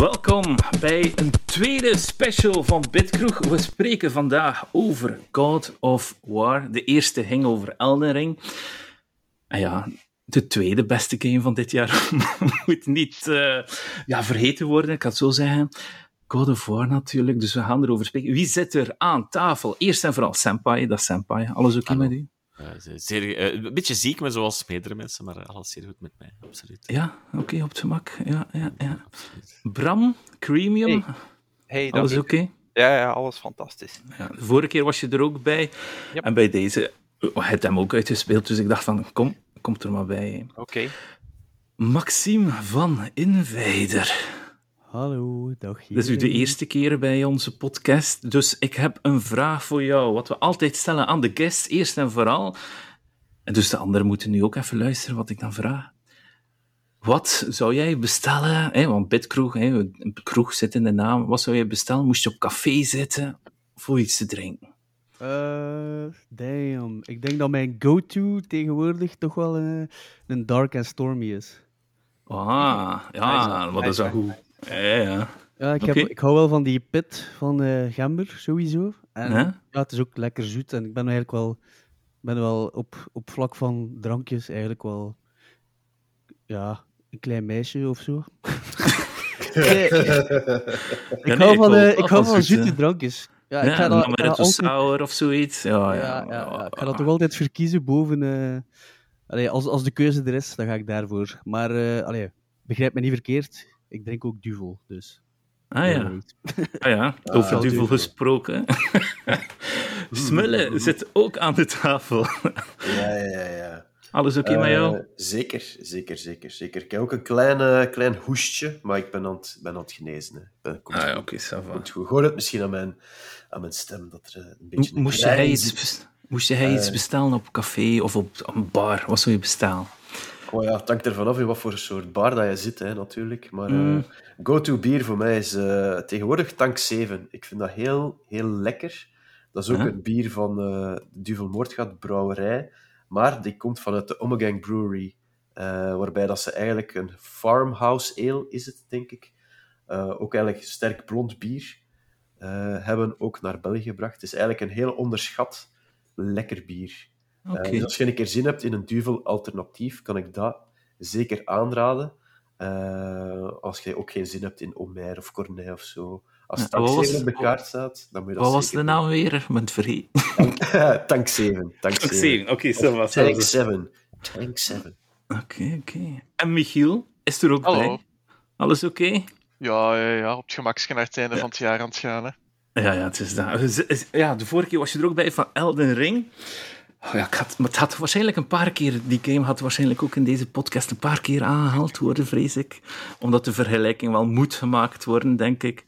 Welkom bij een tweede special van Bitkroeg. We spreken vandaag over God of War. De eerste ging over Elden Ring. En ja, de tweede beste game van dit jaar moet niet vergeten worden, ik kan het zo zeggen. God of War natuurlijk, dus we gaan erover spreken. Wie zit er aan tafel? Eerst en vooral Senpai, dat is Senpai. Alles oké met u? Een beetje ziek, maar zoals meerdere mensen, maar alles zeer goed met mij, absoluut. Ja, oké, op het gemak. Ja. Bram, Creamium, Hey, alles oké? Ja, alles fantastisch. Ja, de vorige keer was je er ook bij. Yep. En bij deze, je hebt hem ook uitgespeeld, dus ik dacht van, kom er maar bij. Oké. Maxime van Invader. Hallo, dag hier. Dit is de eerste keer bij onze podcast, dus ik heb een vraag voor jou, wat we altijd stellen aan de guests, eerst en vooral. En dus de anderen moeten nu ook even luisteren wat ik dan vraag. Wat zou jij bestellen, want Bitkroeg, een kroeg zit in de naam, wat zou jij bestellen? Moest je op café zitten voor iets te drinken? Damn. Ik denk dat mijn go-to tegenwoordig toch wel een Dark and Stormy is. Ah, ja, wat is dat goed. Ja. Ja, Oké. ik hou wel van die pit van gember, sowieso. En Ja? ja, het is ook lekker zoet. En ik ben eigenlijk wel op vlak van drankjes eigenlijk wel een klein meisje of zo. Ik hou van zoete drankjes. Ja, ik ga dat amaretto altijd... sour of zoiets. Ja. Ik ga dat toch altijd verkiezen boven... als de keuze er is, dan ga ik daarvoor. Maar, begrijp me niet verkeerd. Ik drink ook duvel, dus... Over duvel gesproken. Smulle zit ook aan de tafel. Ja. Alles oké met jou? Zeker. Ik heb ook een klein hoestje, maar ik ben aan het genezen. Hè. Oké, ça va. Komt goed. Hoor het misschien aan mijn stem, dat er een beetje... Moest jij iets bestellen op café of op een bar? Wat zou je bestellen? Oh ja, het hangt ervan af in wat voor soort bar dat je zit, hè, natuurlijk. Maar go-to bier voor mij is tegenwoordig Tank 7. Ik vind dat heel, heel lekker. Dat is ook het bier van de Duvelmoordgat Brouwerij. Maar die komt vanuit de Ommegang Brewery. Waarbij dat ze eigenlijk een farmhouse ale is het, denk ik. Ook eigenlijk sterk blond bier. Hebben ook naar België gebracht. Het is eigenlijk een heel onderschat lekker bier. Okay. Dus als je een keer zin hebt in een duvel alternatief, kan ik dat zeker aanraden. Als je ook geen zin hebt in Omer of Cornet of zo. Als Tank 7 op de kaart staat, dan moet je dat wat was zeker de naam weer? Ik ben het vergeten. Tank 7. Tank 7, oké. Tank 7. Oké. En Michiel, is er ook bij? Alles oké? Ja, op het gemaksje naar het einde van het jaar aan het gaan. Hè. Ja, het is dat. Ja, de vorige keer was je er ook bij van Elden Ring. Oh ja, het had waarschijnlijk een paar keer, die game had waarschijnlijk ook in deze podcast een paar keer aangehaald worden, vrees ik. Omdat de vergelijking wel moet gemaakt worden, denk ik.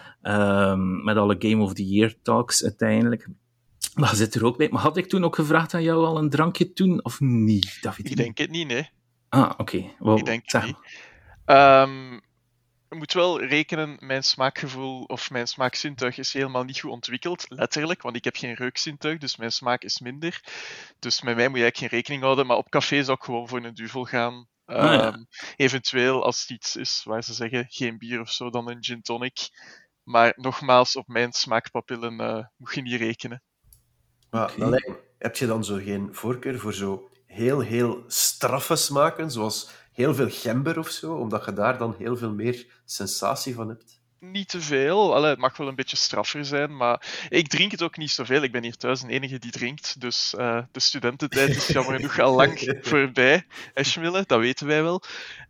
Met alle Game of the Year talks uiteindelijk. Maar je zit er ook bij. Maar had ik toen ook gevraagd aan jou al een drankje toen, of niet, David? Ik denk het niet, nee. Oké. Ik denk het niet. Je moet wel rekenen, mijn smaakgevoel of mijn smaakzintuig is helemaal niet goed ontwikkeld, letterlijk, want ik heb geen reukzintuig, dus mijn smaak is minder. Dus met mij moet je eigenlijk geen rekening houden, maar op café zou ik gewoon voor een duvel gaan. Eventueel, als het iets is waar ze zeggen, geen bier of zo, dan een gin tonic. Maar nogmaals, op mijn smaakpapillen moet je niet rekenen. Maar heb je dan zo geen voorkeur voor zo heel, heel straffe smaken, zoals heel veel gember of zo, omdat je daar dan heel veel meer sensatie van hebt? Niet te veel. Het mag wel een beetje straffer zijn, maar ik drink het ook niet zoveel. Ik ben hier thuis de enige die drinkt, dus de studententijd is jammer genoeg al lang voorbij. Eschmille, dat weten wij wel.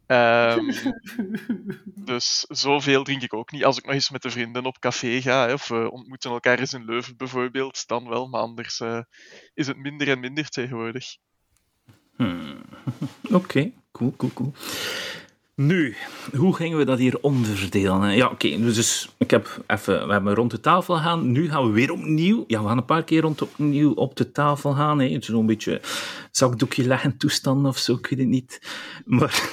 Dus zoveel drink ik ook niet. Als ik nog eens met de vrienden op café ga, of we ontmoeten elkaar eens in Leuven bijvoorbeeld, dan wel, maar anders is het minder en minder tegenwoordig. Oké, cool. Nu, hoe gingen we dat hier onderdelen? Hè? Ja, oké, dus we hebben rond de tafel gaan. Nu gaan we weer opnieuw. Ja, we gaan een paar keer opnieuw op de tafel gaan. Hè. Zo'n beetje zakdoekje leggen toestanden of zo, ik weet het niet. Maar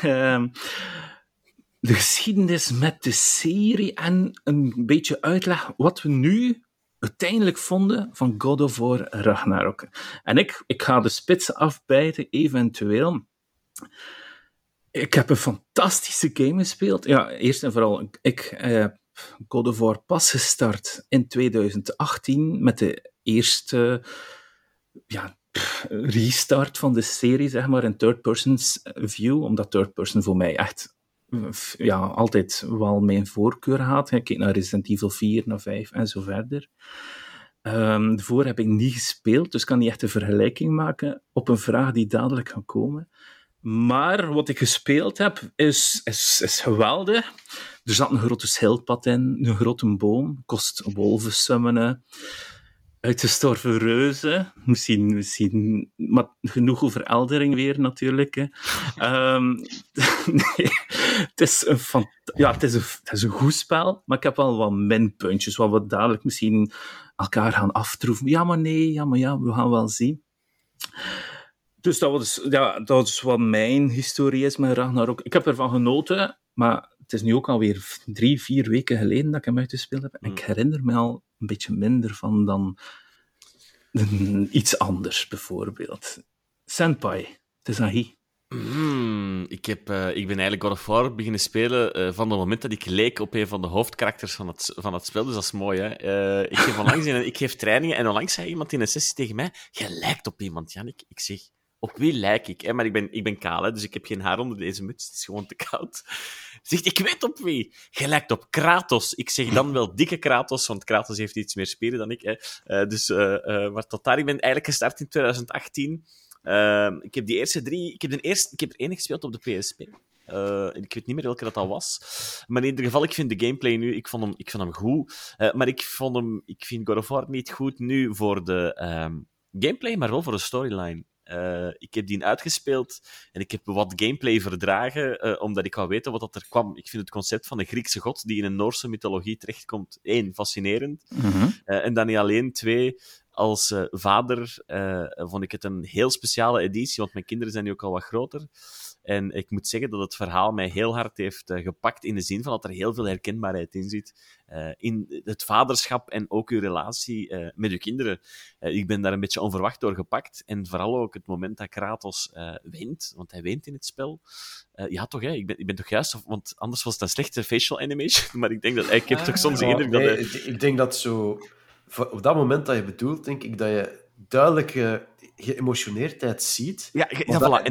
de geschiedenis met de serie en een beetje uitleg wat we nu uiteindelijk vonden van God of War Ragnarok. En ik ga de spits afbijten, eventueel. Ik heb een fantastische game gespeeld. Ja, eerst en vooral, ik heb God of War pas gestart in 2018 met de eerste restart van de serie, zeg maar, in third-person view, omdat third-person voor mij echt altijd wel mijn voorkeur had. Ik kijk naar Resident Evil 4, naar 5 en zo verder. Daarvoor heb ik niet gespeeld, dus kan niet echt een vergelijking maken op een vraag die dadelijk gaat komen. Maar wat ik gespeeld heb, is geweldig. Er zat een grote schildpad in, een grote boom, kost wolven summonen, uitgestorven reuzen, misschien maar genoeg over Eldering weer natuurlijk. Hè. Nee, het is een goed spel, maar ik heb wel wat minpuntjes, wat we dadelijk misschien elkaar gaan aftroeven. Ja, maar we gaan wel zien. Dus dat was wat mijn historie is met Ragnarok. Ik heb ervan genoten, maar het is nu ook alweer 3-4 weken geleden dat ik hem uitgespeeld heb. En ik herinner me al een beetje minder van dan iets anders, bijvoorbeeld. Senpai, het is Ahi. Ik ben eigenlijk God of War beginnen spelen van het moment dat ik leek op een van de hoofdkarakters van het spel, dus dat is mooi. Hè? Ik geef trainingen en onlangs zei iemand in een sessie tegen mij, je lijkt op iemand, Jannik. Ik zeg, op wie lijk ik? Hè? Maar ik ben kaal, hè? Dus ik heb geen haar onder deze muts, het is gewoon te koud. Zegt, ik weet op wie. Je lijkt op Kratos. Ik zeg dan wel dikke Kratos, want Kratos heeft iets meer spieren dan ik. Hè? Maar tot daar, ik ben eigenlijk gestart in 2018. Ik heb die eerste 3... Ik heb er één gespeeld op de PSP. Ik weet niet meer welke dat was. Maar in ieder geval, ik vind de gameplay nu... Ik vond hem goed. Maar ik vind God of War niet goed nu voor de gameplay, maar wel voor de storyline. Ik heb die uitgespeeld en ik heb wat gameplay verdragen, omdat ik wou weten wat dat er kwam. Ik vind het concept van de Griekse god die in een Noorse mythologie terechtkomt, 1, fascinerend. En dan niet alleen, 2... Als vader vond ik het een heel speciale editie, want mijn kinderen zijn nu ook al wat groter. En ik moet zeggen dat het verhaal mij heel hard heeft gepakt, in de zin van dat er heel veel herkenbaarheid in zit. In het vaderschap en ook uw relatie met uw kinderen. Ik ben daar een beetje onverwacht door gepakt. En vooral ook het moment dat Kratos weent, want hij weent in het spel. Ja, toch, hè? Ik ben toch juist... Want anders was het een slechte facial animation. Maar ik denk dat... Ik heb toch soms de indruk dat... Ik denk dat zo... Op dat moment dat je bedoelt, denk ik dat je duidelijk geëmotioneerdheid ziet. Ja, voilà.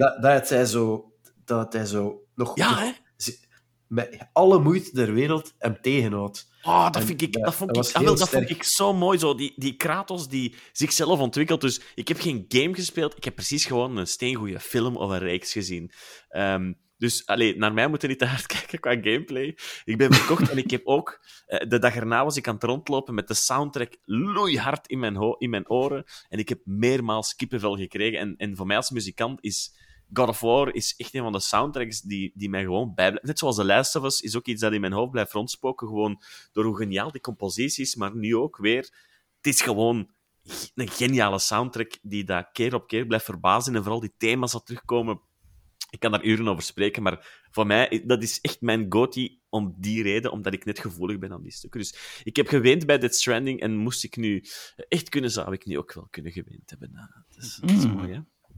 Dat hij zo nog hè? met alle moeite der wereld hem tegenhoudt. Dat vond ik zo mooi. Zo. Die Kratos die zichzelf ontwikkelt. Dus ik heb geen game gespeeld. Ik heb precies gewoon een steengoeie film of een reeks gezien. Dus naar mij moeten niet te hard kijken qua gameplay. Ik ben verkocht en ik heb ook... de dag erna was ik aan het rondlopen met de soundtrack loeihard in mijn oren. En ik heb meermaals kippenvel gekregen. En voor mij als muzikant is... God of War is echt een van de soundtracks die mij gewoon bijblijft. Net zoals The Last of Us is ook iets dat in mijn hoofd blijft rondspoken. Gewoon door hoe geniaal die compositie is, maar nu ook weer. Het is gewoon een geniale soundtrack die dat keer op keer blijft verbazen. En vooral die thema's dat terugkomen. Ik kan daar uren over spreken, maar voor mij, dat is echt mijn go-to om die reden, omdat ik net gevoelig ben aan die stukken. Dus ik heb geweend bij Death Stranding en moest ik nu echt kunnen, zou ik nu ook wel kunnen geweend hebben. Dat is mooi, hè?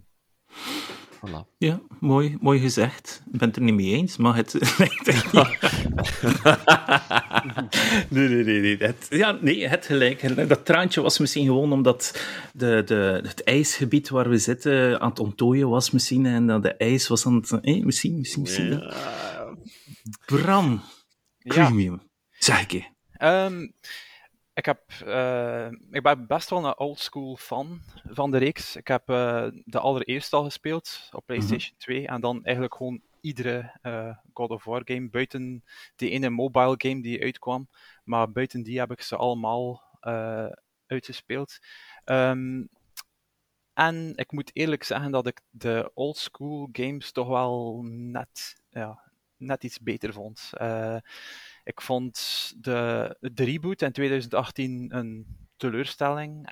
Voilà. Ja, mooi gezegd. Ik ben het er niet mee eens, maar het lijkt echt niet. Nee. Het gelijk. Dat traantje was misschien gewoon omdat het ijsgebied waar we zitten aan het onttooien was misschien, en dat de ijs was aan het... Misschien. Ja. Bram, Premium, zeg ik je. Ik ben best wel een oldschool fan van de reeks. Ik heb de allereerste al gespeeld op PlayStation 2 en dan eigenlijk gewoon iedere God of War game, buiten die ene mobile game die uitkwam. Maar buiten die heb ik ze allemaal uitgespeeld. En ik moet eerlijk zeggen dat ik de oldschool games toch wel net iets beter vond. Ik vond de reboot in 2018 een teleurstelling.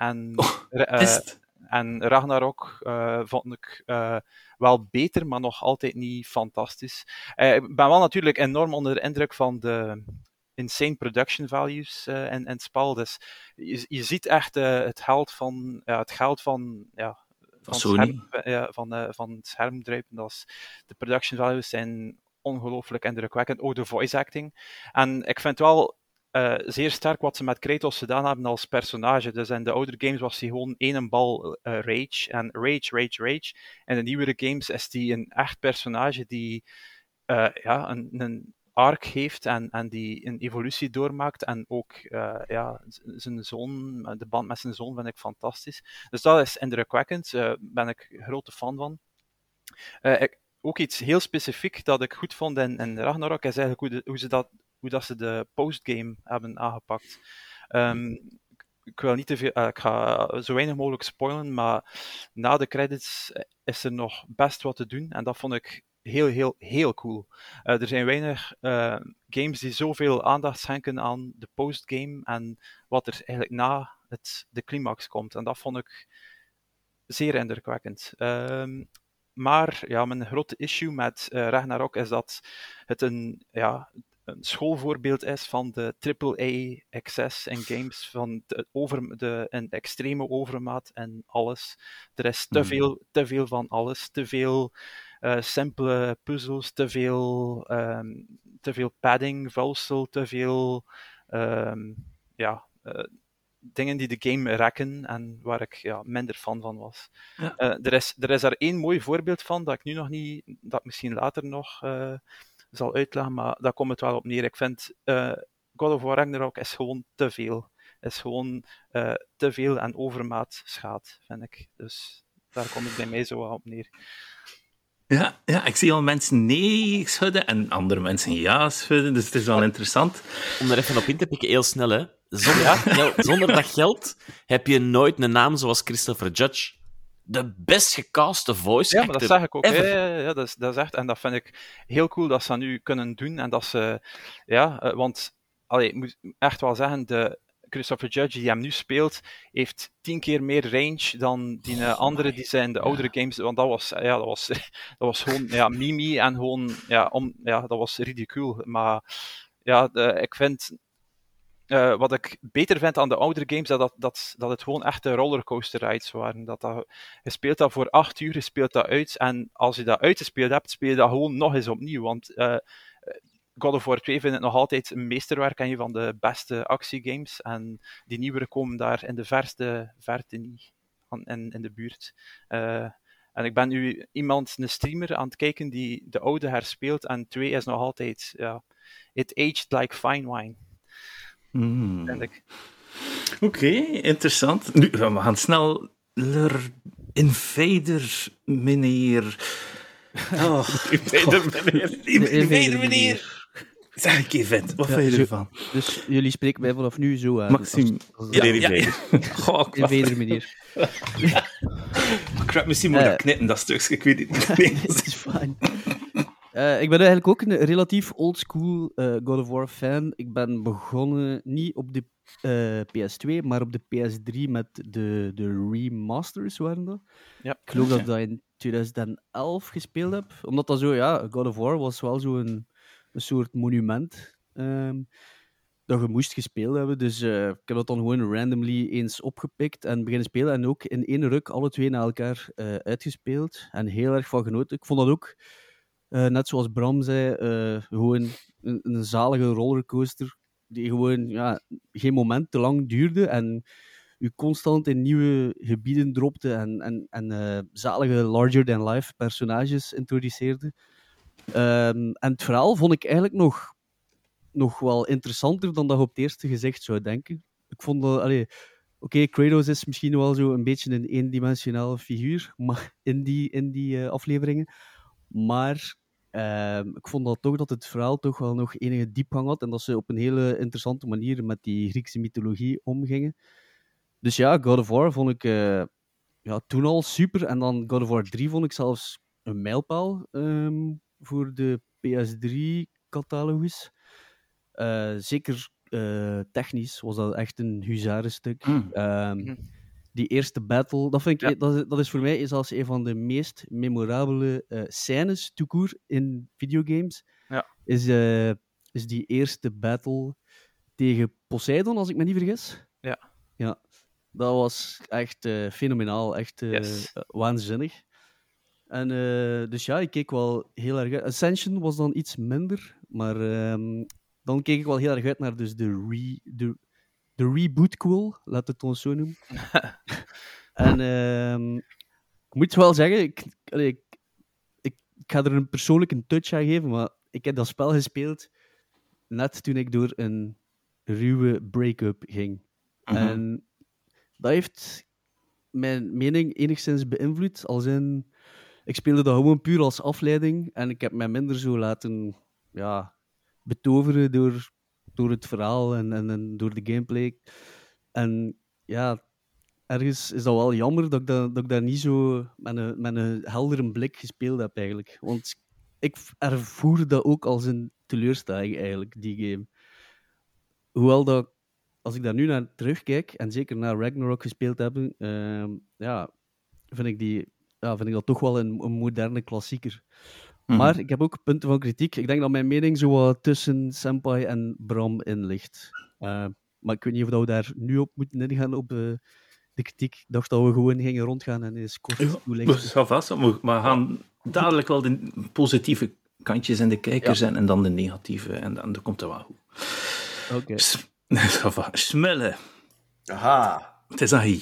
En Ragnarok vond ik wel beter, maar nog altijd niet fantastisch. Ik ben wel natuurlijk enorm onder de indruk van de insane production values in het spel. Dus je ziet echt het geld van Van Sony. Van het scherm druipen. De production values zijn ongelooflijk indrukwekkend. Ook de voice acting. En ik vind wel zeer sterk wat ze met Kratos gedaan hebben als personage. Dus in de oudere games was hij gewoon één bal rage. En rage. En in de nieuwere games is hij een echt personage die een arc heeft en die een evolutie doormaakt. En ook zijn zoon, de band met zijn zoon vind ik fantastisch. Dus dat is indrukwekkend. Ben ik grote fan van. Ook iets heel specifiek dat ik goed vond in Ragnarok is eigenlijk hoe dat ze de postgame hebben aangepakt. Ik wil niet te veel, ik ga zo weinig mogelijk spoilen, maar na de credits is er nog best wat te doen en dat vond ik heel, heel, heel cool. Er zijn weinig games die zoveel aandacht schenken aan de postgame en wat er eigenlijk na de climax komt. En dat vond ik zeer indrukwekkend. Maar ja, mijn grote issue met Ragnarok is dat het een schoolvoorbeeld is van de AAA-excess in games, van een extreme overmaat en alles. Er is te veel van alles, te veel simpele puzzels, te veel padding, vulsel, te veel dingen die de game rekken en waar ik minder fan van was. Ja. Er is daar één mooi voorbeeld van dat ik nu nog niet, dat ik misschien later nog zal uitleggen, maar daar komt het wel op neer. Ik vind God of War Ragnarok is gewoon te veel. Is gewoon te veel en overmaat schaadt, vind ik. Dus daar komt het bij mij zo wel op neer. Ja, ik zie al mensen nee schudden en andere mensen ja schudden, dus het is wel interessant. Om er even op in te pikken, heel snel, hè. Zonder dat geld heb je nooit een naam zoals Christopher Judge. De best gecaste voice actor. Ja, maar dat zeg ik ook. Ever. Ja, dat is echt, en dat vind ik heel cool dat ze dat nu kunnen doen. En dat ze, want, ik moet echt wel zeggen, de Christopher Judge die hem nu speelt, heeft 10 keer meer range dan die andere die zijn de oudere games. Want dat was gewoon mimi en gewoon, dat was ridicuul. Maar ik vind. Wat ik beter vind aan de oudere games, dat het gewoon echte rollercoaster rides waren. Je speelt dat voor 8 uur, je speelt dat uit, en als je dat uitgespeeld hebt, speel je dat gewoon nog eens opnieuw. Want God of War 2 vind ik nog altijd een meesterwerk en een van de beste actiegames. En die nieuwere komen daar in de verste verte niet in de buurt. En ik ben nu een streamer aan het kijken die de oude herspeelt, en 2 is nog altijd, it aged like fine wine. Oké, interessant. Nu, we gaan snel Invader meneer. Invader meneer. Zeg een keer vet, wat vind je ervan? Dus jullie spreken mij vanaf nu zo aan. Maxime. Invader meneer. Ik ga misschien moeten knippen, dat stukje, ik weet het niet. Het is fijn. Ik ben eigenlijk ook een relatief oldschool God of War fan. Ik ben begonnen niet op de PS2, maar op de PS3 met de remasters waren dat. Ja. Ik geloof dat ik dat in 2011 gespeeld heb. Omdat dat zo, God of War was wel zo een soort monument dat je moest gespeeld hebben. Dus ik heb dat dan gewoon randomly eens opgepikt en beginnen spelen. En ook in één ruk alle twee na elkaar uitgespeeld. En heel erg van genoten. Ik vond dat ook, net zoals Bram zei, gewoon een zalige rollercoaster die gewoon geen moment te lang duurde en u constant in nieuwe gebieden dropte en zalige larger-than-life personages introduceerde. En het verhaal vond ik eigenlijk nog wel interessanter dan dat je op het eerste gezicht zou denken. Ik vond dat... Oké, Kratos is misschien wel zo een beetje een eendimensionale figuur maar in die afleveringen. Maar ik vond dat het verhaal toch wel nog enige diepgang had en dat ze op een hele interessante manier met die Griekse mythologie omgingen. Dus ja, God of War vond ik toen al super. En dan God of War 3 vond ik zelfs een mijlpaal voor de PS3-catalogus. Zeker technisch was dat echt een huzarenstuk. Die eerste battle, dat is voor mij zelfs een van de meest memorabele scènes tout court in videogames. Ja. Is die eerste battle tegen Poseidon, als ik me niet vergis. Ja. Dat was echt fenomenaal, echt Yes. waanzinnig. En dus ja, ik keek wel heel erg uit. Ascension was dan iets minder, maar dan keek ik wel heel erg uit naar dus de reboot cool, laat het ons zo noemen. En ik moet wel zeggen, ik ga er een persoonlijke touch aan geven, maar ik heb dat spel gespeeld net toen ik door een ruwe break-up ging. En dat heeft mijn mening enigszins beïnvloed, als in... Ik speelde dat gewoon puur als afleiding en ik heb mij minder zo laten betoveren door het verhaal en door de gameplay. En ja, ergens is dat wel jammer dat ik daar niet zo met een heldere blik gespeeld heb eigenlijk. Want ik ervoer dat ook als een teleurstelling eigenlijk, die game. Hoewel dat, als ik daar nu naar terugkijk, en zeker naar Ragnarok gespeeld heb, vind ik dat toch wel een moderne klassieker. Maar ik heb ook punten van kritiek. Ik denk dat mijn mening zo wat tussen Senpai en Bram in ligt. Maar ik weet niet of we daar nu op moeten ingaan op de kritiek. Ik dacht dat we gewoon gingen rondgaan en eens kort toelichten. Ja, vast, we gaan dadelijk wel de positieve kantjes in de kijker zijn en dan de negatieve. En dan komt dat wel goed. Oké. Smullen. Aha. Het is Ahi.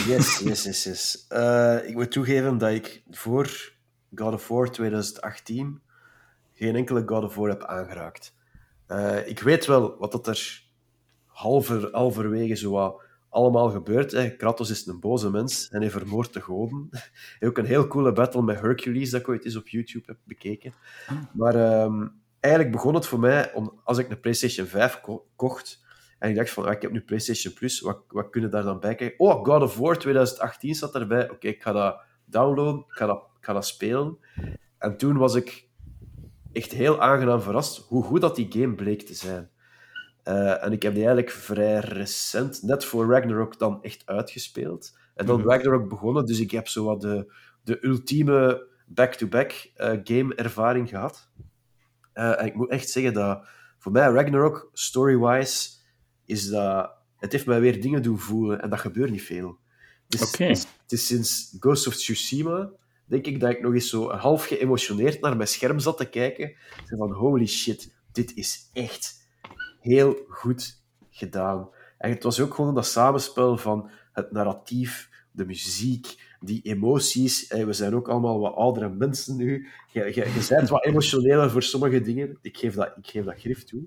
Yes. Ik moet toegeven dat ik voor God of War 2018 geen enkele God of War heb aangeraakt. Ik weet wel wat dat er halverwege zo wat allemaal gebeurt. Kratos is een boze mens en hij vermoordt de goden. Hij heeft ook een heel coole battle met Hercules dat ik ooit eens op YouTube heb bekeken. Maar eigenlijk begon het voor mij als ik een PlayStation 5 kocht en ik dacht van, ik heb nu PlayStation Plus, wat kunnen daar dan bij kijken? Oh, God of War 2018 zat erbij. Oké, ik ga dat downloaden, ik ga dat spelen. En toen was ik echt heel aangenaam verrast hoe goed dat die game bleek te zijn. En ik heb die eigenlijk vrij recent, net voor Ragnarok, dan echt uitgespeeld. En dan Ragnarok begonnen, dus ik heb zo wat de ultieme back-to-back game-ervaring gehad. En ik moet echt zeggen dat voor mij Ragnarok, story-wise, is dat... Het heeft mij weer dingen doen voelen en dat gebeurt niet veel. Het is sinds Ghost of Tsushima, denk ik, dat ik nog eens zo half geëmotioneerd naar mijn scherm zat te kijken. Van, holy shit, dit is echt heel goed gedaan. En het was ook gewoon dat samenspel van het narratief, de muziek, die emoties. We zijn ook allemaal wat oudere mensen nu. Je bent wat emotioneler voor sommige dingen. Ik geef dat grif toe.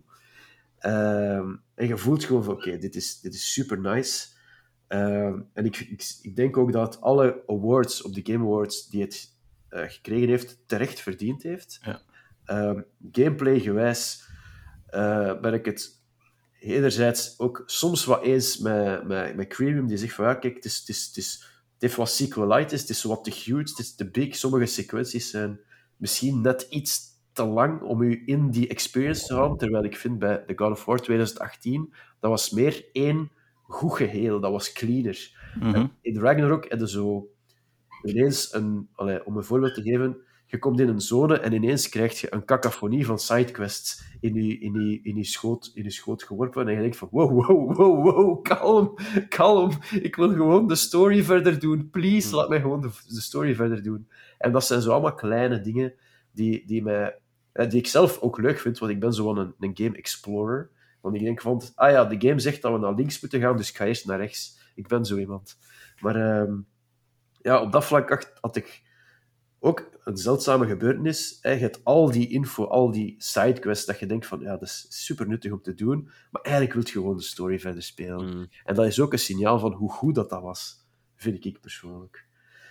En je voelt gewoon van, oké, dit is super nice. En ik denk ook dat alle awards op de Game Awards die het gekregen heeft, terecht verdiend heeft. Ja. Gameplay-gewijs ben ik het enerzijds ook soms wat eens met Creamium, die zegt van, ja, kijk, het heeft wat sequelitis, het is wat te huge, het is te big. Sommige sequenties zijn misschien net iets te lang om u in die experience te houden, terwijl ik vind bij The God of War 2018, dat was meer één goed geheel, dat was cleaner. En in Ragnarok heb je zo ineens om een voorbeeld te geven, je komt in een zone en ineens krijg je een cacophonie van sidequests in je schoot geworpen en je denkt van wow, kalm, ik wil gewoon de story verder doen, please, laat mij gewoon de story verder doen. En dat zijn zo allemaal kleine dingen die ik zelf ook leuk vind, want ik ben zo een game explorer. Want ik denk van, de game zegt dat we naar links moeten gaan, dus ik ga eerst naar rechts. Ik ben zo iemand. Maar op dat vlak had ik ook een zeldzame gebeurtenis. Je hebt al die info, al die sidequests, dat je denkt van, dat is super nuttig om te doen, maar eigenlijk wil je gewoon de story verder spelen. En dat is ook een signaal van hoe goed dat was, vind ik persoonlijk.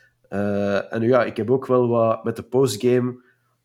En ik heb ook wel wat met de postgame.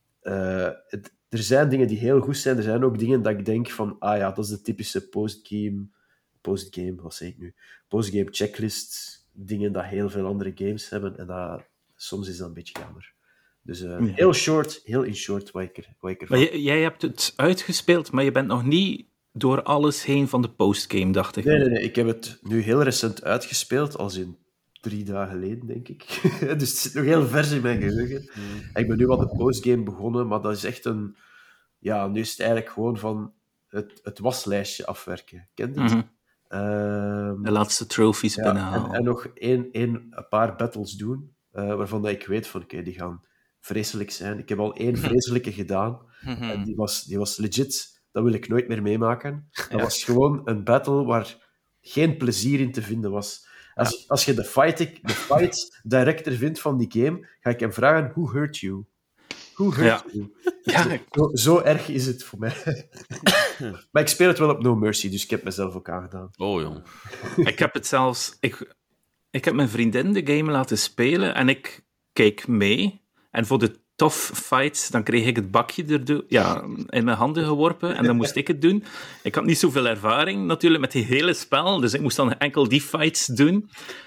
Er zijn dingen die heel goed zijn, er zijn ook dingen dat ik denk van, dat is de typische postgame, wat zeg ik nu? Postgame checklist, dingen dat heel veel andere games hebben, en soms is dat een beetje jammer. Dus heel in short wat ik ervan... Maar jij hebt het uitgespeeld, maar je bent nog niet door alles heen van de postgame, dacht ik. Nee, ik heb het nu heel recent uitgespeeld, als in 3 dagen geleden, denk ik. Dus het zit nog heel vers in mijn geheugen. En ik ben nu aan de postgame begonnen, maar dat is echt een... Ja, nu is het eigenlijk gewoon van het waslijstje afwerken. Ken je dit? De laatste trophies Ja, binnenhalen. en nog een paar battles doen, waarvan dat ik weet van, oké, die gaan vreselijk zijn. Ik heb al 1 vreselijke gedaan, en die was legit. Dat wil ik nooit meer meemaken. Dat was gewoon een battle waar geen plezier in te vinden was. Als je de fight director vindt van die game, ga ik hem vragen, who hurt you? Who hurt you? Ja, Zo erg is het voor mij. Maar ik speel het wel op No Mercy, dus ik heb mezelf ook aangedaan. Oh, jong. ik heb het zelfs... Ik heb mijn vriendin de game laten spelen en ik keek mee. En voor de tough fights, dan kreeg ik het bakje in mijn handen geworpen en dan moest ik het doen. Ik had niet zoveel ervaring natuurlijk met die hele spel, dus ik moest dan enkel die fights doen.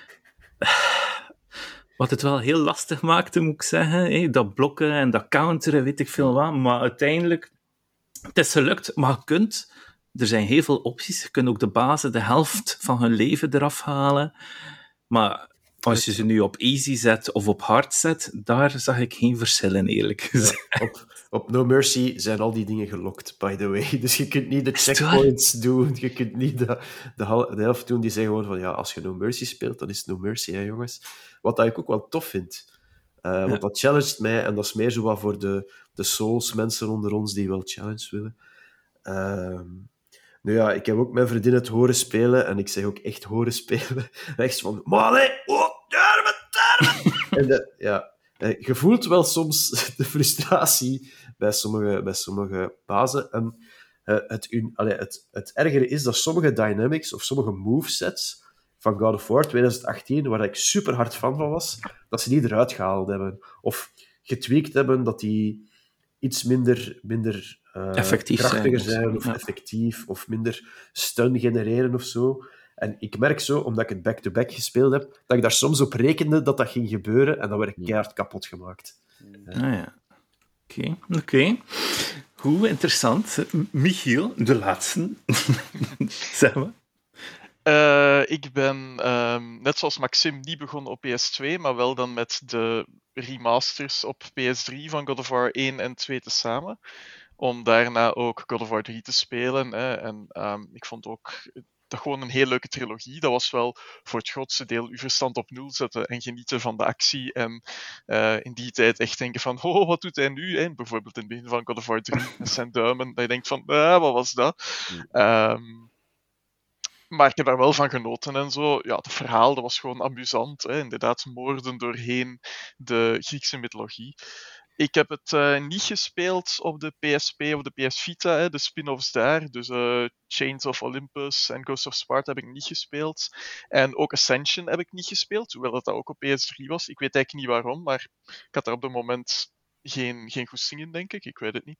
Wat het wel heel lastig maakte, moet ik zeggen. Dat blokken en dat counteren, weet ik veel wat. Maar uiteindelijk, het is gelukt. Maar je kunt... Er zijn heel veel opties. Je kunt ook de bazen de helft van hun leven eraf halen. Maar als je ze nu op easy zet of op hard zet, daar zag ik geen verschil in, eerlijk gezegd. Op No Mercy zijn al die dingen gelokt, by the way. Dus je kunt niet de Is het checkpoints doen, je kunt niet de helft doen. Die zeggen gewoon van, ja, als je No Mercy speelt, dan is het No Mercy, hè, jongens. Wat dat ik ook wel tof vind. Want dat challenged mij, en dat is meer zo wat voor de Souls-mensen onder ons die wel challenge willen. Nu ja, ik heb ook mijn vriendin het horen spelen, en ik zeg ook echt horen spelen. Echt van, maar nee, en je voelt wel soms de frustratie bij sommige bazen. En het ergere is dat sommige dynamics of sommige movesets van God of War 2018, waar ik super hard fan van was, dat ze die eruit gehaald hebben. Of getweakt hebben dat die iets minder Effectief krachtiger zijn, of effectief, of minder stun genereren of zo. En ik merk zo, omdat ik het back-to-back gespeeld heb, dat ik daar soms op rekende dat dat ging gebeuren, en dan werd ik keihard kapot gemaakt. Oké. Goed, interessant. Michiel, de laatste. Zeg maar. Ik ben, net zoals Maxim, niet begonnen op PS2, maar wel dan met de remasters op PS3 van God of War 1 en 2 tezamen. Om daarna ook God of War 3 te spelen. En ik vond ook dat gewoon een heel leuke trilogie. Dat was wel voor het grootste deel uw verstand op nul zetten en genieten van de actie. En in die tijd echt denken van, oh, wat doet hij nu? En bijvoorbeeld in het begin van God of War 3 met zijn duimen. Dat je denkt van, wat was dat? Maar ik heb daar wel van genoten en zo. Ja, het verhaal dat was gewoon amusant. Inderdaad, moorden doorheen de Griekse mythologie. Ik heb het niet gespeeld op de PSP of de PS Vita, de spin-offs daar. Dus Chains of Olympus en Ghost of Sparta heb ik niet gespeeld. En ook Ascension heb ik niet gespeeld, hoewel dat ook op PS3 was. Ik weet eigenlijk niet waarom, maar ik had daar op dat moment geen goesting in, denk ik. Ik weet het niet.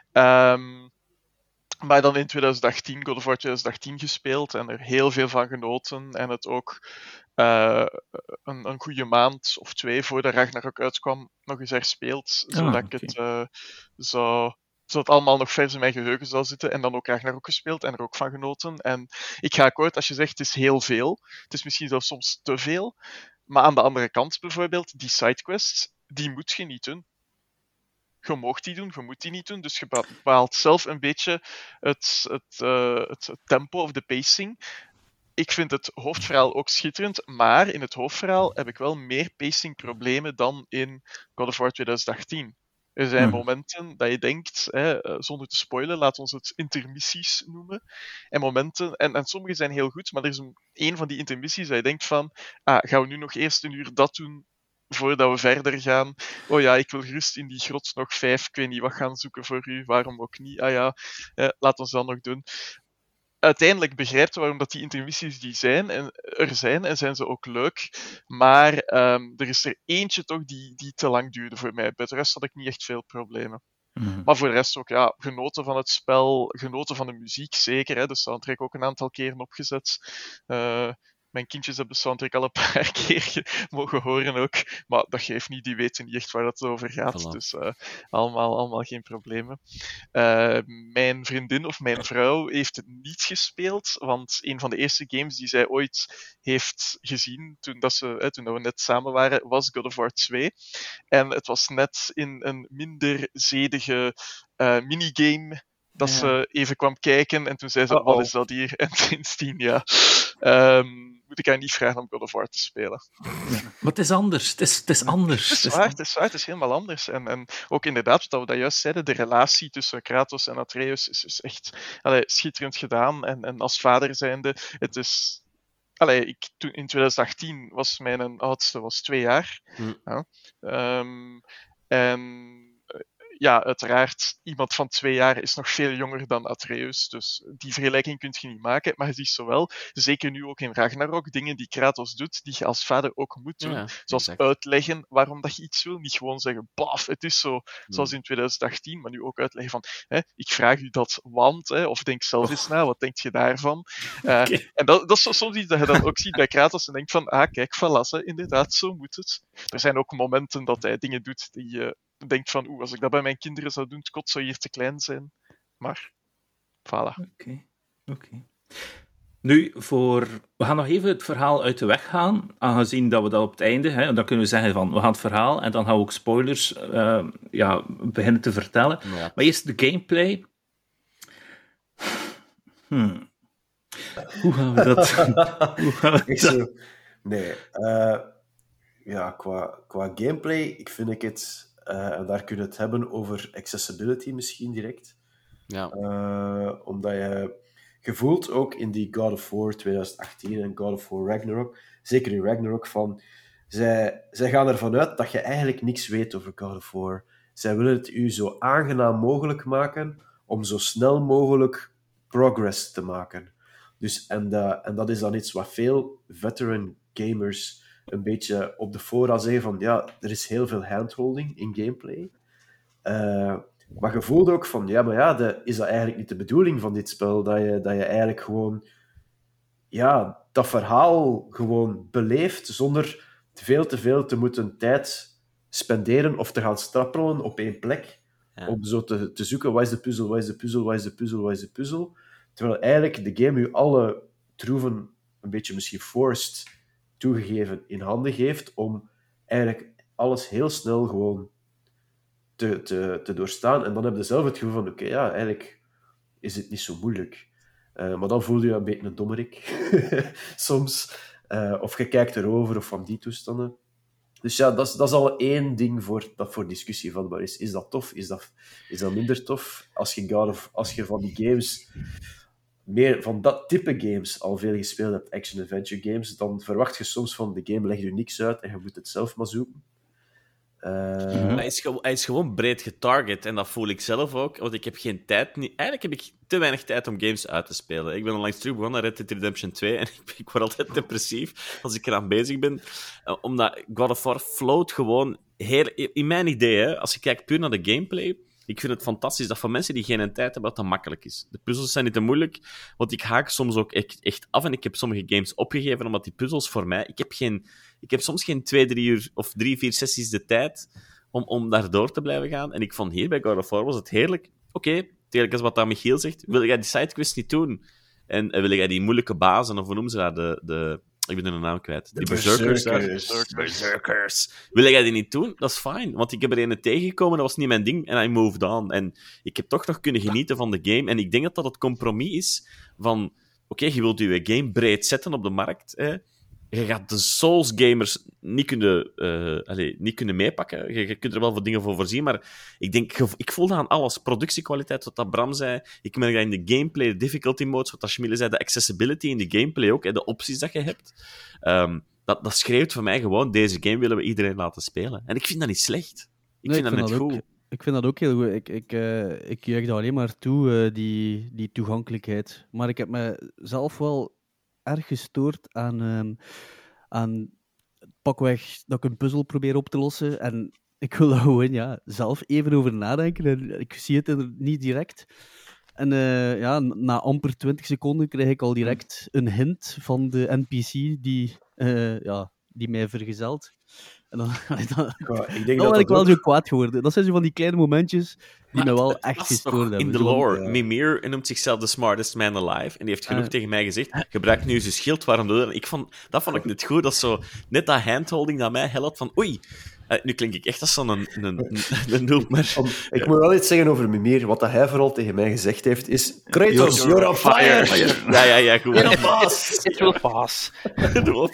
Maar dan in 2018, God of War 2018 gespeeld en er heel veel van genoten. En het ook een goede maand of 2 voordat Ragnarok uitkwam nog eens herspeeld. Zodat ik het allemaal nog vers in mijn geheugen zou zitten. En dan ook Ragnarok gespeeld en er ook van genoten. En ik ga akkoord als je zegt het is heel veel. Het is misschien zelfs soms te veel. Maar aan de andere kant bijvoorbeeld, die sidequests, die moet je niet doen. Je mag die doen, je moet die niet doen. Dus je bepaalt zelf een beetje het tempo of de pacing. Ik vind het hoofdverhaal ook schitterend, maar in het hoofdverhaal heb ik wel meer pacingproblemen dan in God of War 2018. Er zijn momenten dat je denkt, zonder te spoilen, laat ons het intermissies noemen. En momenten, en sommige zijn heel goed, maar er is een van die intermissies dat je denkt van, gaan we nu nog eerst een uur dat doen voordat we verder gaan? Oh ja, ik wil gerust in die grot nog 5, ik weet niet wat gaan zoeken voor u, waarom ook niet? Laat ons dat nog doen. Uiteindelijk begrijpt waarom dat die intermissies er zijn en zijn ze ook leuk. Maar er is er eentje toch die te lang duurde voor mij. Bij de rest had ik niet echt veel problemen. Maar voor de rest ook, genoten van het spel, genoten van de muziek, zeker. Hè, de soundtrack ook een aantal keren opgezet. Mijn kindjes hebben de soundtrack al een paar keer mogen horen ook. Maar dat geeft niet, die weten niet echt waar het over gaat. Voilà. Dus allemaal geen problemen. Mijn vriendin of mijn vrouw heeft het niet gespeeld. Want een van de eerste games die zij ooit heeft gezien, toen we net samen waren, was God of War 2. En het was net in een minder zedige minigame dat ze even kwam kijken en toen zei ze, Uh-oh. wat is dat hier? En sindsdien, moet ik haar niet vragen om God of War te spelen. Maar het is anders. Het is anders. Het is waar, het is helemaal anders. En ook inderdaad, wat we dat juist zeiden, de relatie tussen Kratos en Atreus is echt schitterend gedaan. En als vader zijnde, het is... toen in 2018 was mijn oudste 2 jaar. Ja. Uiteraard, iemand van 2 jaar is nog veel jonger dan Atreus, dus die vergelijking kun je niet maken. Maar je ziet zowel, zeker nu ook in Ragnarok, dingen die Kratos doet, die je als vader ook moet doen. Zoals uitleggen waarom dat je iets wil. Niet gewoon zeggen, baf, het is zo, zoals in 2018, maar nu ook uitleggen van, ik vraag u dat, want, of denk zelf eens na, wat denk je daarvan? En dat is soms iets dat je dan ook ziet bij Kratos en denkt van, kijk, voilà, inderdaad, zo moet het. Er zijn ook momenten dat hij dingen doet die denkt van, als ik dat bij mijn kinderen zou doen, het kot zou hier te klein zijn. Maar, voilà. Oké. Nu, we gaan nog even het verhaal uit de weg gaan, aangezien dat we dat op het einde, dan kunnen we zeggen van, we gaan het verhaal, en dan gaan we ook spoilers beginnen te vertellen. Ja. Maar eerst de gameplay. Hoe gaan we dat... Nee. Qua gameplay, ik vind het... en daar kunnen we het hebben over accessibility misschien direct. Ja. Omdat je voelt ook in die God of War 2018 en God of War Ragnarok, zeker in Ragnarok, van zij gaan ervan uit dat je eigenlijk niks weet over God of War. Zij willen het u zo aangenaam mogelijk maken om zo snel mogelijk progress te maken. Dus, en dat is dan iets wat veel veteran gamers een beetje op de voorhand zeggen van, ja, er is heel veel handholding in gameplay. Maar je voelt ook van, is dat eigenlijk niet de bedoeling van dit spel? Dat je eigenlijk gewoon, dat verhaal gewoon beleeft, zonder te veel te moeten tijd spenderen of te gaan strappelen op één plek. Ja. Om zo te zoeken, wat is de puzzel, wat is de puzzel, wat is de puzzel, wat is de puzzel. Terwijl eigenlijk de game u alle troeven een beetje misschien forced toegegeven in handen geeft om eigenlijk alles heel snel gewoon te doorstaan. En dan heb je zelf het gevoel van, eigenlijk is het niet zo moeilijk. Maar dan voel je een beetje een dommerik. Soms. Of je kijkt erover, of van die toestanden. Dus ja, dat is al één ding dat voor discussie vatbaar is. Is dat tof? Is dat minder tof? Als je van die games... meer van dat type games al veel gespeeld hebt, action-adventure games, dan verwacht je soms van de game legt je niks uit en je moet het zelf maar zoeken. Hij is gewoon breed getarget en dat voel ik zelf ook, want ik heb geen tijd... Eigenlijk heb ik te weinig tijd om games uit te spelen. Ik ben onlangs terug begonnen naar Red Dead Redemption 2 en ik word altijd depressief als ik eraan bezig ben, omdat God of War float gewoon heel... In mijn idee, als je kijkt puur naar de gameplay... Ik vind het fantastisch dat voor mensen die geen tijd hebben, dat makkelijk is. De puzzels zijn niet te moeilijk, want ik haak soms ook echt af en ik heb sommige games opgegeven, omdat die puzzels voor mij... Ik heb soms geen 2-3 uur of 3-4 sessies de tijd om daar door te blijven gaan. En ik vond hier bij God of War was het heerlijk. Oké, tegen als wat Michiel zegt, wil jij die sidequest niet doen? En wil jij die moeilijke bazen, of hoe noemen ze dat? Ik ben hun naam kwijt. Die Berserkers. Wil jij die niet doen? Dat is fijn. Want ik heb er een tegengekomen, dat was niet mijn ding. En I moved on. En ik heb toch nog kunnen genieten van de game. En ik denk dat het compromis is van... Oké, je wilt je game breed zetten op de markt. Je gaat de Souls-gamers niet kunnen meepakken. Je kunt er wel voor dingen voor voorzien, maar ik voelde aan alles. Productiekwaliteit, wat dat Bram zei. Ik merk dat in de gameplay, de difficulty modes, wat dat Schmille zei, de accessibility in de gameplay ook, de opties dat je hebt. Dat schreeuwt voor mij gewoon, deze game willen we iedereen laten spelen. En ik vind dat niet slecht. Ik vind dat net goed. Ik vind dat ook heel goed. Ik juich dat alleen maar toe, die toegankelijkheid. Maar ik heb mezelf wel erg gestoord aan pakweg dat ik een puzzel probeer op te lossen. En ik wil daar gewoon zelf even over nadenken. En ik zie het niet direct. En na amper 20 seconden krijg ik al direct een hint van de NPC die mij vergezelt. En dan, Ik denk dan dat ben ik wel ook... zo kwaad geworden. Dat zijn zo van die kleine momentjes die me wel echt Dat is gestoord toch hebben. in de Zo van- lore. ja. Mimir noemt zichzelf de smartest man alive. En die heeft genoeg Ah. tegen mij gezegd: gebruik nu eens je schild, waarom doe je dat? Dat vond ik net goed. Dat is zo net dat handholding dat mij helpt van oei. Nu klink ik echt als zo'n een noob, maar... Ik moet wel iets zeggen over Mimir. Wat dat hij vooral tegen mij gezegd heeft, is... Kratos, you're on fire! Ja, goed. Het wil paas. Doe op.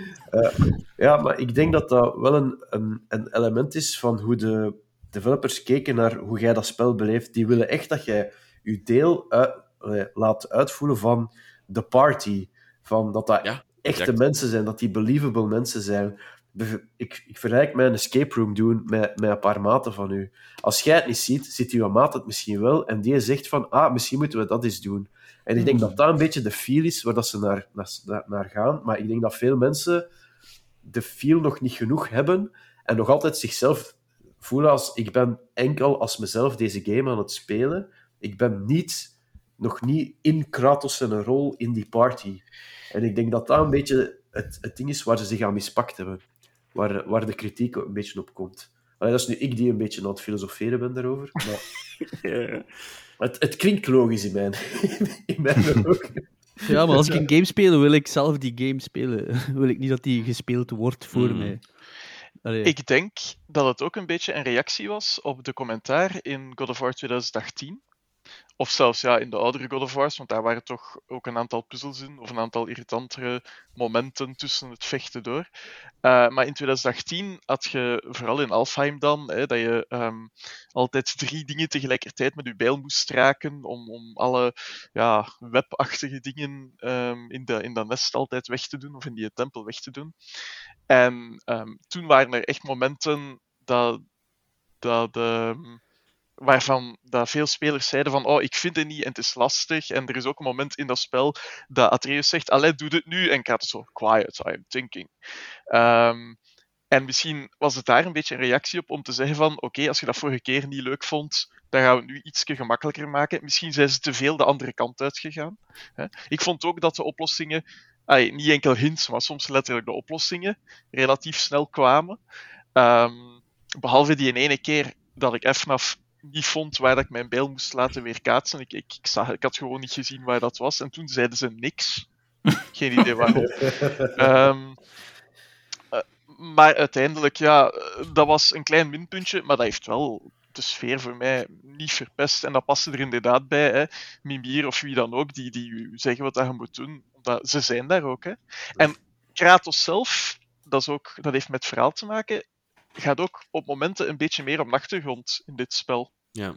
Ja, maar ik denk dat dat wel een element is van hoe de developers keken naar hoe jij dat spel beleeft. Die willen echt dat jij je deel laat uitvoelen van de party. Van dat Ja, echte exact. mensen zijn, dat die believable mensen zijn. Ik vergelijk met een escape room doen met een paar maten van u. Als jij het niet ziet, ziet uw maat het misschien wel en die zegt van, misschien moeten we dat eens doen. En ik denk dat dat een beetje de feel is waar dat ze naar gaan. Maar ik denk dat veel mensen de feel nog niet genoeg hebben en nog altijd zichzelf voelen als ik ben enkel als mezelf deze game aan het spelen. Ik ben nog niet in Kratos zijn rol in die party. En ik denk dat dat een beetje het ding is waar ze zich aan mispakt hebben. Waar de kritiek een beetje op komt. Allee, dat is nu ik die een beetje aan het filosoferen ben daarover. Maar Ja. het klinkt logisch in mijn ogen. Ja, maar als ik een game speel, wil ik zelf die game spelen. Wil ik niet dat die gespeeld wordt voor mij. Allee. Ik denk dat het ook een beetje een reactie was op de commentaar in God of War 2018. Of zelfs in de oudere God of Wars, want daar waren toch ook een aantal puzzels in, of een aantal irritantere momenten tussen het vechten door. Maar in 2018 had je, vooral in Alfheim dan, dat je altijd 3 dingen tegelijkertijd met je bijl moest raken om alle webachtige dingen in dat nest altijd weg te doen, of in die tempel weg te doen. En toen waren er echt momenten waarvan dat veel spelers zeiden van ik vind het niet en het is lastig. En er is ook een moment in dat spel dat Atreus zegt, allee, doe dit nu. En ik had zo, quiet, I'm thinking. En misschien was het daar een beetje een reactie op om te zeggen van, oké, als je dat vorige keer niet leuk vond, dan gaan we het nu iets gemakkelijker maken. Misschien zijn ze te veel de andere kant uitgegaan. Ik vond ook dat de oplossingen, niet enkel hints, maar soms letterlijk de oplossingen, relatief snel kwamen. Behalve die ene keer dat ik FNAF niet vond waar dat ik mijn bijl moest laten weerkaatsen. Ik had gewoon niet gezien waar dat was. En toen zeiden ze niks. Geen idee waarom. Maar uiteindelijk, dat was een klein minpuntje, maar dat heeft wel de sfeer voor mij niet verpest. En dat paste er inderdaad bij. Hè. Mimir of wie dan ook, die u zeggen wat je moet doen. Omdat ze zijn daar ook. Hè. En Kratos zelf, dat heeft met het verhaal te maken, gaat ook op momenten een beetje meer op de achtergrond in dit spel. Ja.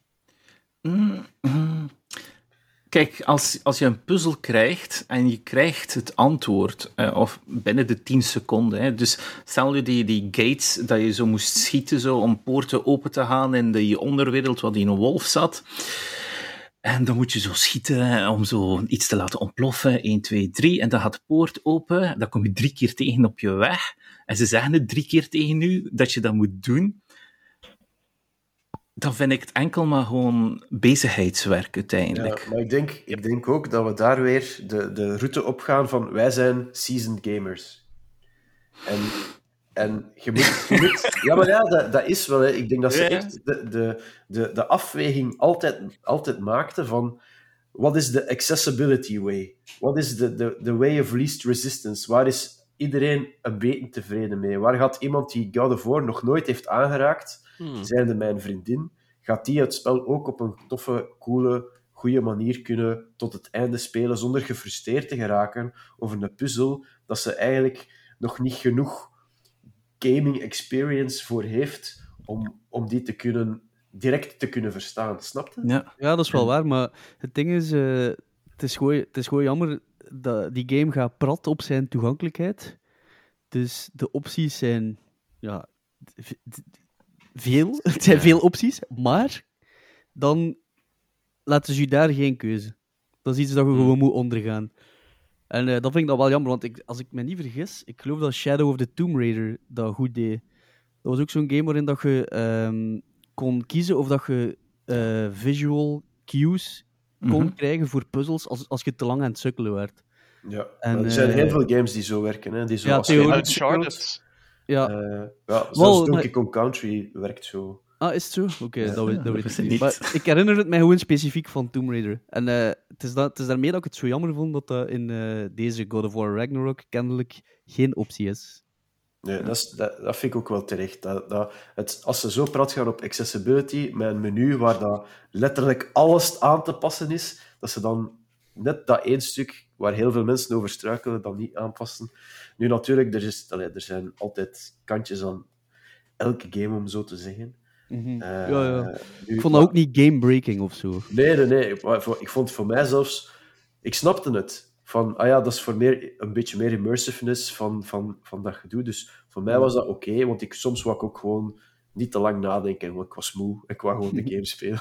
Kijk, als je een puzzel krijgt en je krijgt het antwoord, of binnen de 10 seconden, hè, dus stel je die gates dat je zo moest schieten zo, om poorten open te gaan in die onderwereld waar die een wolf zat. En dan moet je zo schieten om zo iets te laten ontploffen. 1, 2, 3. En dan gaat de poort open. Dan kom je 3 keer tegen op je weg. En ze zeggen het 3 keer tegen u dat je dat moet doen. Dan vind ik het enkel maar gewoon bezigheidswerk uiteindelijk. Ja, maar ik denk ook dat we daar weer de route opgaan van wij zijn seasoned gamers. En je moet ja, maar dat is wel. Hè. Ik denk dat ze echt de afweging altijd maakten van wat is de accessibility way? Wat is de way of least resistance? Waar is iedereen een beetje tevreden mee? Waar gaat iemand die God of War nog nooit heeft aangeraakt, zijnde mijn vriendin, gaat die het spel ook op een toffe, coole, goede manier kunnen tot het einde spelen zonder gefrustreerd te geraken over een puzzel dat ze eigenlijk nog niet genoeg gaming experience voor heeft om die direct te kunnen verstaan. Snap je? Ja, dat is wel waar, maar het ding is, het is gewoon jammer dat die game gaat prat op zijn toegankelijkheid. Dus de opties zijn veel. Het zijn veel opties, maar dan laten ze je daar geen keuze. Dat is iets dat je gewoon moet ondergaan. En dat vind ik dan wel jammer, want als ik me niet vergis, ik geloof dat Shadow of the Tomb Raider dat goed deed. Dat was ook zo'n game waarin dat je kon kiezen of dat je visual cues kon krijgen voor puzzels als je te lang aan het sukkelen werd. Ja. En, er zijn heel veel games die zo werken. Hè? Die zo ja, als je Uncharted. Ja. Zelfs Wel, Donkey Kong Country werkt zo. Ah, is het zo? Oké, Ja, dat weet ik wist ik niet. niet. Maar ik herinner het mij gewoon specifiek van Tomb Raider. En het is daarmee dat ik het zo jammer vond dat dat in deze God of War Ragnarok kennelijk geen optie is. Nee, dat vind ik ook wel terecht. Als ze zo prat gaan op accessibility, met een menu waar dat letterlijk alles aan te passen is, dat ze dan net dat één stuk waar heel veel mensen over struikelen, dan niet aanpassen. Nu natuurlijk, er zijn altijd kantjes aan elke game, om zo te zeggen. Ja. Nu, Ik vond dat ook niet game-breaking of zo. Nee. Ik vond voor mij zelfs... Ik snapte het. Van, dat is voor een beetje meer immersiveness van dat gedoe. Dus voor mij was dat oké, want soms wou ik ook gewoon niet te lang nadenken, want ik was moe. Ik wou gewoon de game spelen.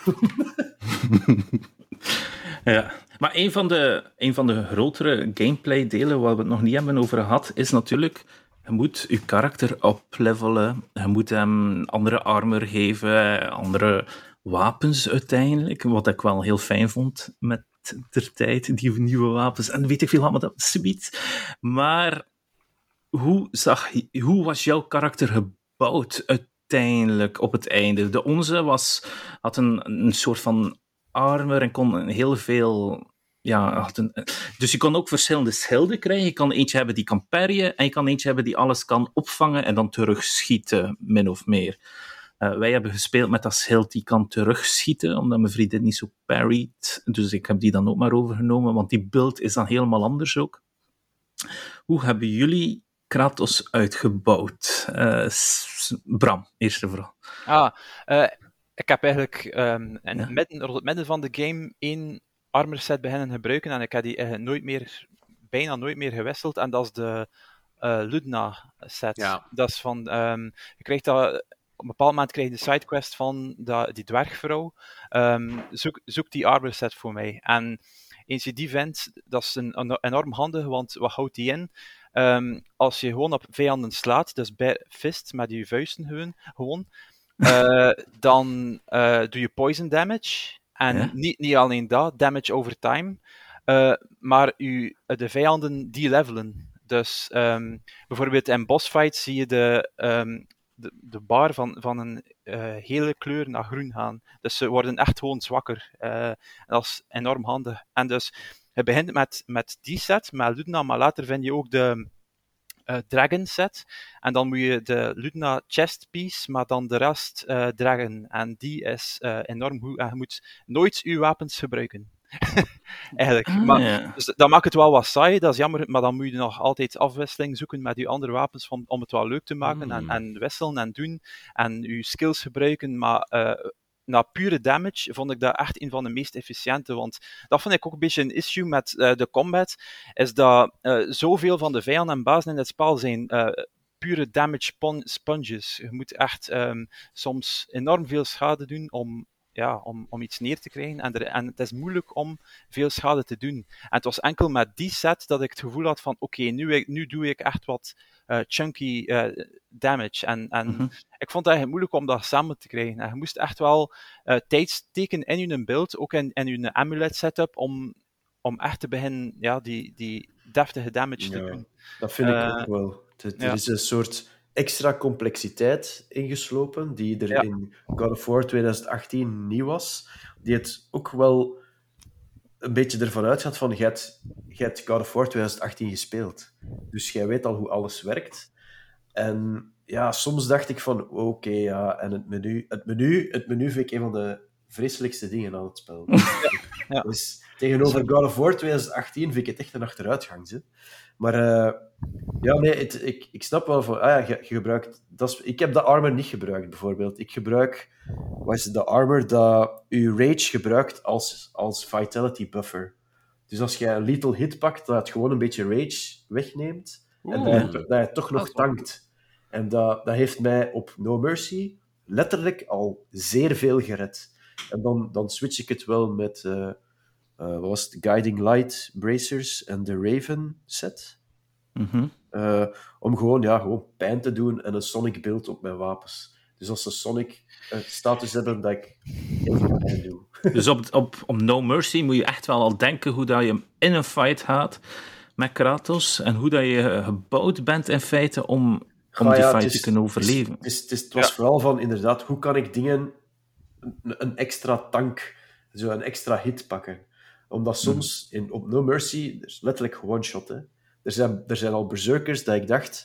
Ja, maar een van de grotere gameplay-delen waar we het nog niet hebben over gehad, is natuurlijk, je moet je karakter oplevelen, je moet hem andere armor geven, andere wapens uiteindelijk, wat ik wel heel fijn vond met der tijd, die nieuwe wapens, en weet ik veel allemaal, dat is zoiets. Maar hoe was jouw karakter gebouwd uiteindelijk op het einde? De onze had een soort van armor en kon heel veel... Ja, dus je kon ook verschillende schilden krijgen. Je kan eentje hebben die kan parryen en je kan eentje hebben die alles kan opvangen en dan terugschieten, min of meer. Wij hebben gespeeld met dat schild die kan terugschieten, omdat mijn vriendin niet zo parried. Dus ik heb die dan ook maar overgenomen, want die build is dan helemaal anders ook. Hoe hebben jullie Kratos uitgebouwd? Bram, eerste vraag. Ik heb eigenlijk rond het midden van de game 1 armor set beginnen gebruiken en ik heb die bijna nooit meer gewisseld. En dat is de Ludna set. Ja. Dat is van... je krijgt dat... Op een bepaald moment krijg je de sidequest van die dwergvrouw. Zoek die armor set voor mij. En eens je die vindt, dat is enorm handig, want wat houdt die in? Als je gewoon op vijanden slaat, dus bij fist, met je vuisten gewoon, dan doe je poison damage. En niet alleen dat, damage over time, maar de vijanden die levelen. Dus bijvoorbeeld in bossfights zie je de bar van een gele kleur naar groen gaan. Dus ze worden echt gewoon zwakker. Dat is enorm handig. En dus je begint met die set, met Ludna, maar later vind je ook de Dragon set. En dan moet je de Ludna chest piece, maar dan de rest dragen. En die is enorm goed. En je moet nooit je wapens gebruiken. Eigenlijk. Maar, dus dat maakt het wel wat saai, dat is jammer, maar dan moet je nog altijd afwisseling zoeken met je andere wapens om het wel leuk te maken en wisselen en doen en je skills gebruiken, maar na pure damage vond ik dat echt een van de meest efficiënte, want dat vond ik ook een beetje een issue met de combat, is dat zoveel van de vijanden en bazen in het spel zijn pure damage sponges. Je moet echt soms enorm veel schade doen om iets neer te krijgen. En het is moeilijk om veel schade te doen. En het was enkel met die set dat ik het gevoel had van oké, nu doe ik echt wat chunky damage. En ik vond het eigenlijk moeilijk om dat samen te krijgen. En je moest echt wel tijd steken in je beeld, ook in je amulet setup, om echt te beginnen die deftige damage te doen. Dat vind ik ook wel. Er is een soort extra complexiteit ingeslopen, die er in God of War 2018 niet was, die het ook wel een beetje ervan uitgaat van, jij hebt God of War 2018 gespeeld, dus jij weet al hoe alles werkt. En ja, soms dacht ik van, en het menu vind ik een van de vreselijkste dingen aan het spel. Dus tegenover God of War 2018 vind ik het echt een achteruitgang. Hè. Maar ik snap wel van... je gebruikt... ik heb de armor niet gebruikt, bijvoorbeeld. Ik gebruik... Wat is de armor dat je rage gebruikt als vitality buffer. Dus als je een lethal hit pakt, dat het gewoon een beetje rage wegneemt. En dat je toch nog tankt. En dat heeft mij op No Mercy letterlijk al zeer veel gered. En dan switch ik het wel met... wat was het? Guiding Light Bracers en de Raven set. Om gewoon pijn te doen en een Sonic build op mijn wapens. Dus als ze Sonic status hebben, dat ik heel veel pijn doe. Dus op No Mercy moet je echt wel al denken hoe dat je in een fight gaat met Kratos en hoe dat je gebouwd bent in feite om om die ja, fight te kunnen overleven. Het was vooral van, inderdaad, hoe kan ik dingen een extra tank, zo een extra hit pakken? Omdat soms op No Mercy, dus letterlijk one-shot, hè. Er zijn al berserkers dat ik dacht,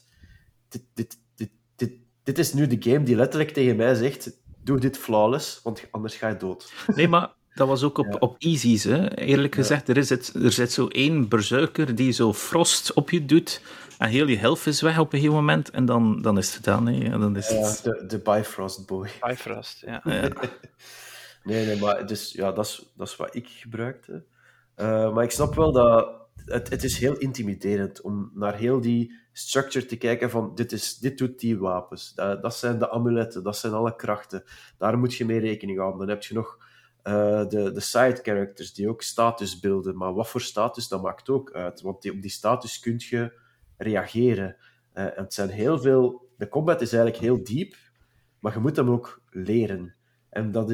dit is nu de game die letterlijk tegen mij zegt, doe dit flawless, want anders ga je dood. Nee, maar dat was ook op easies. Hè. Eerlijk gezegd, er zit zo één berserker die zo frost op je doet en heel je health is weg op een gegeven moment en dan is het gedaan. Hè. En dan is het... De Bifrost boy. Bifrost, ja. Nee, maar dus, ja, dat is wat ik gebruikte. Maar ik snap wel dat het is heel intimiderend om naar heel die structure te kijken van dit doet die wapens. Dat zijn de amuletten, dat zijn alle krachten. Daar moet je mee rekening houden. Dan heb je nog de side characters die ook status beelden. Maar wat voor status, dat maakt ook uit. Want op die status kun je reageren. En het zijn heel veel... De combat is eigenlijk heel diep, maar je moet hem ook leren. En dat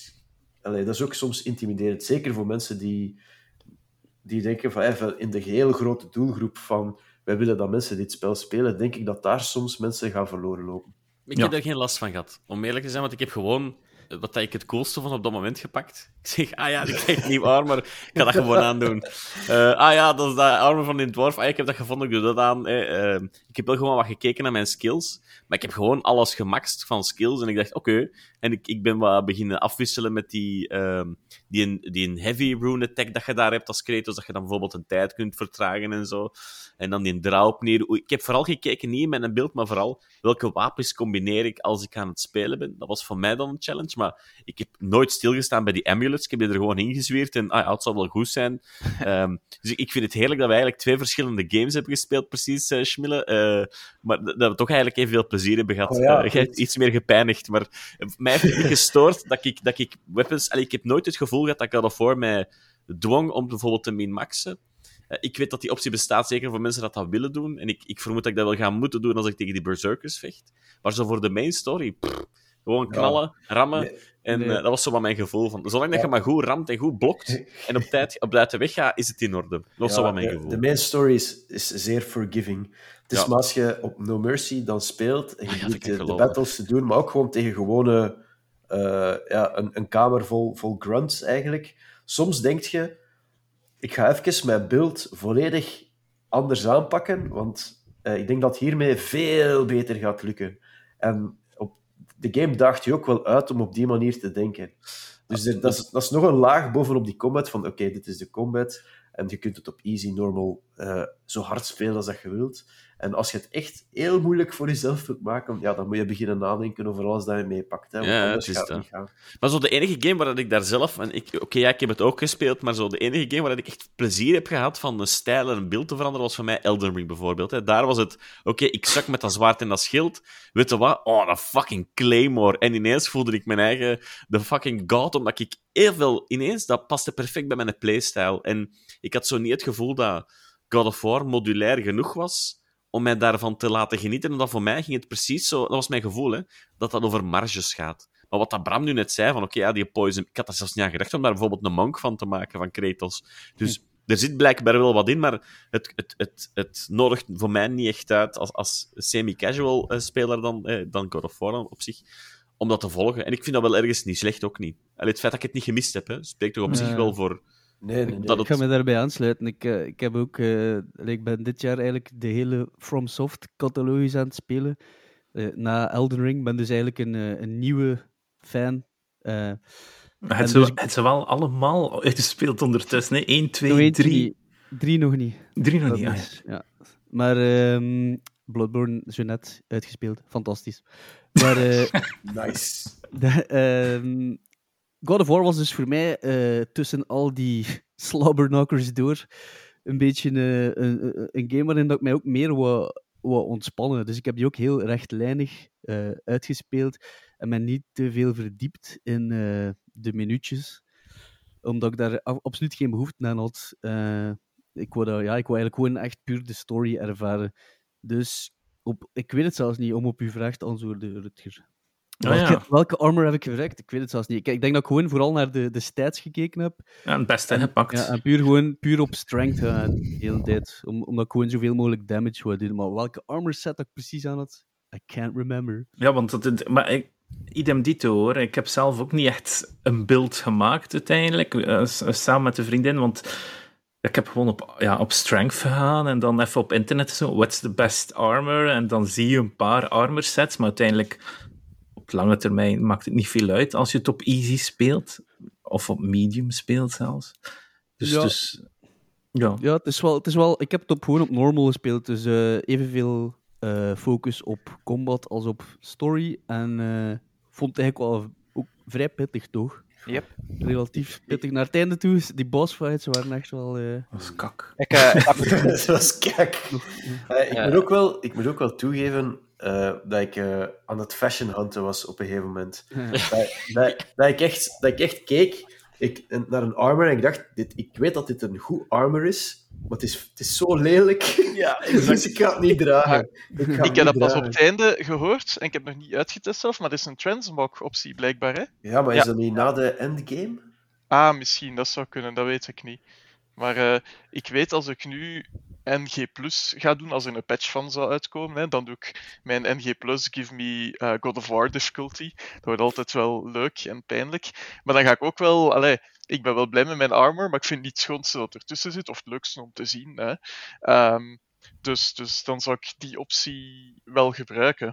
is ook soms intimiderend. Zeker voor mensen die denken van even in de heel grote doelgroep van wij willen dat mensen dit spel spelen, denk ik dat daar soms mensen gaan verloren lopen. Ik heb daar geen last van gehad, om eerlijk te zijn, want ik heb gewoon wat ik het coolste vond op dat moment gepakt. Ik zeg, ik krijg nieuw armor, ik ga dat gewoon aandoen. Dat is dat armor van die dwarf. Ik heb dat gevonden, ik doe dat aan. Ik heb wel gewoon wat gekeken naar mijn skills, maar ik heb gewoon alles gemaxt van skills en ik dacht, oké. En ik ben wat beginnen afwisselen met die heavy rune attack dat je daar hebt als Kratos, dat je dan bijvoorbeeld een tijd kunt vertragen en zo. En dan die draw op neer. Ik heb vooral gekeken, niet in mijn beeld, maar vooral welke wapens combineer ik als ik aan het spelen ben. Dat was voor mij dan een challenge, maar ik heb nooit stilgestaan bij die amulets. Ik heb die er gewoon ingezweerd en het zal wel goed zijn. Dus ik vind het heerlijk dat we eigenlijk 2 verschillende games hebben gespeeld, precies, Schmille. Maar dat we toch eigenlijk evenveel plezier hebben gehad. Jij hebt iets meer gepijnigd, maar mij heeft het niet gestoord dat ik weapons... ik heb nooit het gevoel gehad dat God of War mij dwong om bijvoorbeeld te min-maxen. Ik weet dat die optie bestaat, zeker voor mensen dat willen doen. En ik vermoed dat ik dat wel ga moeten doen als ik tegen die berserkers vecht. Maar zo voor de main story... gewoon knallen, rammen. En dat was zo wat mijn gevoel van. Zolang dat je maar goed ramt en goed blokt en op tijd uit de weg gaat, is het in orde. Dat was zo wat mijn gevoel. De main story is zeer forgiving. Het is maar als je op No Mercy dan speelt en je moet de battles te doen, maar ook gewoon tegen gewone... een kamer vol grunts eigenlijk. Soms denk je, ik ga even mijn beeld volledig anders aanpakken, want ik denk dat hiermee veel beter gaat lukken. En de game daagt je ook wel uit om op die manier te denken. Dus dat is nog een laag bovenop die combat van oké, dit is de combat en je kunt het op easy, normal, zo hard spelen als dat je wilt. En als je het echt heel moeilijk voor jezelf wilt maken, dan moet je beginnen nadenken over alles dat je meepakt. Want anders gaat het niet gaan. Maar zo de enige game waar ik daar zelf... ik heb het ook gespeeld, maar zo de enige game waar ik echt plezier heb gehad van een stijl en een beeld te veranderen, was voor mij Elden Ring bijvoorbeeld. Daar was het... ik zak met dat zwaard en dat schild. Weet je wat? Dat fucking Claymore. En ineens voelde ik mijn eigen... de fucking god, omdat ik heel veel... Ineens, dat paste perfect bij mijn playstyle. En ik had zo niet het gevoel dat God of War modulair genoeg was om mij daarvan te laten genieten. Omdat voor mij ging het precies zo... Dat was mijn gevoel, hè. Dat over marges gaat. Maar wat dat Bram nu net zei, van die poison... Ik had er zelfs niet aan gedacht om daar bijvoorbeeld een monk van te maken, van Kratos. Dus er zit blijkbaar wel wat in, maar het nodigt voor mij niet echt uit als semi-casual speler dan God of War op zich, om dat te volgen. En ik vind dat wel ergens niet slecht, ook niet. Het feit dat ik het niet gemist heb, spreekt toch op zich wel voor... Nee. Ik ga me daarbij aansluiten. Ik heb ook... ik ben dit jaar eigenlijk de hele FromSoft-catalogus aan het spelen. Na Elden Ring. Ik ben dus eigenlijk een nieuwe fan. Het ze wel allemaal uitgespeeld ondertussen, hè? 1, 2, 3... 3 nog niet. 3 nog niet, ja. Maar Bloodborne zo net uitgespeeld. Fantastisch. Maar... nice. God of War was dus voor mij tussen al die slobberknockers door een beetje een game waarin dat ik mij ook meer wou ontspannen. Dus ik heb die ook heel rechtlijnig uitgespeeld en mij niet te veel verdiept in de minuutjes, omdat ik daar absoluut geen behoefte aan had. Ik wou eigenlijk gewoon echt puur de story ervaren. Dus ik weet het zelfs niet om op uw vraag te antwoorden, Rutger. Welke armor heb ik gebruikt? Ik weet het zelfs niet. Ik denk dat ik gewoon vooral naar de stats gekeken heb. Ja, het beste gepakt. Ja, en puur op strength de hele tijd. Omdat ik gewoon zoveel mogelijk damage wou doen. Maar welke armor set dat ik precies aan had, I can't remember. Ja, want idem dito hoor. Ik heb zelf ook niet echt een beeld gemaakt uiteindelijk, samen met een vriendin, want ik heb gewoon op strength gegaan en dan even op internet zo, what's the best armor? En dan zie je een paar armor sets, maar uiteindelijk op lange termijn maakt het niet veel uit als je het op easy speelt, of op medium speelt zelfs. Dus ja. Ja, het is wel... Ik heb het gewoon op normal gespeeld, dus evenveel focus op combat als op story. En vond het eigenlijk wel ook vrij pittig, toch? Yep. Relatief pittig. Naar het einde toe, die bossfights waren echt wel... Dat is kak. Ik heb Dat was kijk. Ik moet ook wel toegeven dat ik aan het fashion hunten was op een gegeven moment. Dat ik echt keek naar een armor en ik dacht, ik weet dat dit een goed armor is, maar het is zo lelijk. Ja, dus ik ga het niet dragen. Ik heb dat pas op het einde gehoord en ik heb het nog niet uitgetest zelf, maar er is een transmog-optie blijkbaar, hè? Ja, maar is dat niet na de endgame? Ah, misschien, dat zou kunnen, dat weet ik niet. Maar ik weet, als ik nu NG Plus ga doen, als er een patch van zou uitkomen, hè, dan doe ik mijn NG Plus Give Me God of War difficulty. Dat wordt altijd wel leuk en pijnlijk. Maar dan ga ik ook wel... ik ben wel blij met mijn armor, maar ik vind het niet het schoonste dat ertussen zit, of het leukste om te zien. Hè. Dus dan zou ik die optie wel gebruiken.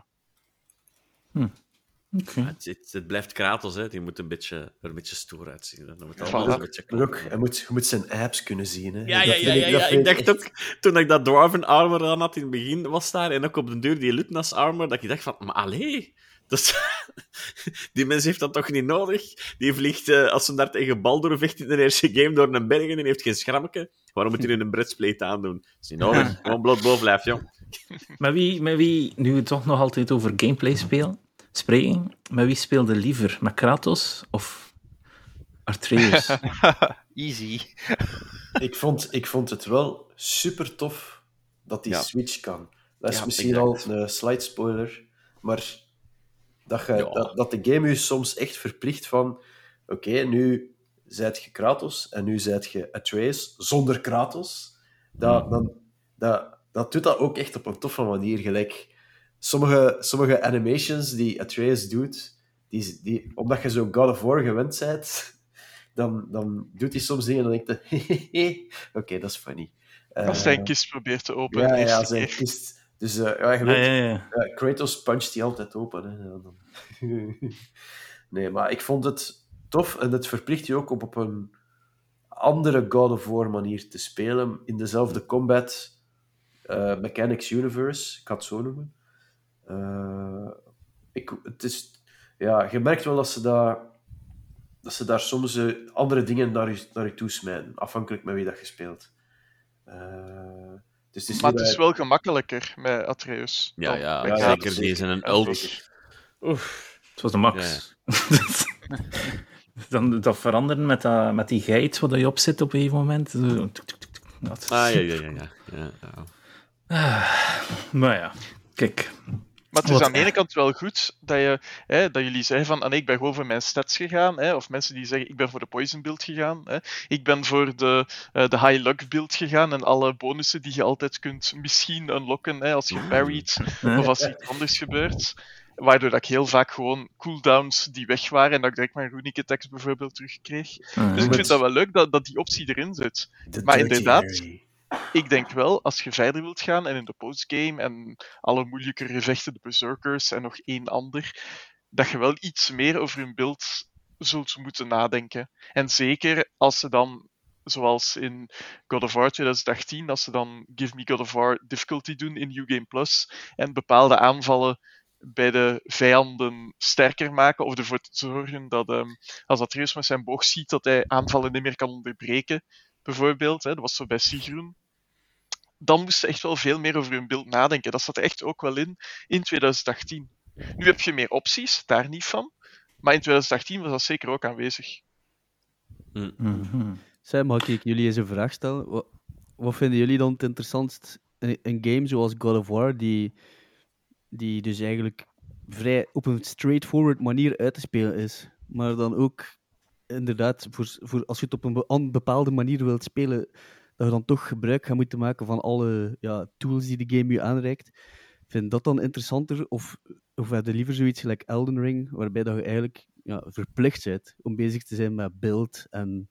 Okay. Het blijft Kratos, hè. Die moet er een beetje stoer uitzien. Dan moet Voilà. allemaal een beetje Maar ook, je moet zijn abs kunnen zien. Hè. Ja. Dat vind Ik dacht echt- ook, toen ik dat Dwarven armor aan had in het begin, was daar, en ook op de deur die Lutnas armor, dat ik dacht van, maar allee, die mens heeft dat toch niet nodig? Die vliegt, als ze daar tegen Baldur vecht in de eerste game, door een berg en die heeft geen schrammetje. Waarom moet hij een breastplate aandoen? Dat is niet nodig. Gewoon bloot boven blijft, jong. Met wie, nu we het toch nog altijd over gameplay spreken, met wie speelde liever? Met Kratos of Atreus? easy. Ik vond het wel super tof dat die Ja. switch kan. Dat is Ja, misschien exact. al een slide spoiler, maar dat de game je soms echt verplicht van oké, nu zijt je Kratos en nu zijt je Atreus zonder Kratos. Dat doet dat ook echt op een toffe manier. Gelijk sommige animations die Atreus doet, omdat je zo God of War gewend bent, dan doet hij soms dingen en dan denk je oké, dat is funny. Als hij een kist probeert te openen. Ja, eerste zijn keer. kist. Dus je weet, Ja. Kratos puncht die altijd open. Hè. Ja, dan. Nee, maar ik vond het tof en het verplicht je ook op een andere God of War manier te spelen in dezelfde combat mechanics universe, ik ga het zo noemen. Je merkt wel dat ze daar soms andere dingen naar je toe smijten, afhankelijk met wie dat je speelt. Dus Maar het is wel gemakkelijker met Atreus. Ja, dan ja, met ja, zeker. Kratos. Die is een Ja, ult. zeker. Het was de max. Dan dat veranderen met die geit waar je op zit op een gegeven moment. Zo, tuk, tuk, tuk, tuk. Dat- Ja. Maar ja, kijk. Maar het is Wat- aan de ene kant wel goed dat jullie zeggen van ik ben gewoon voor mijn stats gegaan. Of mensen die zeggen ik ben voor de poison build gegaan. Ik ben voor de high luck build gegaan en alle bonussen die je altijd kunt misschien unlocken als je parried of als er iets anders gebeurt. Waardoor dat ik heel vaak gewoon cooldowns die weg waren en dat ik direct mijn runic attacks bijvoorbeeld terugkreeg. Dus ik vind dat wel leuk dat die optie erin zit. Maar inderdaad, ik denk wel, als je verder wilt gaan en in de postgame en alle moeilijke gevechten, de berserkers en nog één ander, dat je wel iets meer over hun beeld zult moeten nadenken. En zeker als ze dan, zoals in God of War 2018, als ze dan Give Me God of War difficulty doen in New Game Plus en bepaalde aanvallen bij de vijanden sterker maken, of ervoor te zorgen dat als Atreus met zijn boog ziet dat hij aanvallen niet meer kan onderbreken, bijvoorbeeld, dat was zo bij Sigrun, dan moest ze echt wel veel meer over hun beeld nadenken. Dat zat er echt ook wel in 2018. Nu heb je meer opties, daar niet van, maar in 2018 was dat zeker ook aanwezig. Zeg, mag ik jullie eens een vraag stellen? Wat vinden jullie dan het interessantst? Een game zoals God of War, die dus eigenlijk vrij op een straightforward manier uit te spelen is, maar dan ook inderdaad, voor als je het op een bepaalde manier wilt spelen, dat je dan toch gebruik gaat moeten maken van alle tools die de game je aanreikt. vind dat dan interessanter, of heb je liever zoiets gelijk Elden Ring, waarbij dat je eigenlijk verplicht bent om bezig te zijn met beeld en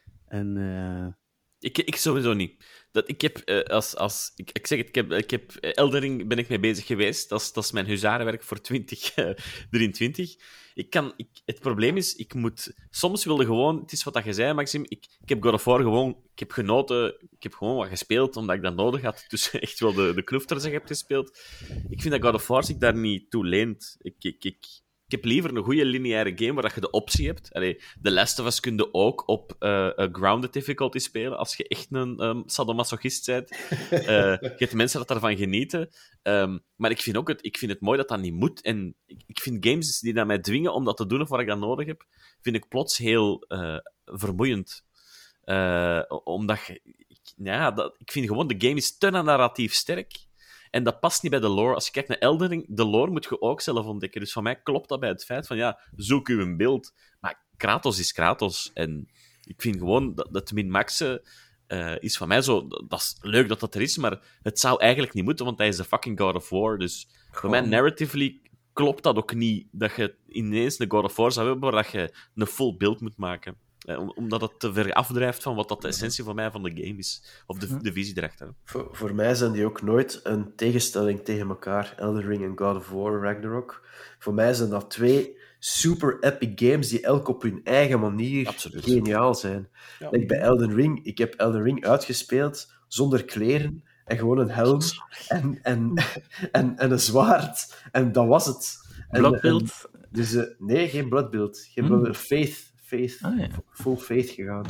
Ik sowieso niet. Ik heb, ik zeg het, ik heb Elden Ring ben ik mee bezig geweest. Dat is mijn huzarenwerk voor 2023. Het probleem is, soms wilde gewoon... Het is wat dat je zei, Maxim. Ik heb God of War gewoon... Ik heb genoten. Ik heb gewoon wat gespeeld, omdat ik dat nodig had. Dus echt wel de knoef er zeg heb gespeeld. Ik vind dat God of War zich daar niet toe leent. Ik heb liever een goede lineaire game waar je de optie hebt. Allee, The Last of Us kun je ook op grounded difficulty spelen, als je echt een sadomasochist bent. Je hebt mensen dat daarvan genieten. Maar ik vind het mooi dat dat niet moet. En ik vind games die dat mij dwingen om dat te doen of waar ik dat nodig heb, vind ik plots heel vermoeiend. Omdat ik vind gewoon, de game is te narratief sterk. En dat past niet bij de lore. Als je kijkt naar Elden Ring, de lore moet je ook zelf ontdekken. Dus van mij klopt dat bij het feit van, zoek u een beeld. Maar Kratos is Kratos. En ik vind gewoon dat het min-maxen is van mij zo... Dat is leuk dat dat er is, maar het zou eigenlijk niet moeten, want hij is de fucking God of War. Dus voor mij, narratively, klopt dat ook niet. Dat je ineens een God of War zou hebben, waar dat je een full beeld moet maken. Omdat het te ver afdrijft van wat dat de essentie voor mij van de game is. Of de visie erachter. Voor mij zijn die ook nooit een tegenstelling tegen elkaar. Elden Ring en God of War, Ragnarok. Voor mij zijn dat twee super epic games die elk op hun eigen manier geniaal zijn. Ja. Like bij Elden Ring. Ik heb Elden Ring uitgespeeld zonder kleren en gewoon een helm en een zwaard. En dat was het. Bloodbuild? Dus, nee, geen Bloodbuild. Geen Bloodbuild. Faith. Full faith gegaan.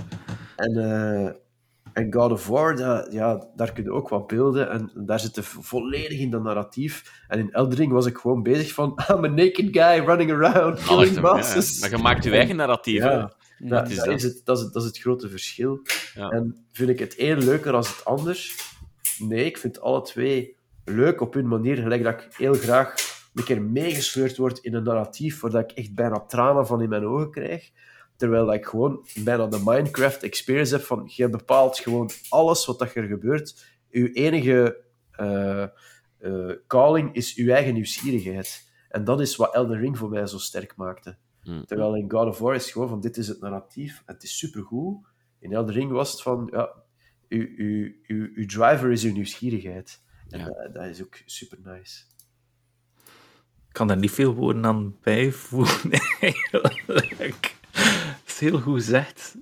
En God of War, daar kun je ook wat beelden en daar zit volledig in dat narratief. En in Elden Ring was ik gewoon bezig van I'm a naked guy running around, killing masses. Maar je maakt je eigen narratief, hè? Dat is het grote verschil. Ja. En vind ik het een leuker als het ander? Nee, ik vind alle twee leuk op hun manier. Gelijk dat ik heel graag een keer meegesleurd word in een narratief waar dat ik echt bijna tranen van in mijn ogen krijg. Terwijl ik gewoon bijna de Minecraft-experience heb van je bepaalt gewoon alles wat er gebeurt. Je enige calling is je eigen nieuwsgierigheid. En dat is wat Elden Ring voor mij zo sterk maakte. Terwijl in God of War is het gewoon van dit is het narratief, het is supergoed. In Elden Ring was het van uw driver is uw nieuwsgierigheid. En dat is ook super nice. Ik kan daar niet veel woorden aan bijvoegen, eigenlijk. Dat is heel goed gezegd.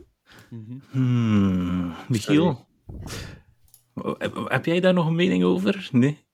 Michiel? Heb jij daar nog een mening over? Nee?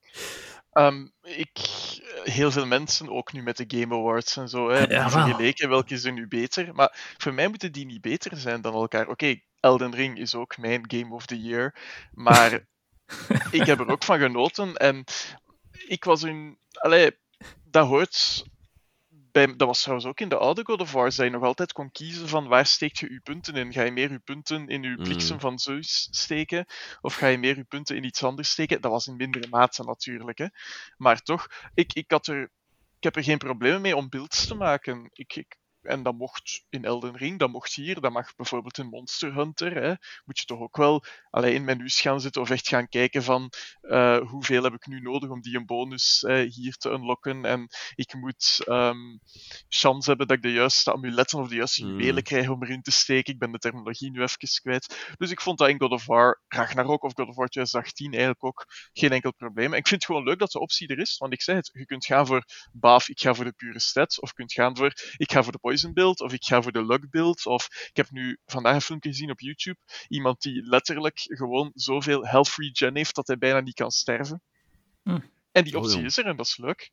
Heel veel mensen, ook nu met de Game Awards en zo, hebben vergeleken welke is er nu beter. Maar voor mij moeten die niet beter zijn dan elkaar. Oké, Elden Ring is ook mijn Game of the Year. Maar ik heb er ook van genoten. En ik was dat hoort... Dat was trouwens ook in de oude God of War, dat je nog altijd kon kiezen van waar steek je je punten in. Ga je meer je punten in je bliksem van Zeus steken, of ga je meer je punten in iets anders steken? Dat was in mindere mate natuurlijk, hè. Maar toch, ik heb er geen problemen mee om builds te maken. En dat mocht in Elden Ring, dat mocht hier, dat mag bijvoorbeeld in Monster Hunter. Hè. Moet je toch ook wel in menus gaan zitten of echt gaan kijken van hoeveel heb ik nu nodig om die een bonus hier te unlocken. En ik moet chance hebben dat ik de juiste amuletten of de juiste juwelen krijg om erin te steken. Ik ben de terminologie nu even kwijt. Dus ik vond dat in God of War, Ragnarok of God of War 2018 eigenlijk ook geen enkel probleem. En ik vind het gewoon leuk dat de optie er is, want ik zei het, je kunt gaan voor baaf, ik ga voor de pure stats, of je kunt gaan voor, ik ga voor de poison build, of ik ga voor de luck build, of ik heb nu vandaag een filmpje gezien op YouTube, iemand die letterlijk gewoon zoveel health regen heeft dat hij bijna niet kan sterven. En die optie is er, en dat is leuk.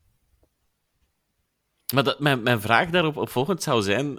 Maar mijn vraag daarop volgend zou zijn...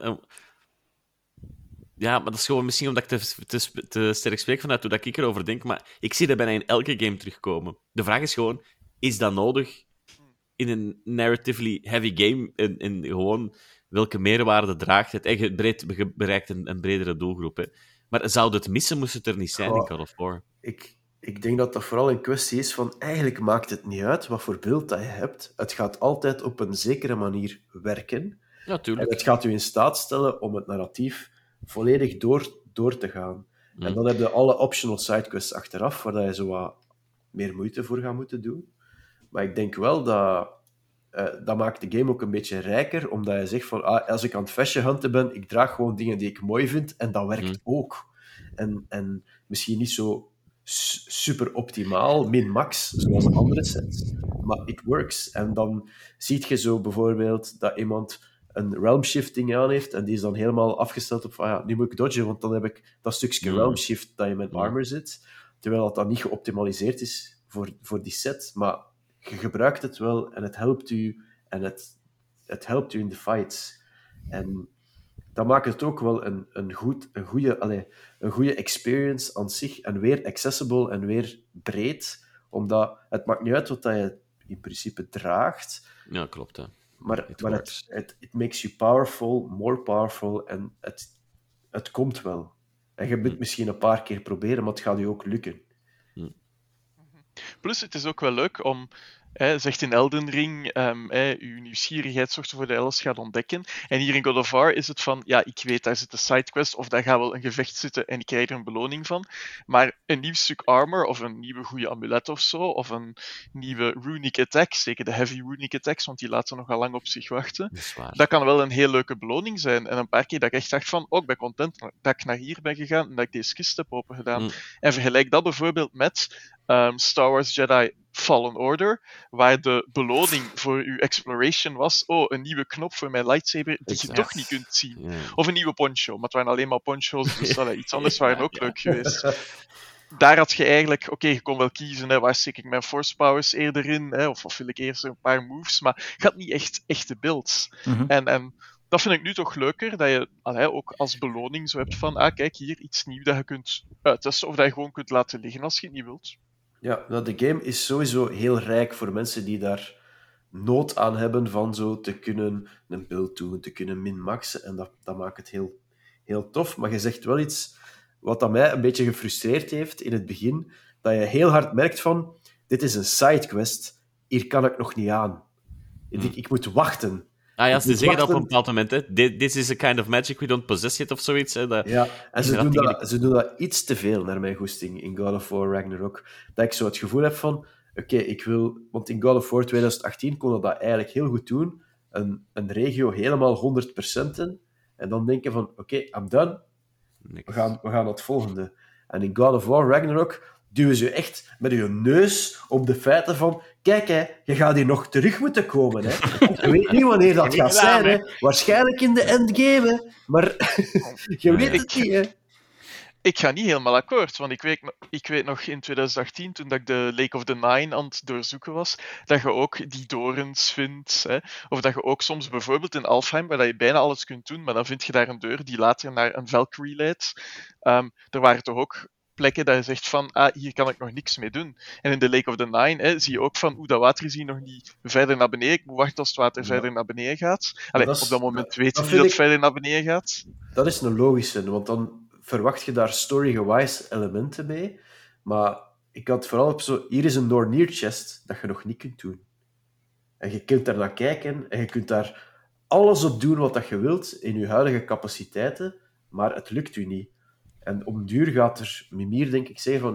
maar dat is gewoon misschien omdat ik te sterk spreek vanuit hoe ik erover denk, maar ik zie dat bijna in elke game terugkomen. De vraag is gewoon, is dat nodig in een narratively heavy game? En gewoon, welke meerwaarde draagt het? En je bereikt een bredere doelgroep. Hè. Maar zou het missen, moest het er niet zijn in God of War? Ik denk dat dat vooral een kwestie is van, eigenlijk maakt het niet uit wat voor beeld dat je hebt. Het gaat altijd op een zekere manier werken. Ja, tuurlijk. En het gaat u in staat stellen om het narratief volledig door te gaan. En dan heb je alle optional sidequests achteraf, waar je zo wat meer moeite voor gaat moeten doen. Maar ik denk wel dat maakt de game ook een beetje rijker, omdat je zegt van, als ik aan het fashion hunten ben, ik draag gewoon dingen die ik mooi vind, en dat werkt ook. En misschien niet zo super optimaal, min-max, zoals andere sets, maar it works. En dan zie je zo bijvoorbeeld dat iemand een realm shifting aan heeft, en die is dan helemaal afgesteld op van, nu moet ik dodgen, want dan heb ik dat stukje realm shift dat je met armor zit, terwijl dat niet geoptimaliseerd is voor die set, maar je gebruikt het wel en het helpt u, en het helpt u in de fights. En dat maakt het ook wel een goede experience aan zich, en weer accessible en weer breed, omdat het maakt niet uit wat dat je in principe draagt. Ja, klopt. Hè. Maar it makes you powerful, more powerful, en het komt wel. En je moet het misschien een paar keer proberen, maar het gaat je ook lukken. Plus, het is ook wel leuk om, zegt in Elden Ring, uw nieuwsgierigheid zorgt ervoor dat je alles gaat ontdekken. En hier in God of War is het van, ik weet, daar zit een sidequest, of daar gaat wel een gevecht zitten en ik krijg er een beloning van. Maar een nieuw stuk armor, of een nieuwe goede amulet of zo, of een nieuwe runic attack, zeker de heavy runic attacks, want die laten nogal lang op zich wachten. Dat kan wel een heel leuke beloning zijn. En een paar keer dat ik echt dacht van, ik ben content dat ik naar hier ben gegaan en dat ik deze kist heb opengedaan. En vergelijk dat bijvoorbeeld met Star Wars Jedi Fallen Order, waar de beloning voor uw exploration was, een nieuwe knop voor mijn lightsaber die je toch niet kunt zien. Yeah. Of een nieuwe poncho, maar het waren alleen maar poncho's, dus iets anders waren ook leuk geweest. Daar had je eigenlijk, je kon wel kiezen, waar steek ik mijn force powers eerder in, of wil ik eerst een paar moves, maar je had niet echt echte builds. En dat vind ik nu toch leuker, dat je ook als beloning zo hebt van, kijk hier, iets nieuws dat je kunt uittesten, of dat je gewoon kunt laten liggen als je het niet wilt. Ja, de game is sowieso heel rijk voor mensen die daar nood aan hebben van zo te kunnen een build doen, te kunnen min-maxen. En dat maakt het heel, heel tof. Maar je zegt wel iets wat dat mij een beetje gefrustreerd heeft in het begin, dat je heel hard merkt van, dit is een sidequest, hier kan ik nog niet aan. Ik moet wachten. Ze zeggen dat op een bepaald moment. This is a kind of magic we don't possess yet, of zoiets. Hè, ja, en ze doen dat iets te veel, naar mijn goesting, in God of War Ragnarok. Dat ik zo het gevoel heb van, ik wil... Want in God of War 2018 kon dat eigenlijk heel goed doen. Een regio helemaal 100% in. En dan denken van, I'm done. We gaan naar het volgende. En in God of War Ragnarok duwen ze echt met je neus op de feiten van, kijk, je gaat hier nog terug moeten komen. Hè. Je weet niet wanneer dat gaat zijn. Hè. Waarschijnlijk in de endgame. Hè. Maar je weet het niet. Hè. Ik ga niet helemaal akkoord, want ik weet nog in 2018, toen dat ik de Lake of the Nine aan het doorzoeken was, dat je ook die dorens vindt. Hè. Of dat je ook soms bijvoorbeeld in Alfheim, waar je bijna alles kunt doen, maar dan vind je daar een deur die later naar een Valkyrie leidt. Er waren toch ook plekken dat je zegt van, hier kan ik nog niks mee doen. En in de Lake of the Nine zie je ook van, dat water is hier nog niet verder naar beneden. Ik moet wachten als het water verder naar beneden gaat. Op dat moment weet je niet dat het verder naar beneden gaat. Dat is een logische, want dan verwacht je daar story-gewijs elementen bij. Maar ik had vooral op zo, hier is een Nornir chest dat je nog niet kunt doen. En je kunt daar naar kijken en je kunt daar alles op doen wat dat je wilt in je huidige capaciteiten, maar het lukt u niet. En op een duur gaat er Mimir, denk ik, zeggen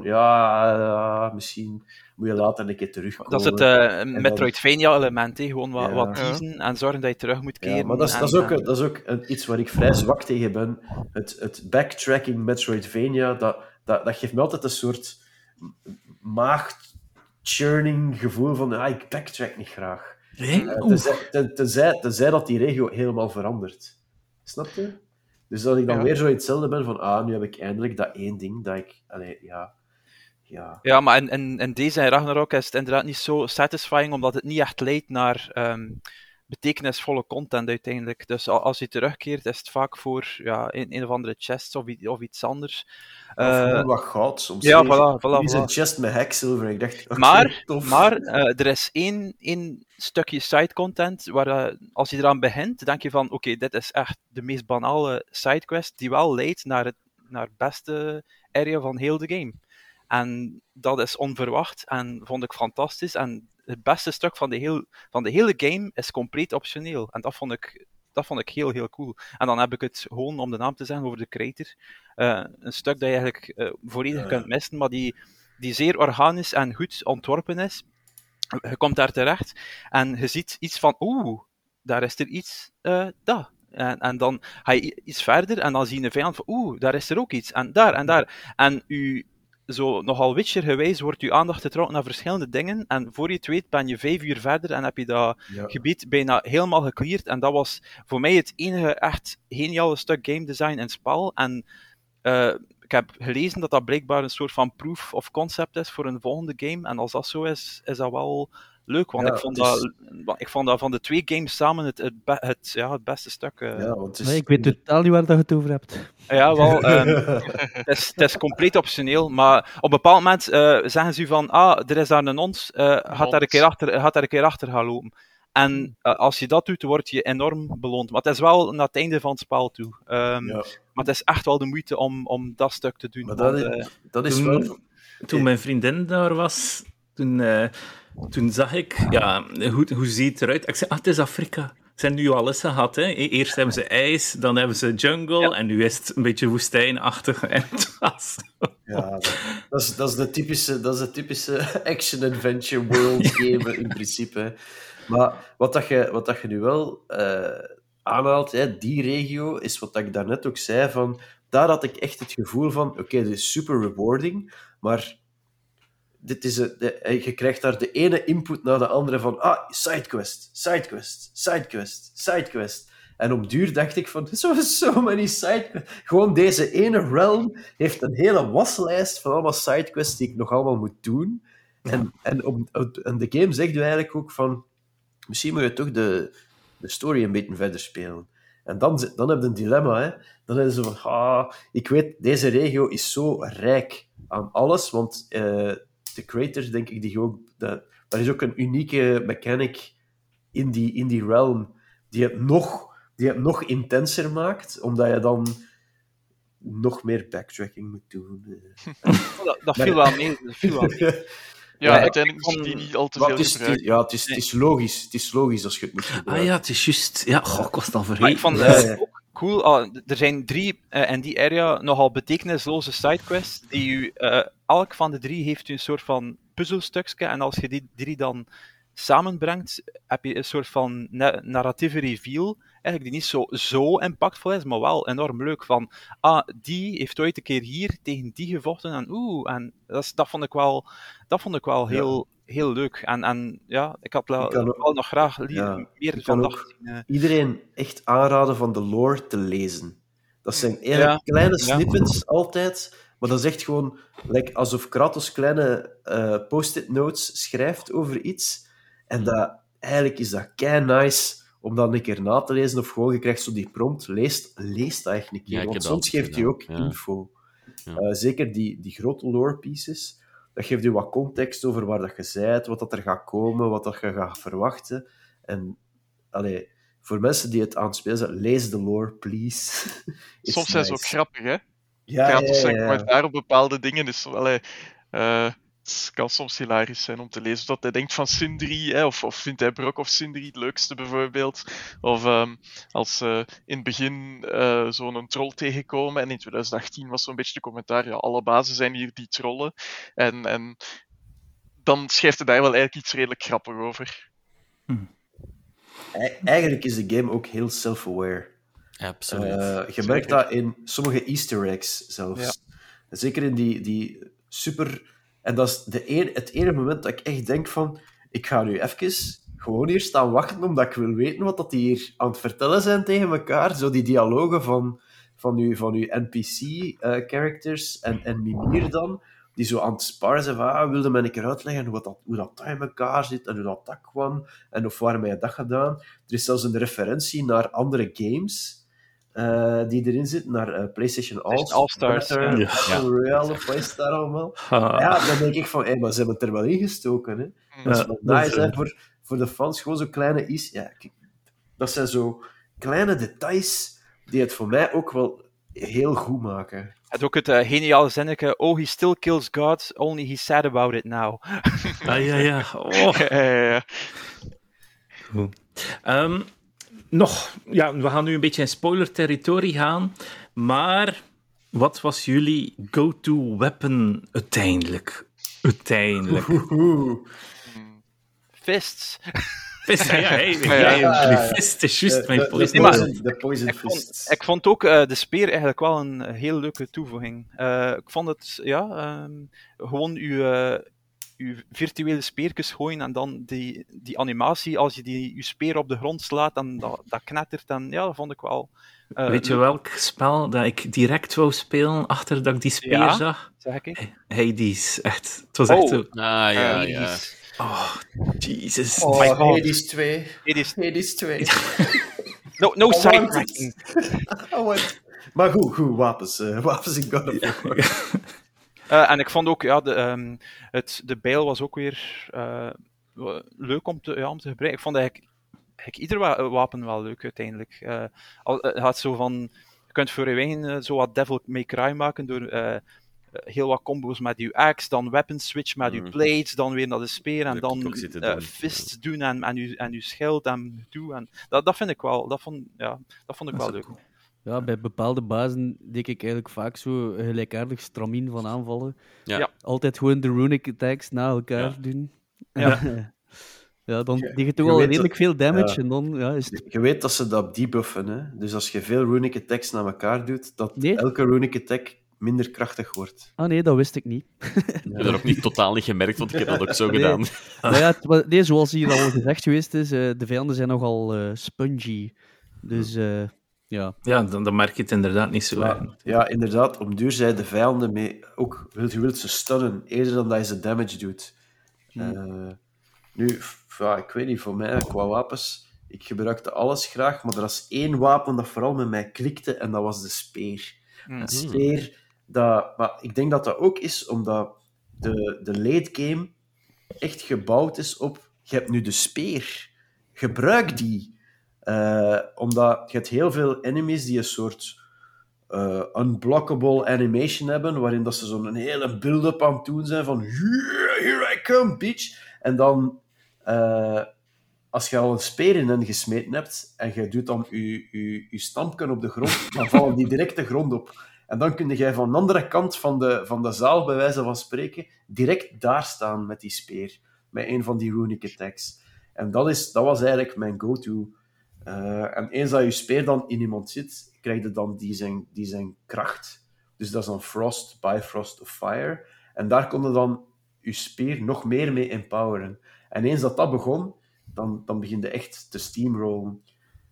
van, misschien moet je later een keer terugkomen. Dat is het Metroidvania-element, gewoon wat kiezen en zorgen dat je terug moet keren. Ja, maar dat is ook iets waar ik vrij zwak tegen ben. Het backtracking Metroidvania, dat geeft me altijd een soort maag-churning gevoel van, ik backtrack niet graag. Tenzij dat die regio helemaal verandert. Snap je? Dus dat ik dan weer zo hetzelfde ben van, nu heb ik eindelijk dat één ding dat ik... Ja, maar in deze en Ragnarok is het inderdaad niet zo satisfying, omdat het niet echt leidt naar betekenisvolle content uiteindelijk. Dus als je terugkeert, is het vaak voor een of andere chest of iets anders. Of wat goud soms. Ja, voilà. Er is een chest met heksilver en ik dacht... Maar er is één stukje sidecontent waar als je eraan begint, denk je van dit is echt de meest banale sidequest die wel leidt naar het beste area van heel de game. En dat is onverwacht en vond ik fantastisch. En het beste stuk van de hele game is compleet optioneel. En dat vond ik heel, heel cool. En dan heb ik het gewoon, om de naam te zeggen, over de creator. Een stuk dat je eigenlijk volledig kunt missen, maar die zeer organisch en goed ontworpen is. Je komt daar terecht en je ziet iets van, daar is er iets, dat. En dan ga je iets verder en dan zie je een vijand van, daar is er ook iets. En daar en daar. En zo nogal Witcher-gewijs wordt je aandacht getrokken naar verschillende dingen. En voor je het weet ben je 5 uur verder en heb je dat gebied bijna helemaal gecleared. En dat was voor mij het enige echt geniale stuk game design in het spel. En ik heb gelezen dat dat blijkbaar een soort van proof of concept is voor een volgende game. En als dat zo is, is dat wel leuk. Want ik vond dat van de 2 games samen het beste stuk. Ik weet totaal niet waar dat je het over hebt. Ja, wel. Het is compleet optioneel. Maar op een bepaald moment zeggen ze u van, er is daar een hond, gaat daar een keer achter gaan lopen. En als je dat doet, word je enorm beloond. Maar het is wel naar het einde van het spel toe. Maar het is echt wel de moeite om dat stuk te doen. Maar dat is wel... Toen mijn vriendin daar was, toen zag ik, hoe ziet het eruit? Ik zei, het is Afrika. Ze hebben nu alles gehad. Hè? Eerst hebben ze ijs, dan hebben ze jungle, en nu is het een beetje woestijnachtig. En het was... Ja, dat is de typische action-adventure world game in principe. Maar wat dat je nu wel aanhaalt, die regio, is wat ik daarnet ook zei, van, daar had ik echt het gevoel van, oké, dit is super rewarding, maar dit is je krijgt daar de ene input na de andere van, sidequest. En op duur dacht ik van, so many sidequests. Gewoon deze ene realm heeft een hele waslijst van allemaal sidequests die ik nog allemaal moet doen. En de game zegt u eigenlijk ook van, misschien moet je toch de story een beetje verder spelen. En dan heb je een dilemma, hè. Dan is het zo van, ik weet, deze regio is zo rijk aan alles, want de creators, denk ik, daar is ook een unieke mechanic in die realm die het nog intenser maakt, omdat je dan nog meer backtracking moet doen. Dat viel wel mee. Uiteindelijk moet je die niet al te veel gebruiken. Het is logisch. Het is logisch als je het moet gebruiken. Ja, het is juist. Ja, ik was het al vergeten. Maar ik vond het ook cool. Er zijn 3 in die area nogal betekenisloze sidequests. Elk van de 3 heeft een soort van puzzelstukje. En als je die 3 dan samenbrengt, heb je een soort van narratieve reveal. Eigenlijk die niet zo impactvol is, maar wel enorm leuk. Van, die heeft ooit een keer hier tegen die gevochten. En dat vond ik wel heel leuk. En ik had wel nog graag meer van dat gezien. Iedereen echt aanraden van de lore te lezen. Dat zijn eigenlijk kleine snippets altijd, maar dat is echt gewoon alsof Kratos kleine post-it notes schrijft over iets. En eigenlijk is dat kei nice om dan een keer na te lezen, of gewoon je krijgt zo die prompt, leest dat echt een keer, want soms geeft hij ook info. Ja. Zeker die grote lore pieces, dat geeft je wat context over waar dat je bent, wat dat er gaat komen, wat dat je gaat verwachten. En voor mensen die het aan het spelen zijn, lees de lore, please. Soms zijn ze ook grappig, hè? Ja. Maar daar op bepaalde dingen is het kan soms hilarisch zijn om te lezen. Dat hij denkt van Sindri, of vindt hij Brok of Sindri het leukste bijvoorbeeld. Of als ze in het begin zo'n troll tegenkomen. En in 2018 was zo'n beetje de commentaar. Ja, alle bazen zijn hier die trollen. En dan schrijft hij daar wel eigenlijk iets redelijk grappig over. Eigenlijk is de game ook heel self-aware. Absoluut. Je merkt dat in sommige easter eggs zelfs. Ja. Zeker in die super... En dat is het enige moment dat ik echt denk van, ik ga nu even gewoon hier staan wachten, omdat ik wil weten wat dat die hier aan het vertellen zijn tegen elkaar. Zo die dialogen van uw NPC-characters en Mimir dan, die zo aan het sparen zijn van, wilde mij een keer uitleggen hoe dat in elkaar zit en hoe dat kwam, en of waarom heb je dat gedaan. Er is zelfs een referentie naar andere games die erin zitten, naar PlayStation All-Stars. Battle Royale, of wat is daar allemaal? Ja, dan denk ik van, maar ze hebben het er wel ingestoken. Hè. Dat is wel nice, voor de fans, gewoon zo kleine is. Ja, dat zijn zo kleine details die het voor mij ook wel heel goed maken. Het ook het geniale zinnetje, he still kills gods, only he's sad about it now. Ja. Oh. Goed. We gaan nu een beetje in spoiler-territorie gaan, maar wat was jullie go-to weapon uiteindelijk? fists. Fist, Ja. die fist is juist mijn De politie. maar- poison fists. Ik vond ook de speer eigenlijk wel een heel leuke toevoeging. Ik vond het, gewoon uw virtuele speertjes gooien en dan die animatie, als je uw speer op de grond slaat en dat knettert, en ja, dat vond ik wel... Weet je welk spel dat ik direct wou spelen achter dat ik die speer Ja? zag? Zeg ik? Hades, echt. Het was echt zo... Ja. Oh, Jesus. Oh my god. Hades 2. Hades 2. No sidetracking. Maar goed, wapens. Wapens in God of War. En ik vond ook, de bijl was ook weer leuk om te gebruiken. Ik vond eigenlijk ieder wapen wel leuk uiteindelijk. Het gaat zo van, je kunt voor je eigen zo wat Devil May Cry maken door heel wat combo's met je axe, dan weapon switch met je blades, dan weer naar de speer en Dat heb ik dan ook zitten doen, fists doen en je schild en toe. En dat vind ik wel, dat vond ik wel leuk. Ja, bij bepaalde bazen deed ik eigenlijk vaak zo een gelijkaardig stramien van aanvallen. Ja. Altijd gewoon de runic attacks na elkaar doen. Ja. Ja, dan deed je toch je wel weet redelijk veel damage ja. en dan is het... Je weet dat ze dat debuffen, hè? Dus als je veel runic attacks naar elkaar doet, dat Nee. elke runic attack minder krachtig wordt. Ah nee, dat wist ik niet. Ik heb dat ook niet totaal niet gemerkt, want ik heb dat ook zo Nee. gedaan. Maar ja, nee, zoals hier al gezegd geweest is, de vijanden zijn nogal spongy. Dus ja. Ja, dan merk je het inderdaad niet zo. Ja, inderdaad. Om duur zijn de vijanden mee ook... Je wilt ze stunnen, eerder dan dat je ze damage doet. Nu, ik weet niet, voor mij, qua wapens... Ik gebruikte alles graag, maar er was één wapen dat vooral met mij klikte, en dat was de speer. Een speer, maar ik denk dat dat ook is omdat de late game echt gebouwd is op... Je hebt nu de speer. Gebruik die. Omdat je hebt heel veel enemies die een soort unblockable animation hebben, waarin dat ze zo'n hele build-up aan het doen zijn van here I come, bitch. En dan, als je al een speer in hen gesmeten hebt, en je doet dan je stampken op de grond, dan vallen die direct de grond op. En dan kun je van de andere kant van de zaal, bij wijze van spreken, direct daar staan met die speer. Met een van die runic attacks. En dat was eigenlijk mijn go-to. En eens dat je speer dan in iemand zit, krijg je dan die zijn kracht. Dus dat is dan Frost, Bifrost of Fire. En daar kon je dan je speer nog meer mee empoweren. En eens dat begon, dan begin je echt te steamrollen.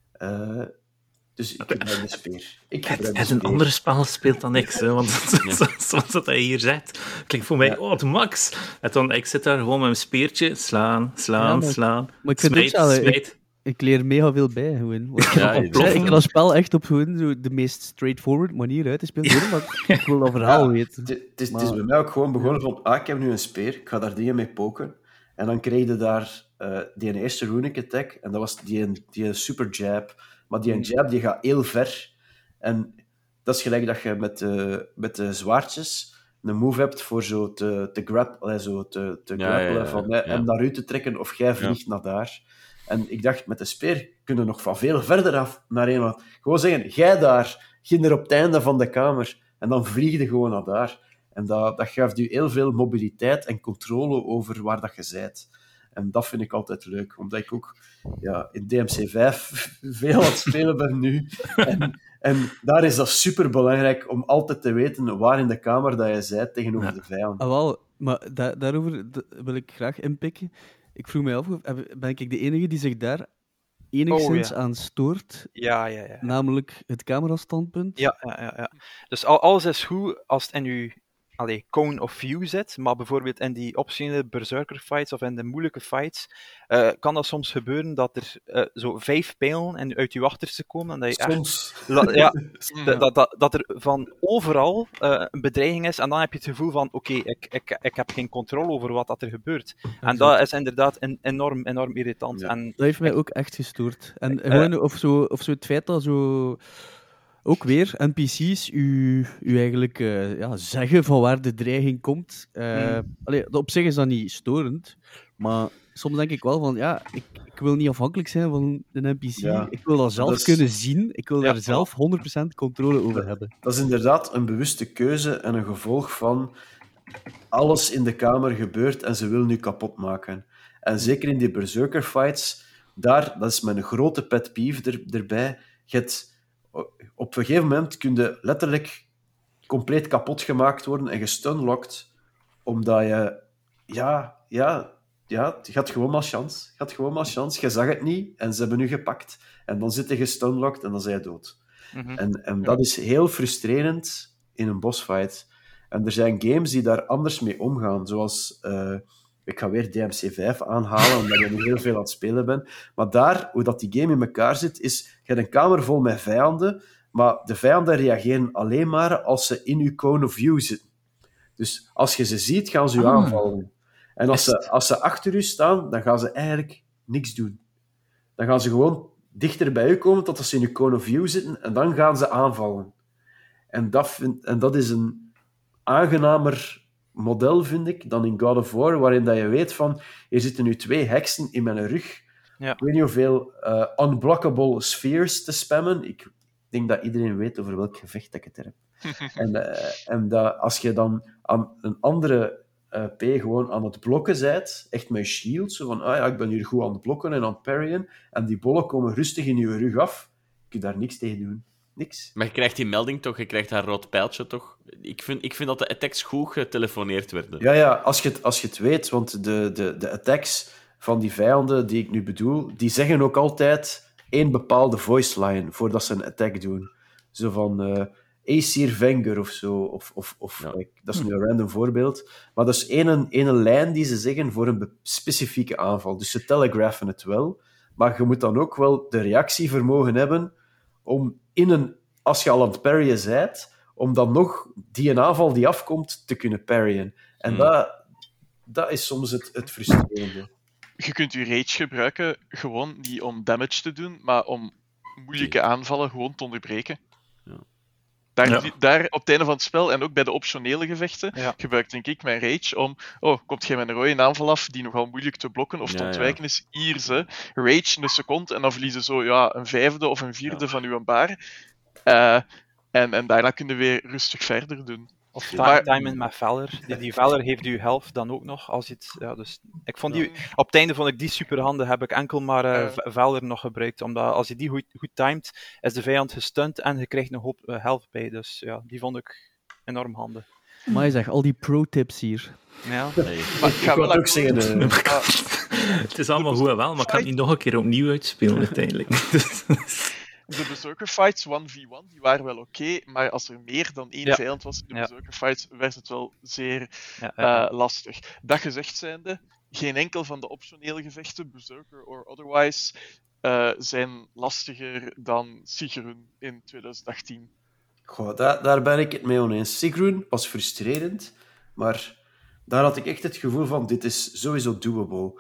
Dus ik gebruik de speer. Het is een ander spel speelt dan niks, hè, want zoals dat hij hier zegt, klinkt voor mij, het max. En dan, ik zit daar gewoon met mijn speertje, slaan. Maar ik vind het ook smijt. Ik leer mega veel bij, gewoon. Ja, Ik kan dat spel echt op gewoon zo de meest straightforward manier uit te spelen, gewoon omdat ik wil dat verhaal weten. Het is bij mij ook gewoon begonnen van, ik heb nu een speer, ik ga daar dingen mee poken. En dan kreeg je daar die eerste runic attack, en dat was die super jab. Maar die jab die gaat heel ver. En dat is gelijk dat je met de zwaardjes een move hebt voor zo te grappelen van hem naar u te trekken, of jij vliegt naar daar. En ik dacht, met de speer kunnen we nog van veel verder af naar iemand. Gewoon zeggen, jij daar, ginder op het einde van de kamer. En dan vlieg je gewoon naar daar. En dat geeft u heel veel mobiliteit en controle over waar dat je bent. En dat vind ik altijd leuk, omdat ik ook in DMC5 veel aan het spelen ben nu. En daar is dat superbelangrijk om altijd te weten waar in de kamer dat je bent tegenover de vijand. Ah, wel, maar daarover wil ik graag inpikken. Ik vroeg mij af, ben ik de enige die zich daar enigszins aan stoort? Ja. Namelijk het camerastandpunt? Ja. Dus alles is goed als het in je cone of view zit, maar bijvoorbeeld in die optionele berserker fights of in de moeilijke fights kan dat soms gebeuren dat er zo 5 pijlen uit je achterste komen en dat je soms. dat er van overal een bedreiging is en dan heb je het gevoel van oké, ik heb geen controle over wat dat er gebeurt. En dat is inderdaad enorm irritant. Ja. En Dat heeft mij ook echt gestoord. En gewoon, of zo het feit dat zo... Ook weer, NPC's u eigenlijk zeggen van waar de dreiging komt. Op zich is dat niet storend, maar soms denk ik wel van, ik wil niet afhankelijk zijn van een NPC. Ja, ik wil dat zelf kunnen zien. Ik wil daar zelf 100% controle over hebben. Dat is inderdaad een bewuste keuze en een gevolg van alles in de kamer gebeurt en ze wil nu kapot maken. En zeker in die berserker fights, dat is mijn grote pet peeve erbij. Op een gegeven moment kun je letterlijk compleet kapot gemaakt worden en gestunlocked, omdat je... je had gewoon maar chance. Je zag het niet en ze hebben u gepakt. En dan zit je gestunlocked en dan ben je dood. En dat is heel frustrerend in een bossfight. En er zijn games die daar anders mee omgaan, zoals... ik ga weer DMC5 aanhalen, omdat ik nu heel veel aan het spelen ben. Maar daar, hoe dat die game in elkaar zit, is... Je hebt een kamer vol met vijanden, maar de vijanden reageren alleen maar als ze in uw cone of view zitten. Dus als je ze ziet, gaan ze je aanvallen. En als ze achter u staan, dan gaan ze eigenlijk niks doen. Dan gaan ze gewoon dichter bij u komen, totdat ze in uw cone of view zitten, en dan gaan ze aanvallen. En dat is een aangenamer model, vind ik, dan in God of War, waarin dat je weet van, hier zitten nu 2 heksen in mijn rug. Ja. Ik weet niet hoeveel unblockable spheres te spammen. Ik denk dat iedereen weet over welk gevecht dat ik het heb. En dat als je dan aan een andere P gewoon aan het blokken bent, echt met je shield, zo van, ik ben hier goed aan het blokken en aan het parryen, en die bollen komen rustig in je rug af, kun je daar niks tegen doen. Niks. Maar je krijgt die melding toch, je krijgt haar rood pijltje toch? Ik vind dat de attacks goed getelefoneerd werden. Ja, als je het weet, want de attacks van die vijanden die ik nu bedoel, die zeggen ook altijd één bepaalde voice line voordat ze een attack doen. Zo van Aesir Venger of zo. Dat is nu een random voorbeeld. Maar dat is ene lijn die ze zeggen voor een specifieke aanval. Dus ze telegrafen het wel. Maar je moet dan ook wel de reactievermogen hebben om als je al aan het parryen bent, om dan nog die aanval die afkomt te kunnen parryen. En dat is soms het frustrerende. Je kunt je rage gebruiken, gewoon niet om damage te doen, maar om moeilijke aanvallen gewoon te onderbreken. Ja. Daar op het einde van het spel, en ook bij de optionele gevechten, gebruik denk ik mijn rage om... komt jij met een rode aanval af die nogal moeilijk te blokken of te ontwijken is? Hier ze. Rage een seconde en dan verliezen zo een vijfde of een vierde van uw bar. En daarna kun je weer rustig verder doen. Of Diamond met Valor. Die Valor heeft uw health dan ook nog. Als dus ik vond op het einde vond ik die superhandig. Heb ik enkel maar Valor nog gebruikt. Omdat als je die goed timed, is de vijand gestunt en je krijgt een hoop health bij. Dus ja, die vond ik enorm handig. Maar je zegt, al die pro-tips hier. Ja. Nee. Maar ik ga wel ook zeggen... Het is allemaal goed en wel, maar ik ga het niet nog een keer opnieuw uitspelen uiteindelijk. De Berserker Fights 1v1 die waren wel oké, maar als er meer dan één vijand was in de Berserker Fights, werd het wel zeer lastig. Dat gezegd zijnde, geen enkel van de optionele gevechten, Berserker or otherwise, zijn lastiger dan Sigrun in 2018. Goh, daar ben ik het mee oneens. Sigrun was frustrerend, maar daar had ik echt het gevoel van, dit is sowieso doable.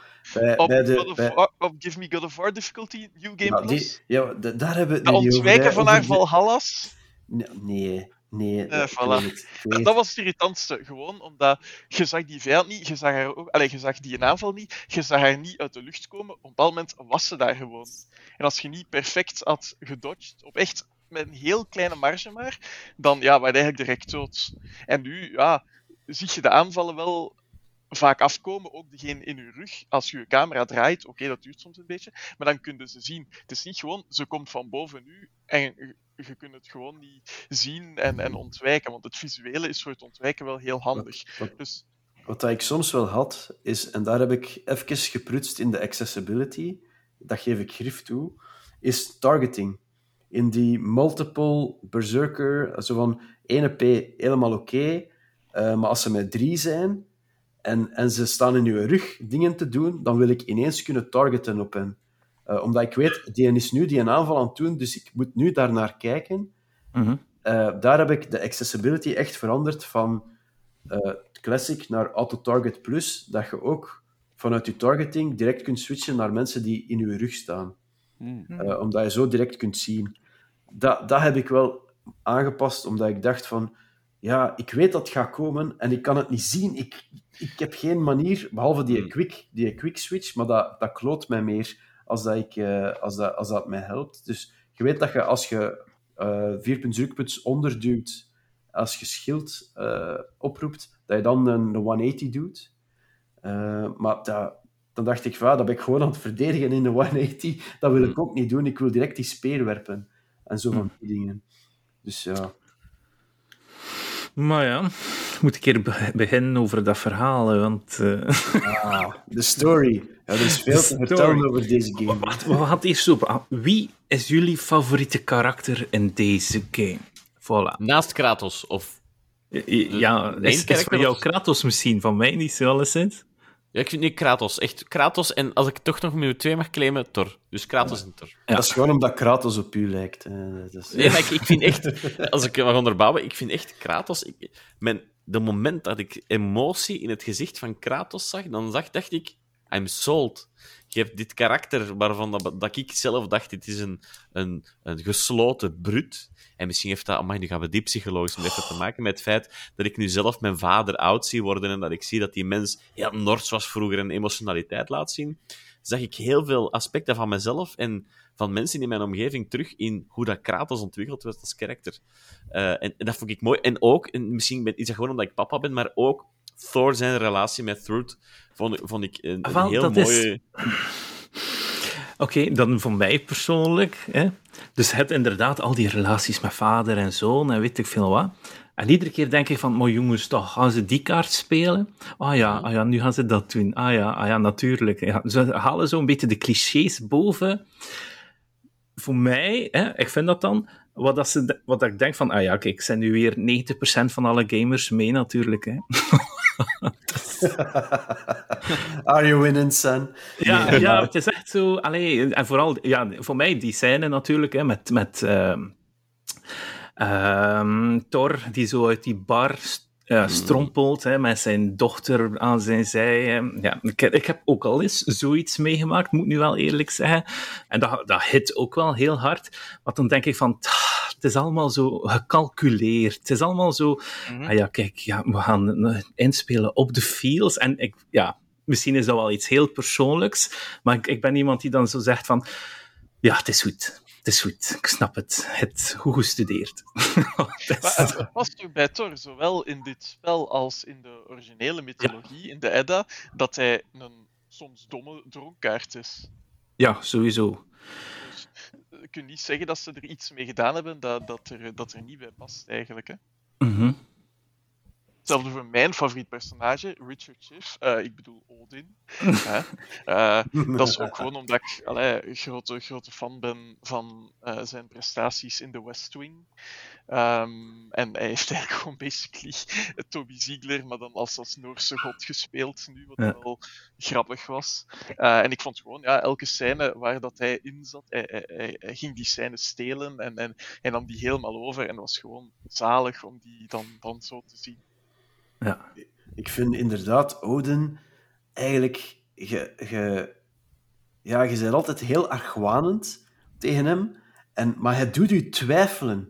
Op Give Me God of War difficulty, New Game Plus? Daar hebben de ontwijken van haar Valhalla's? Nee. Voilà. Dat was het irritantste. Gewoon omdat je zag die vijand niet, je zag haar ook, je zag die aanval niet, je zag haar niet uit de lucht komen. Op een bepaald moment was ze daar gewoon. En als je niet perfect had gedodged, op echt met een heel kleine marge maar, dan waren eigenlijk direct dood. En nu, zie je de aanvallen wel vaak afkomen, ook degene in je rug. Als je je camera draait, oké, dat duurt soms een beetje, maar dan kun je ze zien. Het is niet gewoon, ze komt van boven u en je kunt het gewoon niet zien en ontwijken, want het visuele is voor het ontwijken wel heel handig. Wat ik soms wel had, is, en daar heb ik even geprutst in de accessibility, dat geef ik grif toe, is targeting. In die multiple berserker, zo van 1p helemaal oké, maar als ze met 3 zijn en ze staan in je rug dingen te doen, dan wil ik ineens kunnen targeten op hen. Omdat ik weet, die is nu die een aanval aan het doen, dus ik moet nu daarnaar kijken. Mm-hmm. Daar heb ik de accessibility echt veranderd van Classic naar Auto-Target Plus, dat je ook vanuit je targeting direct kunt switchen naar mensen die in je rug staan. Omdat je zo direct kunt zien. Dat heb ik wel aangepast, omdat ik dacht van, ik weet dat het gaat komen en ik kan het niet zien. Ik heb geen manier, behalve die quick switch, maar dat kloot mij meer als dat mij helpt. Dus je weet dat je als je 4 drukputs onderduwt, als je schild oproept, dat je dan een 180 doet. Maar dan dacht ik, dat ben ik gewoon aan het verdedigen in de 180. Dat wil ik ook niet doen. Ik wil direct die speer werpen. En zo van die dingen. Dus ja. Maar ja, moet ik hier beginnen over dat verhaal, hè, want... De story. Ja, er is veel te vertellen over deze game. Wacht, we gaan het eerst over. Wie is jullie favoriete karakter in deze game? Voilà. Naast Kratos, of... Ja, is van jou Kratos misschien, van mij niet zo alleszins? Ja, ik vind niet Kratos. Echt Kratos. En als ik toch nog minuut 2 mag claimen, Thor. Dus Kratos en Thor. Ja. Dat is gewoon omdat Kratos op u lijkt. Nee, maar ik vind echt... Als ik mag onderbouwen, ik vind echt Kratos... De moment dat ik emotie in het gezicht van Kratos zag, dan dacht ik... I'm sold. Je hebt dit karakter waarvan dat ik zelf dacht, dit is een gesloten brut. En misschien heeft dat... nu gaan we diep psychologisch. Maar heeft dat te maken met het feit dat ik nu zelf mijn vader oud zie worden en dat ik zie dat die mens heel nors was vroeger en emotionaliteit laat zien. Zag ik heel veel aspecten van mezelf en van mensen in mijn omgeving terug in hoe dat Kratos ontwikkeld werd als karakter. En dat vond ik mooi. En ook, en misschien is dat gewoon omdat ik papa ben, maar ook Thor zijn relatie met Thrud vond ik een heel mooie... Oké, dan voor mij persoonlijk. Hè. Dus het inderdaad al die relaties met vader en zoon en weet ik veel wat. En iedere keer denk ik van, maar jongens, toch, gaan ze die kaart spelen? Ah ja, nu gaan ze dat doen. Ah ja, natuurlijk. Ja, ze halen zo'n beetje de clichés boven. Voor mij, hè, ik vind dat dan, wat ik denk van, kijk, zijn nu weer 90% van alle gamers mee natuurlijk. Hè. Are you winning, son? Ja, het is echt zo... en vooral, voor mij die scène natuurlijk, hè, met Thor, die zo uit die bar strompelt, hè, met zijn dochter aan zijn zij. Ja, ik heb ook al eens zoiets meegemaakt, moet ik nu wel eerlijk zeggen. En dat hit ook wel heel hard. Maar dan denk ik van... Het is allemaal zo gecalculeerd. Het is allemaal zo... we gaan inspelen op de feels. En misschien is dat wel iets heel persoonlijks, maar ik ben iemand die dan zo zegt van... Ja, het is goed. Het is goed. Ik snap het. Het goed gestudeerd. Het was toch bij Thor, zowel in dit spel als in de originele mythologie, in de Edda, dat hij een soms domme dronkaard is. Ja, sowieso. Dus je kunt niet zeggen dat ze er iets mee gedaan hebben dat er niet bij past, eigenlijk. Hè? Mm-hmm. Hetzelfde voor mijn favoriet personage, Richard Schiff. Ik bedoel Odin. Dat is ook gewoon omdat ik een grote fan ben van zijn prestaties in The West Wing. En hij heeft eigenlijk gewoon basically Toby Ziegler, maar dan als Noorse god gespeeld nu, wat wel grappig was. En ik vond gewoon, elke scène waar dat hij in zat, hij ging die scène stelen en nam die helemaal over. En het was gewoon zalig om die dan zo te zien. Ja. Ik vind inderdaad Odin eigenlijk... Je bent altijd heel argwanend tegen hem, maar hij doet u twijfelen.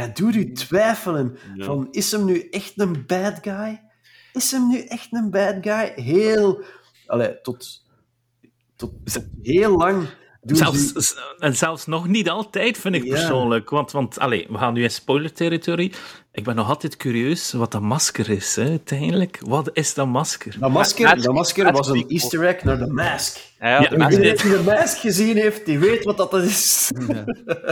Ja. Van, is hem nu echt een bad guy? Is hem nu echt een bad guy? Heel... tot heel lang... Zelfs nog niet altijd, vind ik persoonlijk. Want we gaan nu in spoiler-territory. Ik ben nog altijd curieus wat dat masker is, hè, uiteindelijk. Wat is dat masker? Dat masker was een easter egg naar de Mask. Ja, Iedereen die de Mask gezien heeft, die weet wat dat is. Ja.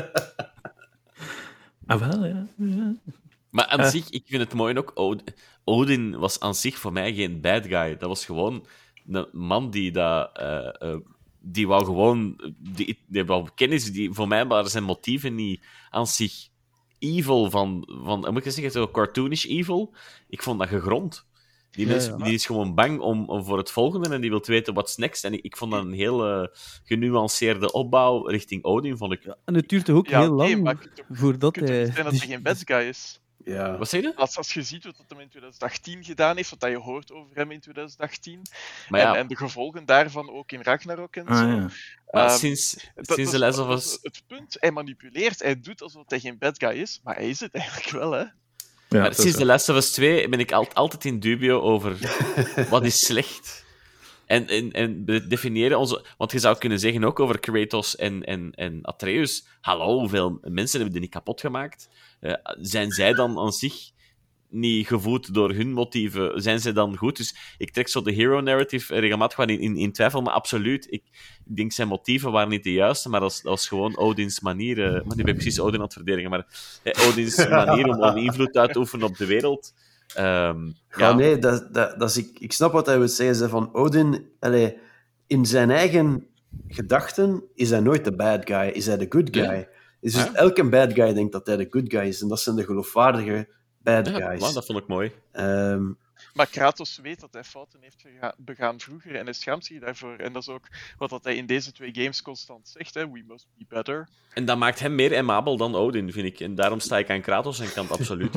Wel, ja. Maar aan zich, ik vind het mooi ook. Odin was aan zich voor mij geen bad guy. Dat was gewoon een man die dat... die wou gewoon... Die wou kennis... Voor mij waren zijn motieven niet aan zich evil van moet ik zeggen, zo cartoonish evil. Ik vond dat gegrond. Die mens die is gewoon bang om voor het volgende en die wil weten what's next. En ik vond dat een heel genuanceerde opbouw richting Odin, vond ik. Ja, en het duurt toch ook heel lang maar voordat hij... Ik denk dat hij geen bad guy is. Ja. Wat zeg je? Als je ziet wat hij in 2018 gedaan heeft, wat je hoort over hem in 2018, Maar en de gevolgen daarvan ook in Ragnarok en zo. Ja. Maar sinds The Last of Us... Het punt, hij manipuleert, hij doet alsof hij geen bad guy is, maar hij is het eigenlijk wel, hè. Ja, maar sinds The Last of Us 2 ben ik altijd in dubio over wat is slecht. En definiëren onze... Want je zou kunnen zeggen ook over Kratos en Atreus. Hallo, hoeveel mensen hebben die niet kapot gemaakt? Zijn zij dan aan zich niet gevoed door hun motieven, zijn zij dan goed? Dus ik trek zo de hero narrative regelmatig wel in twijfel, maar absoluut. Ik denk zijn motieven waren niet de juiste, maar dat was gewoon Odins manier. Maar nu ben ik precies Odin aan het verdedigen, maar Odins manier om invloed uit te oefenen op de wereld. Nee, dat is, ik snap wat hij wil zeggen. Ze van Odin, in zijn eigen gedachten is hij nooit de bad guy, is hij de good guy. Ja. Dus elke bad guy denkt dat hij de good guy is. En dat zijn de geloofwaardige bad guys. Maar dat vond ik mooi. Maar Kratos weet dat hij fouten heeft begaan vroeger en hij schaamt zich daarvoor. En dat is ook wat hij in deze 2 games constant zegt, hè. We must be better. En dat maakt hem meer aimabel dan Odin, vind ik. En daarom sta ik aan Kratos en kant absoluut.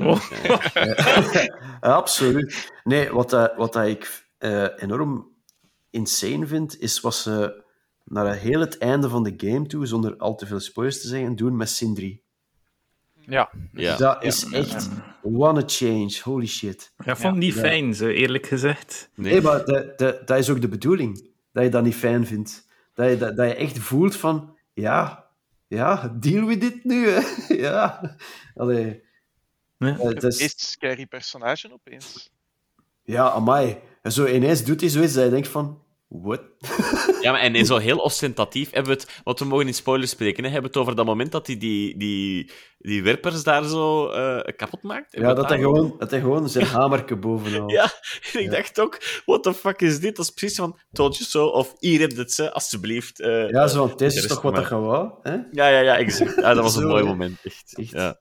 Absoluut. Nee, wat ik enorm insane vind, is wat ze naar heel het einde van de game toe, zonder al te veel spoilers te zeggen, doen met Sindri. Ja. Dat is echt one a change. Holy shit. Ja, vond ik niet fijn, zo eerlijk gezegd. Nee, maar dat is ook de bedoeling. Dat je dat niet fijn vindt. Dat je echt voelt van... Ja, deal with dit nu, hè. Ja. Allee. Ja. Het meest scary personage opeens. Ja, amai. En zo ineens doet hij zoiets dat je denkt van... What? Ja, maar en zo heel ostentatief hebben we het... Want we mogen in spoilers spreken, hè, hebben we het over dat moment dat hij die werpers daar zo kapot maakt? Ja, dat hij gewoon zijn hamerke bovenal. Ja, en ik dacht ook, what the fuck is dit? Dat is precies van, told you so, of hier heb je het, ze, alsjeblieft. Ja, zo van, dit is toch wat dat gewoon, hè? Ja, exact. Ja, dat was een Zo, mooi moment, echt. Echt. Ja.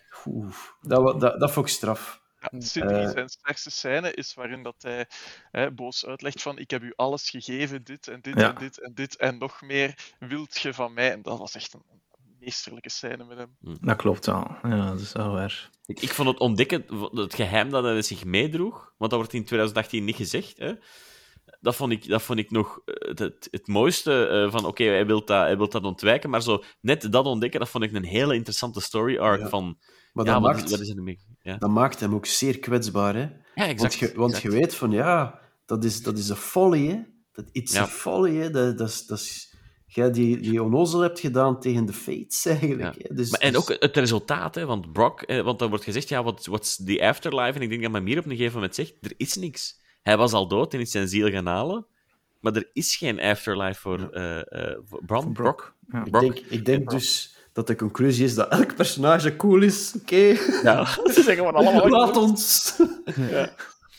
Dat vond ik straf. Ja, Sindri, zijn sterkste scène is waarin dat hij boos uitlegt van ik heb u alles gegeven, dit en dit en dit en dit en nog meer wilt je van mij. En dat was echt een meesterlijke scène met hem. Dat klopt wel. Ja, dat is wel waar. Ik vond het ontdekken, het geheim dat hij zich meedroeg, want dat wordt in 2018 niet gezegd, hè. Dat vond ik nog het mooiste van, oké, hij wil dat ontwijken, maar zo net dat ontdekken, dat vond ik een hele interessante story arc van... Maar wat is er mee? Ja. Dat maakt hem ook zeer kwetsbaar, hè? Ja, exact. Want je weet van, dat is een folly, hè? It's a folly, hè? Dat is... Jij die onnozel hebt gedaan tegen de Fates, eigenlijk. Ja. Hè? Dus, En ook het resultaat, hè, want Brock... want dan wordt gezegd, what's the afterlife? En ik denk dat Mamir op een gegeven moment zegt, er is niks. Hij was al dood en is zijn ziel gaan halen, maar er is geen afterlife voor Brock. Ja. Ik denk dus dat de conclusie is dat elk personage cool is. Oké. Ja, ze zeggen gewoon allemaal... Laat ons. Ja.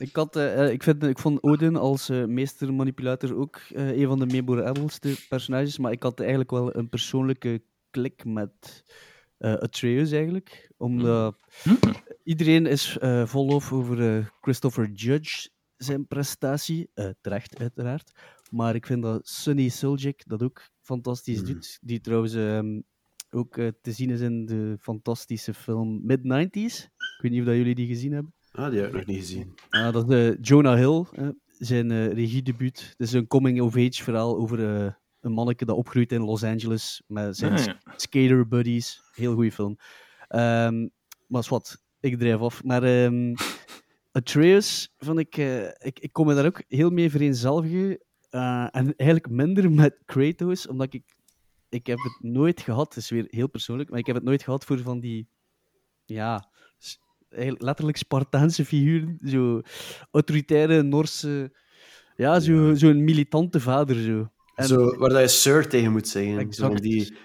Ik vond Odin als meestermanipulator ook een van de memorabilste personages, maar ik had eigenlijk wel een persoonlijke klik met Atreus eigenlijk, omdat iedereen is vol lof over Christopher Judge, zijn prestatie, terecht uiteraard, maar ik vind dat Sunny Suljic dat ook fantastisch doet, die trouwens ook te zien is in de fantastische film Mid-90s. Ik weet niet of dat jullie die gezien hebben. Die heb ik nog niet gezien. Dat is Jonah Hill, zijn regiedebuut. Het is een coming-of-age verhaal over een manneke dat opgroeit in Los Angeles met zijn skater buddies. Heel goede film. Maar wat, ik drijf af. Maar Atreus vond ik kon me daar ook heel mee vereenzelvigen. En eigenlijk minder met Kratos, omdat ik heb het nooit gehad, het is weer heel persoonlijk, maar ik heb het nooit gehad voor van die, eigenlijk letterlijk Spartaanse figuren, zo autoritaire, Norse, zo'n militante vader, zo. En, zo waar dat je sir tegen moet zeggen. Exact.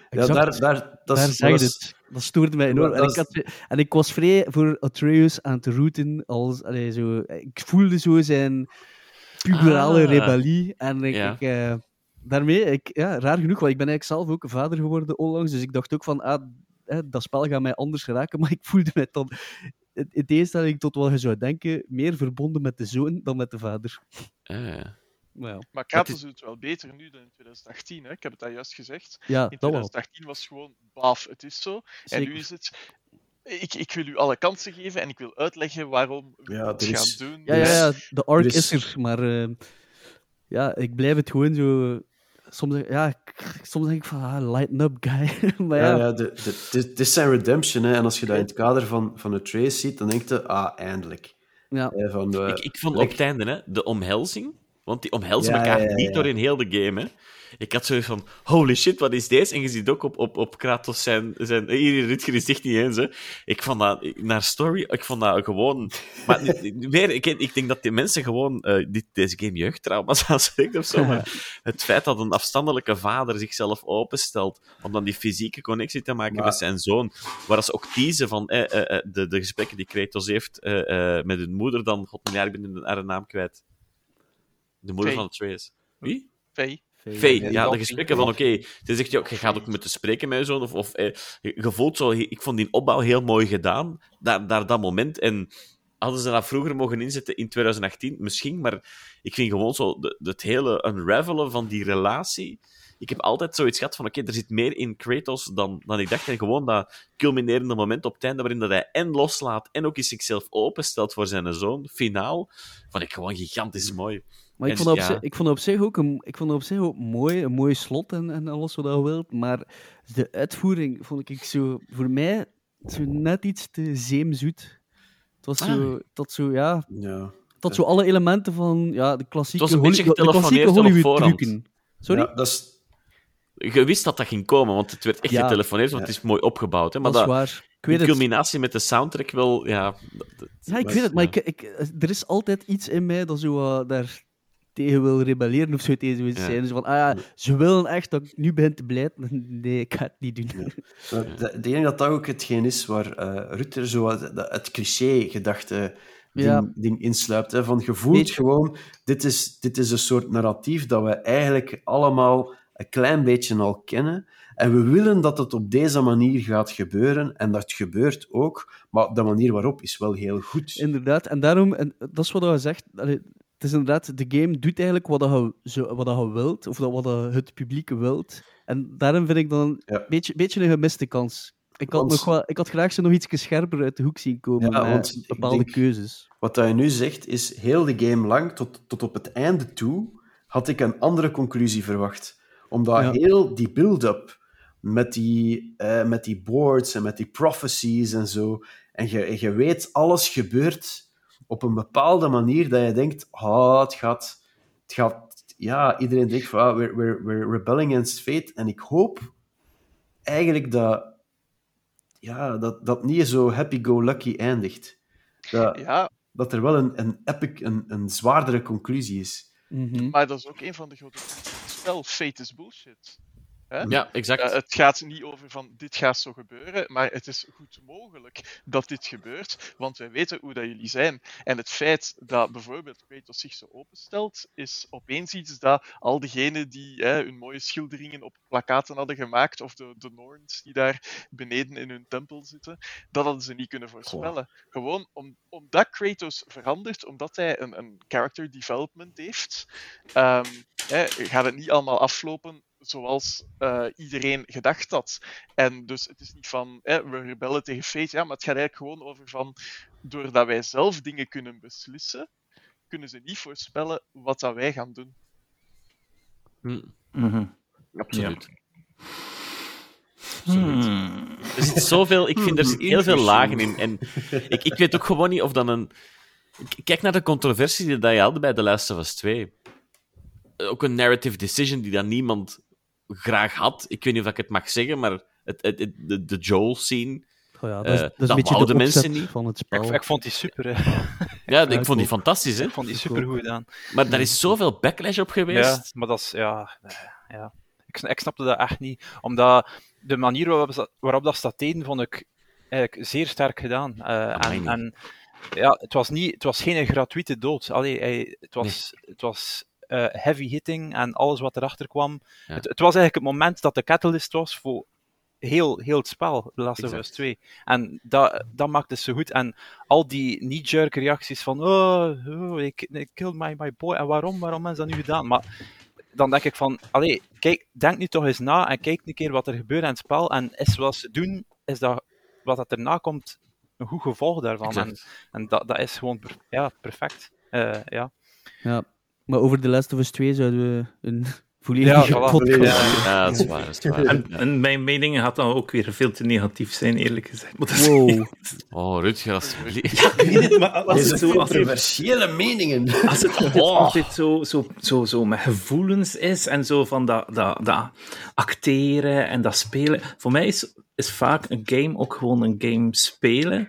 Daar zeg je het. Dat stoorde mij enorm. En ik was vrij voor Atreus aan te routen. Ik voelde zo zijn puberale rebellie. En daarmee, raar genoeg, want ik ben eigenlijk zelf ook vader geworden onlangs, dus ik dacht ook van, dat spel gaat mij anders geraken, maar ik voelde mij dan, in tegenstelling tot wat je zou denken, meer verbonden met de zoon dan met de vader. Maar Kratos doet het wel beter nu dan in 2018, hè? Ik heb het daar juist gezegd. Ja, in 2018 was het gewoon, baaf, het is zo. Zeker. En nu is het... Ik wil u alle kansen geven en ik wil uitleggen waarom we het gaan doen. Ja, de arc is er, maar ik blijf het gewoon zo... Soms denk ik van, lighten up, guy. Maar dit is zijn redemption, hè. En als je dat in het kader van Atreus ziet, dan denk je, eindelijk. Ja. Ik vond op het einde, hè, de omhelzing, Want die omhelzen elkaar niet door in heel de game, hè. Ik had zoiets van, holy shit, wat is deze? En je ziet ook op Kratos zijn... Hier, Rutger is echt niet eens, hè. Ik vond dat... Naar story, ik vond dat gewoon... Maar weer, ik denk dat die mensen gewoon deze game jeugdtrauma's aanspreekt of zo, maar het feit dat een afstandelijke vader zichzelf openstelt om dan die fysieke connectie te maken met zijn zoon, waar ze ook teasen van de gesprekken die Kratos heeft met hun moeder dan... God, ik ben haar naam kwijt. De moeder van Atreus. Wie? Faye. Ja, de gesprekken van oké, ze zegt, je gaat ook moeten spreken met je zoon, of je voelt zo, ik vond die opbouw heel mooi gedaan, daar dat moment, en hadden ze dat vroeger mogen inzetten in 2018, misschien, maar ik vind gewoon zo, het hele unravelen van die relatie, ik heb altijd zoiets gehad van, oké, er zit meer in Kratos dan ik dacht, en gewoon dat culminerende moment op het einde, waarin dat hij en loslaat, en ook eens zichzelf openstelt voor zijn zoon, finaal, vond ik gewoon gigantisch mooi. Maar ik vond het op zich ook mooi, een mooi slot en alles wat je wilt, maar de uitvoering vond ik zo, voor mij, zo net iets te zeemzoet. Het was tot zo alle elementen van de klassieke, het was een beetje getelefoneerd Hollywood-trucken. Sorry? Ja, dat is... Je wist dat ging komen, want het werd echt getelefoneerd, want het is mooi opgebouwd. Hè? Maar dat is waar. Ik weet de culminatie met de soundtrack wel... Ja, ik weet het, maar er is altijd iets in mij dat zo daar tegen wil rebelleren of zo tegen zoiets zijn. Dus van, ze willen echt dat ik nu begin te blijten. Nee, ik ga het niet doen. Ja. Ik denk dat ook hetgeen is waar Rutter zo het cliché-gedachte die insluipt. Hè, van je voelt gewoon, dit is een soort narratief dat we eigenlijk allemaal een klein beetje al kennen. En we willen dat het op deze manier gaat gebeuren. En dat gebeurt ook. Maar de manier waarop is wel heel goed. Inderdaad. En daarom, en dat is wat je zegt... Het is inderdaad, de game doet eigenlijk wat je wilt, of wat het publiek wilt. En daarom vind ik dan een beetje een gemiste kans. Ik had graag zo nog iets scherper uit de hoek zien komen met bepaalde keuzes. Wat je nu zegt, is heel de game lang, tot op het einde toe, had ik een andere conclusie verwacht. Omdat heel die build-up met die boards en met die prophecies en zo, en je weet, alles gebeurt op een bepaalde manier dat je denkt, het gaat... Ja, iedereen denkt van, we're rebelling against fate. En ik hoop eigenlijk dat niet zo happy-go-lucky eindigt. Dat er wel een epic, een zwaardere conclusie is. Mm-hmm. Maar dat is ook een van de grote... Spel, fate is bullshit. Hè? Ja, exact. Het gaat niet over van dit gaat zo gebeuren, maar het is goed mogelijk dat dit gebeurt, want wij weten hoe dat jullie zijn. En het feit dat bijvoorbeeld Kratos zich zo openstelt, is opeens iets dat al diegenen die hun mooie schilderingen op plakkaten hadden gemaakt, of de Norns die daar beneden in hun tempel zitten, dat hadden ze niet kunnen voorspellen. Gewoon omdat Kratos verandert, omdat hij een character development heeft, gaat het niet allemaal aflopen zoals iedereen gedacht had. En dus het is niet van, we rebellen tegen fate, maar het gaat eigenlijk gewoon over van, doordat wij zelf dingen kunnen beslissen, kunnen ze niet voorspellen wat dat wij gaan doen. Mm-hmm. Absoluut. Er zit zoveel... Ik vind, er zit heel veel lagen in. En ik weet ook gewoon niet of dan een... Kijk naar de controversie die je had bij The Last of Us 2. Ook een narrative decision die dan niemand graag had. Ik weet niet of ik het mag zeggen, maar de Joel-scene... dat is een beetje de mensen niet van het spel. Ik vond die super, hè. Ja, ik vond die fantastisch, hè. Ik vond die super goed gedaan. Maar daar is zoveel backlash op geweest. Ja, maar dat is... Ja. Ik snapte dat echt niet. Omdat de manier waarop dat staat deden, vond ik eigenlijk zeer sterk gedaan. En het was geen gratuite dood. Het was heavy hitting en alles wat erachter kwam. Ja. Het was eigenlijk het moment dat de catalyst was voor heel het spel, The Last of Us 2. En dat maakt het zo goed. En al die knee-jerk reacties van ik killed my boy. En waarom is dat nu gedaan? Maar dan denk ik van, kijk, denk nu toch eens na en kijk een keer wat er gebeurt in het spel. En is wat ze doen, is dat wat dat erna komt een goed gevolg daarvan. En dat is gewoon perfect. Ja, maar over The Last of Us 2 zouden we een Volledige voilà. podcast. Ja, dat is waar. Dat is waar. En mijn mening gaat dan ook weer veel te negatief zijn, eerlijk gezegd. Maar dat is- Wow. Oh, Rutger, alsjeblieft. Ik weet het, maar als Deze het zo... Als het, controversiële meningen. als het altijd zo met gevoelens is en zo van dat acteren en dat spelen. Voor mij is vaak een game ook gewoon een game spelen.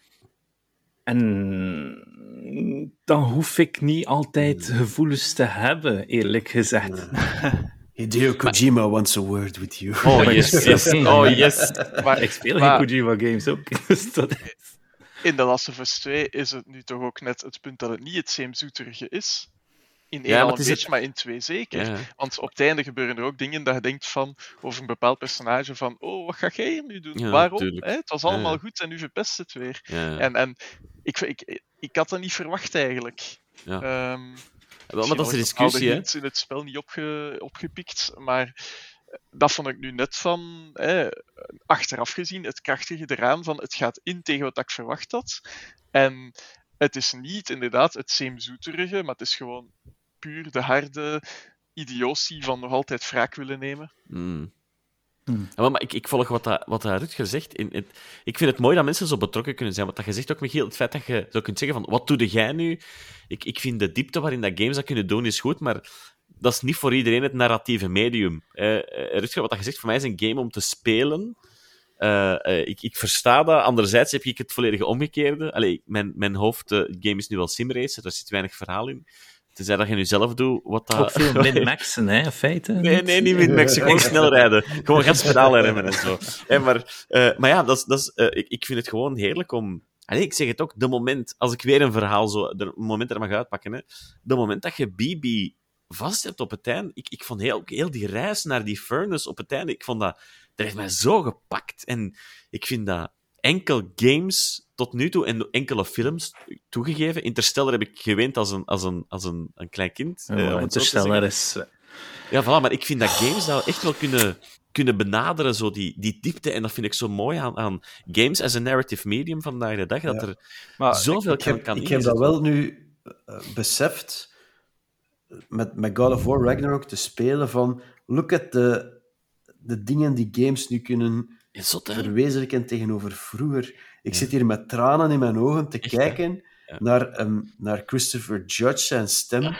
En dan hoef ik niet altijd gevoelens te hebben, eerlijk gezegd. Hideo Kojima wants a word with you. Oh, yes. Oh, yes. Maar, Ik speel maar geen Kojima games ook. Dus dat is... in The Last of Us 2 is het nu toch ook net het punt dat het niet het seemzoeterige is. In één Ja, al maar een het is beetje, maar in 2 zeker. Ja. Want op het einde gebeuren er ook dingen dat je denkt van, over een bepaald personage van, oh, wat ga jij hier nu doen? Ja, Waarom? tuurlijk. Hè? Het was allemaal Ja. goed en nu verpest het weer. Ja. En ik had dat niet verwacht eigenlijk. Ja. Misschien maar dat is de was het oude discussie, hè. hint in het spel niet opgepikt, maar dat vond ik nu net van, achteraf gezien, het krachtige eraan van het gaat in tegen wat ik verwacht had. En het is niet inderdaad het seemzoeterige, maar het is gewoon puur de harde idiotie van nog altijd wraak willen nemen. Ja, maar ik volg wat dat Rutger zegt. Ik vind het mooi dat mensen zo betrokken kunnen zijn. Wat dat je zegt ook, Michiel, het feit dat je zo kunt zeggen van, wat doe jij nu? Ik vind de diepte waarin dat games dat kunnen doen is goed, maar dat is niet voor iedereen het narratieve medium. Rutger, wat dat je zegt, voor mij is een game om te spelen. Ik versta dat. Anderzijds heb ik het volledige omgekeerde. Allee, mijn hoofdgame is nu wel simracer, daar zit weinig verhaal in. Tenzij dat je nu zelf doet wat dat... Ook veel min-maxen, hè, in feite. Nee, niet met Max. Gewoon snel rijden. Gewoon gaspedaal remmen en zo. Maar ja, ik vind het gewoon heerlijk om... Allee, ik zeg het ook, de moment... Als ik weer een verhaal een moment er mag uitpakken, hè, de moment dat je Bibi vast hebt op het einde... Ik vond heel die reis naar die furnace op het einde... Ik vond dat heeft mij zo gepakt. En ik vind dat enkel games tot nu toe en enkele films toegegeven. Interstellar heb ik geweend als een klein kind. Interstellar is... Ja, voilà, maar ik vind dat games dat echt wel kunnen benaderen, zo die diepte. En dat vind ik zo mooi aan games as a narrative medium vandaag de dag, dat er zoveel kan Ik heb dat wel nu beseft met God of War Ragnarok te spelen van look at de dingen die games nu kunnen verwezenlijken tegenover vroeger. Ik zit hier met tranen in mijn ogen te kijken naar Christopher Judge zijn stem,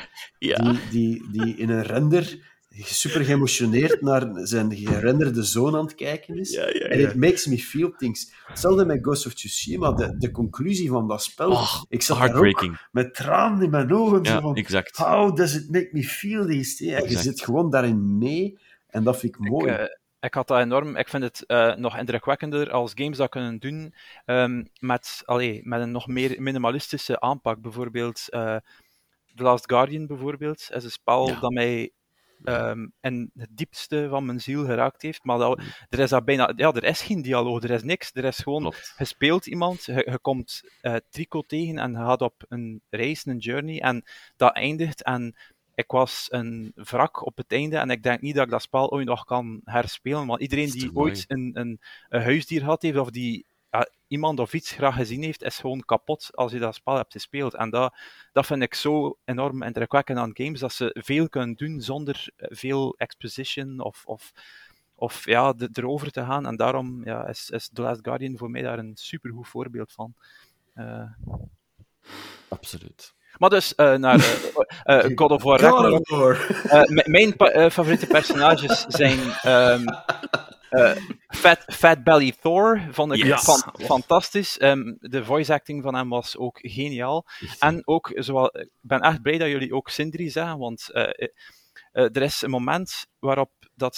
die in een render super geëmotioneerd naar zijn gerenderde zoon aan het kijken is. En it makes me feel things. Hetzelfde met Ghost of Tsushima, de conclusie van dat spel. Ik zat daar ook met tranen in mijn ogen. Ja, van, exact. How does it make me feel these? En je zit gewoon daarin mee. En dat vind ik mooi. Ik had dat enorm... Ik vind het nog indrukwekkender als games dat kunnen doen met een nog meer minimalistische aanpak. Bijvoorbeeld The Last Guardian bijvoorbeeld is een spel dat mij in het diepste van mijn ziel geraakt heeft. Maar er is dat bijna... Ja, er is geen dialoog, er is niks. Er is gewoon... Je speelt iemand, je komt Trico tegen en je gaat op een reis, een journey, en dat eindigt en... Ik was een wrak op het einde en ik denk niet dat ik dat spel ooit nog kan herspelen. Want iedereen die ooit een huisdier gehad heeft of die iemand of iets graag gezien heeft, is gewoon kapot als je dat spel hebt gespeeld. En dat vind ik zo enorm indrukwekkend aan games, dat ze veel kunnen doen zonder veel exposition of erover te gaan. En daarom is The Last Guardian voor mij daar een supergoed voorbeeld van. Absoluut. Maar dus, naar God of War Ragnarok. Mijn favoriete personages zijn Fat Belly Thor, vond ik fantastisch. De voice acting van hem was ook geniaal. En ook, ik ben echt blij dat jullie ook Sindri zeggen, want er is een moment waarop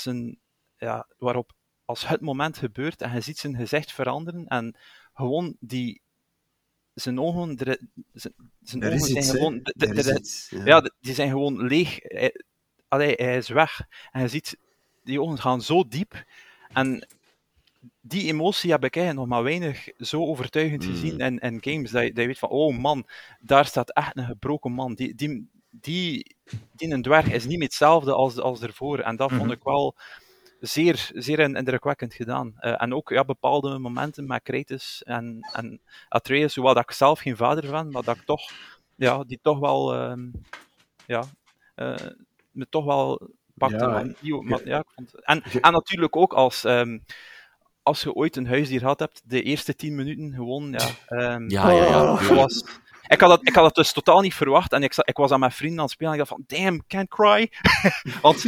als het moment gebeurt en je ziet zijn gezicht veranderen en gewoon zijn ogen zijn gewoon... die zijn gewoon leeg. Hij is weg. En je ziet, die ogen gaan zo diep. En die emotie heb ik eigenlijk nog maar weinig zo overtuigend gezien in games. Dat je weet van, oh man, daar staat echt een gebroken man. Die een dwerg is niet meer hetzelfde als ervoor. En dat vond ik wel... Zeer, zeer indrukwekkend gedaan. En ook bepaalde momenten met Kratos en Atreus, hoewel dat ik zelf geen vader ben, maar dat ik toch, die toch wel, me toch wel pakte Ja, man. Ik vond... En natuurlijk ook als je ooit een huisdier gehad hebt, de eerste 10 minuten gewoon... Ja. Dat was... Ik had het dus totaal niet verwacht en ik was aan mijn vrienden aan het spelen en ik dacht van, damn, can't cry. Want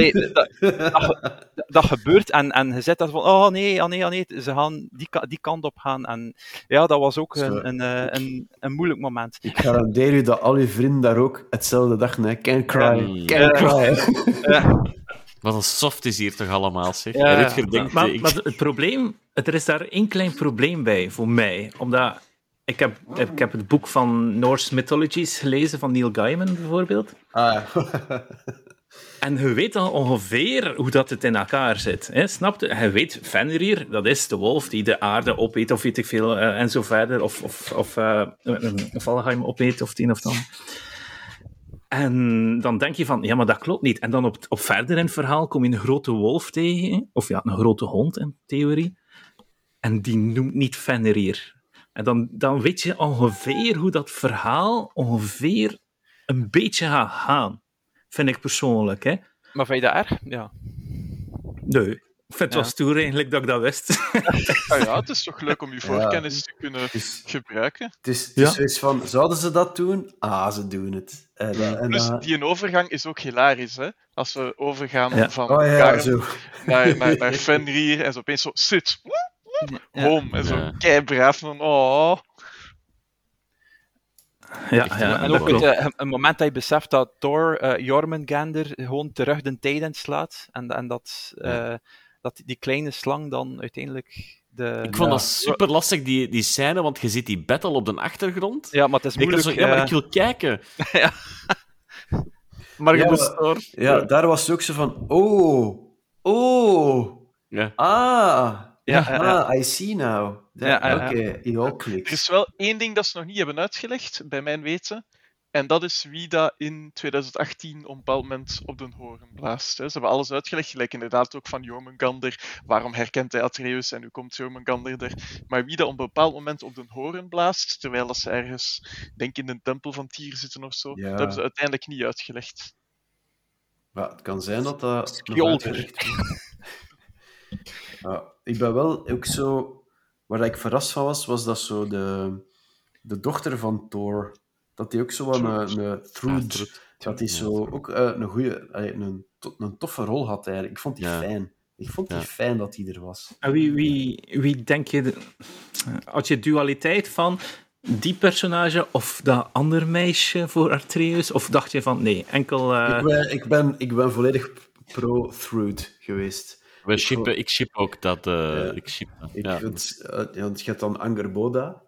dat gebeurt en je zit daar van, oh nee, ze gaan die kant op gaan. En ja, dat was ook een moeilijk moment. Ik garandeer u dat al uw vrienden daar ook hetzelfde dachten. Hè. Can't cry, can't cry. Wat een soft is hier toch allemaal, zeg. Ja. Rutger denkt... Maar het probleem, er is daar één klein probleem bij voor mij. Omdat ik heb het boek van Norse Mythologies gelezen, van Neil Gaiman bijvoorbeeld. En je weet al ongeveer hoe dat het in elkaar zit. Hè? Snap je? Je weet, Fenrir, dat is de wolf die de aarde opeet, of weet ik veel, en zo verder. Of Valheim opeet, of het een of het ander. En dan denk je van, ja, maar dat klopt niet. En dan op verder in het verhaal kom je een grote wolf tegen, of ja, een grote hond in theorie. En die noemt niet Fenrir. En dan weet je ongeveer hoe dat verhaal ongeveer een beetje gaat gaan. Vind ik persoonlijk, hè. Maar vind je dat erg? Ja. Nee. Ik vind het wel stoer eigenlijk dat ik dat wist. Het is toch leuk om je voorkennis te kunnen gebruiken. Het is zoiets van, zouden ze dat doen? Ze doen het. Plus, die overgang is ook hilarisch, hè. Als we overgaan van zo. naar Fenrir en zo opeens zo, sit, home, en zo keibraaf van, En ook een moment dat je beseft dat Thor Jormungandr gewoon terug de tijd inslaat en dat die kleine slang dan uiteindelijk Ik vond dat super lastig, die scène, want je ziet die battle op de achtergrond. Ja, maar het is moeilijk. Maar ik wil kijken. Maar je moest Thor... Ja, daar was het ook zo van, I see now. Oké, it all clicks. Er is wel één ding dat ze nog niet hebben uitgelegd, bij mijn weten. En dat is wie dat in 2018 op een bepaald moment op de horen blaast. Hè. Ze hebben alles uitgelegd, gelijk inderdaad ook van Jormungandr. Waarom herkent hij Atreus en hoe komt Jormungandr er? Maar wie dat op een bepaald moment op de horen blaast, terwijl dat ze ergens, denk in de tempel van Tyr zitten of zo, dat hebben ze uiteindelijk niet uitgelegd. Ja, het kan zijn dat dat nog uitgelegd wordt. Ik ben wel ook zo... Waar ik verrast van was dat zo de dochter van Thor, dat die ook zo een Thrud, dat die zo ook een goede, een toffe rol had eigenlijk. Ik vond die fijn. Ik vond die fijn dat die er was. En wie denk je... Had je dualiteit van die personage of dat andere meisje voor Atreus? Of dacht je van, nee, enkel... Ik ben volledig pro-Thrud geweest. Ik ship ook dat. Ik ship dat. Want je hebt dan Angerboda.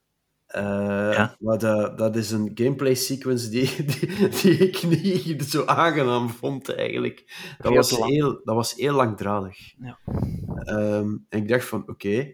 Maar dat is een gameplay sequence die ik niet zo aangenaam vond, eigenlijk. Dat was heel langdradig. Ja. En ik dacht van, oké.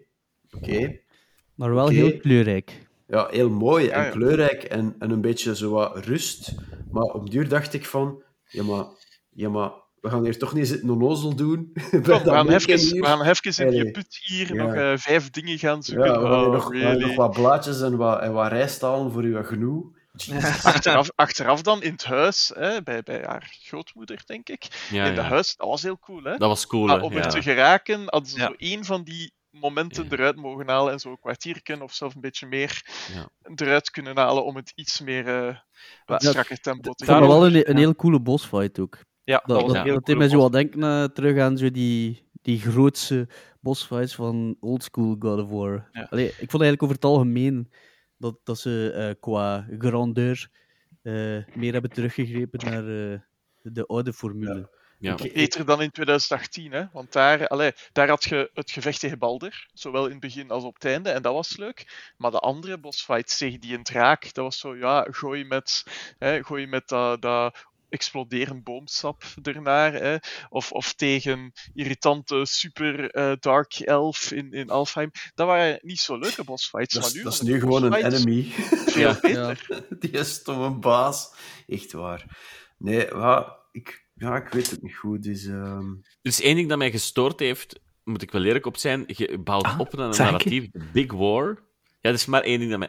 Maar wel heel kleurrijk. Ja, heel mooi en kleurrijk en een beetje zo wat rust. Maar op duur dacht ik van, ja maar we gaan hier toch niet zitten onnozel doen. We gaan even in je put hier nog 5 dingen gaan zoeken. Ja, we gaan nog wat blaadjes en wat rijst halen voor uw genoeg. Achteraf dan in het huis, hè, bij haar grootmoeder, denk ik. In het huis, dat was heel cool, hè? Dat was cool, maar om er te geraken, hadden ze zo één van die momenten eruit mogen halen en zo een kwartiertje of zelfs een beetje meer eruit kunnen halen om het iets meer een strakker tempo te geven. Maar wel een heel coole bossfight ook. Ja, dat deed mij zo wat denken terug aan zo die grootste bossfights van oldschool God of War. Ja. Allee, ik vond eigenlijk over het algemeen dat ze qua grandeur meer hebben teruggegrepen naar de oude formule. Ja. Beter dan in 2018, hè? Want daar had je het gevecht tegen Balder, zowel in het begin als op het einde, en dat was leuk. Maar de andere bossfight tegen die een draak, dat was zo, gooi met dat exploderend boomsap ernaar, hè? Of tegen irritante super dark elf in Alfheim. Dat waren niet zo leuke bossfights. Dat is nu gewoon een enemy. Veel beter. Die stomme baas. Echt waar. Nee, ik weet het niet goed. Dus één ding dat mij gestoord heeft, moet ik wel eerlijk op zijn, je bouwt op naar een narratief, The Big War. Ja, dat is maar één ding.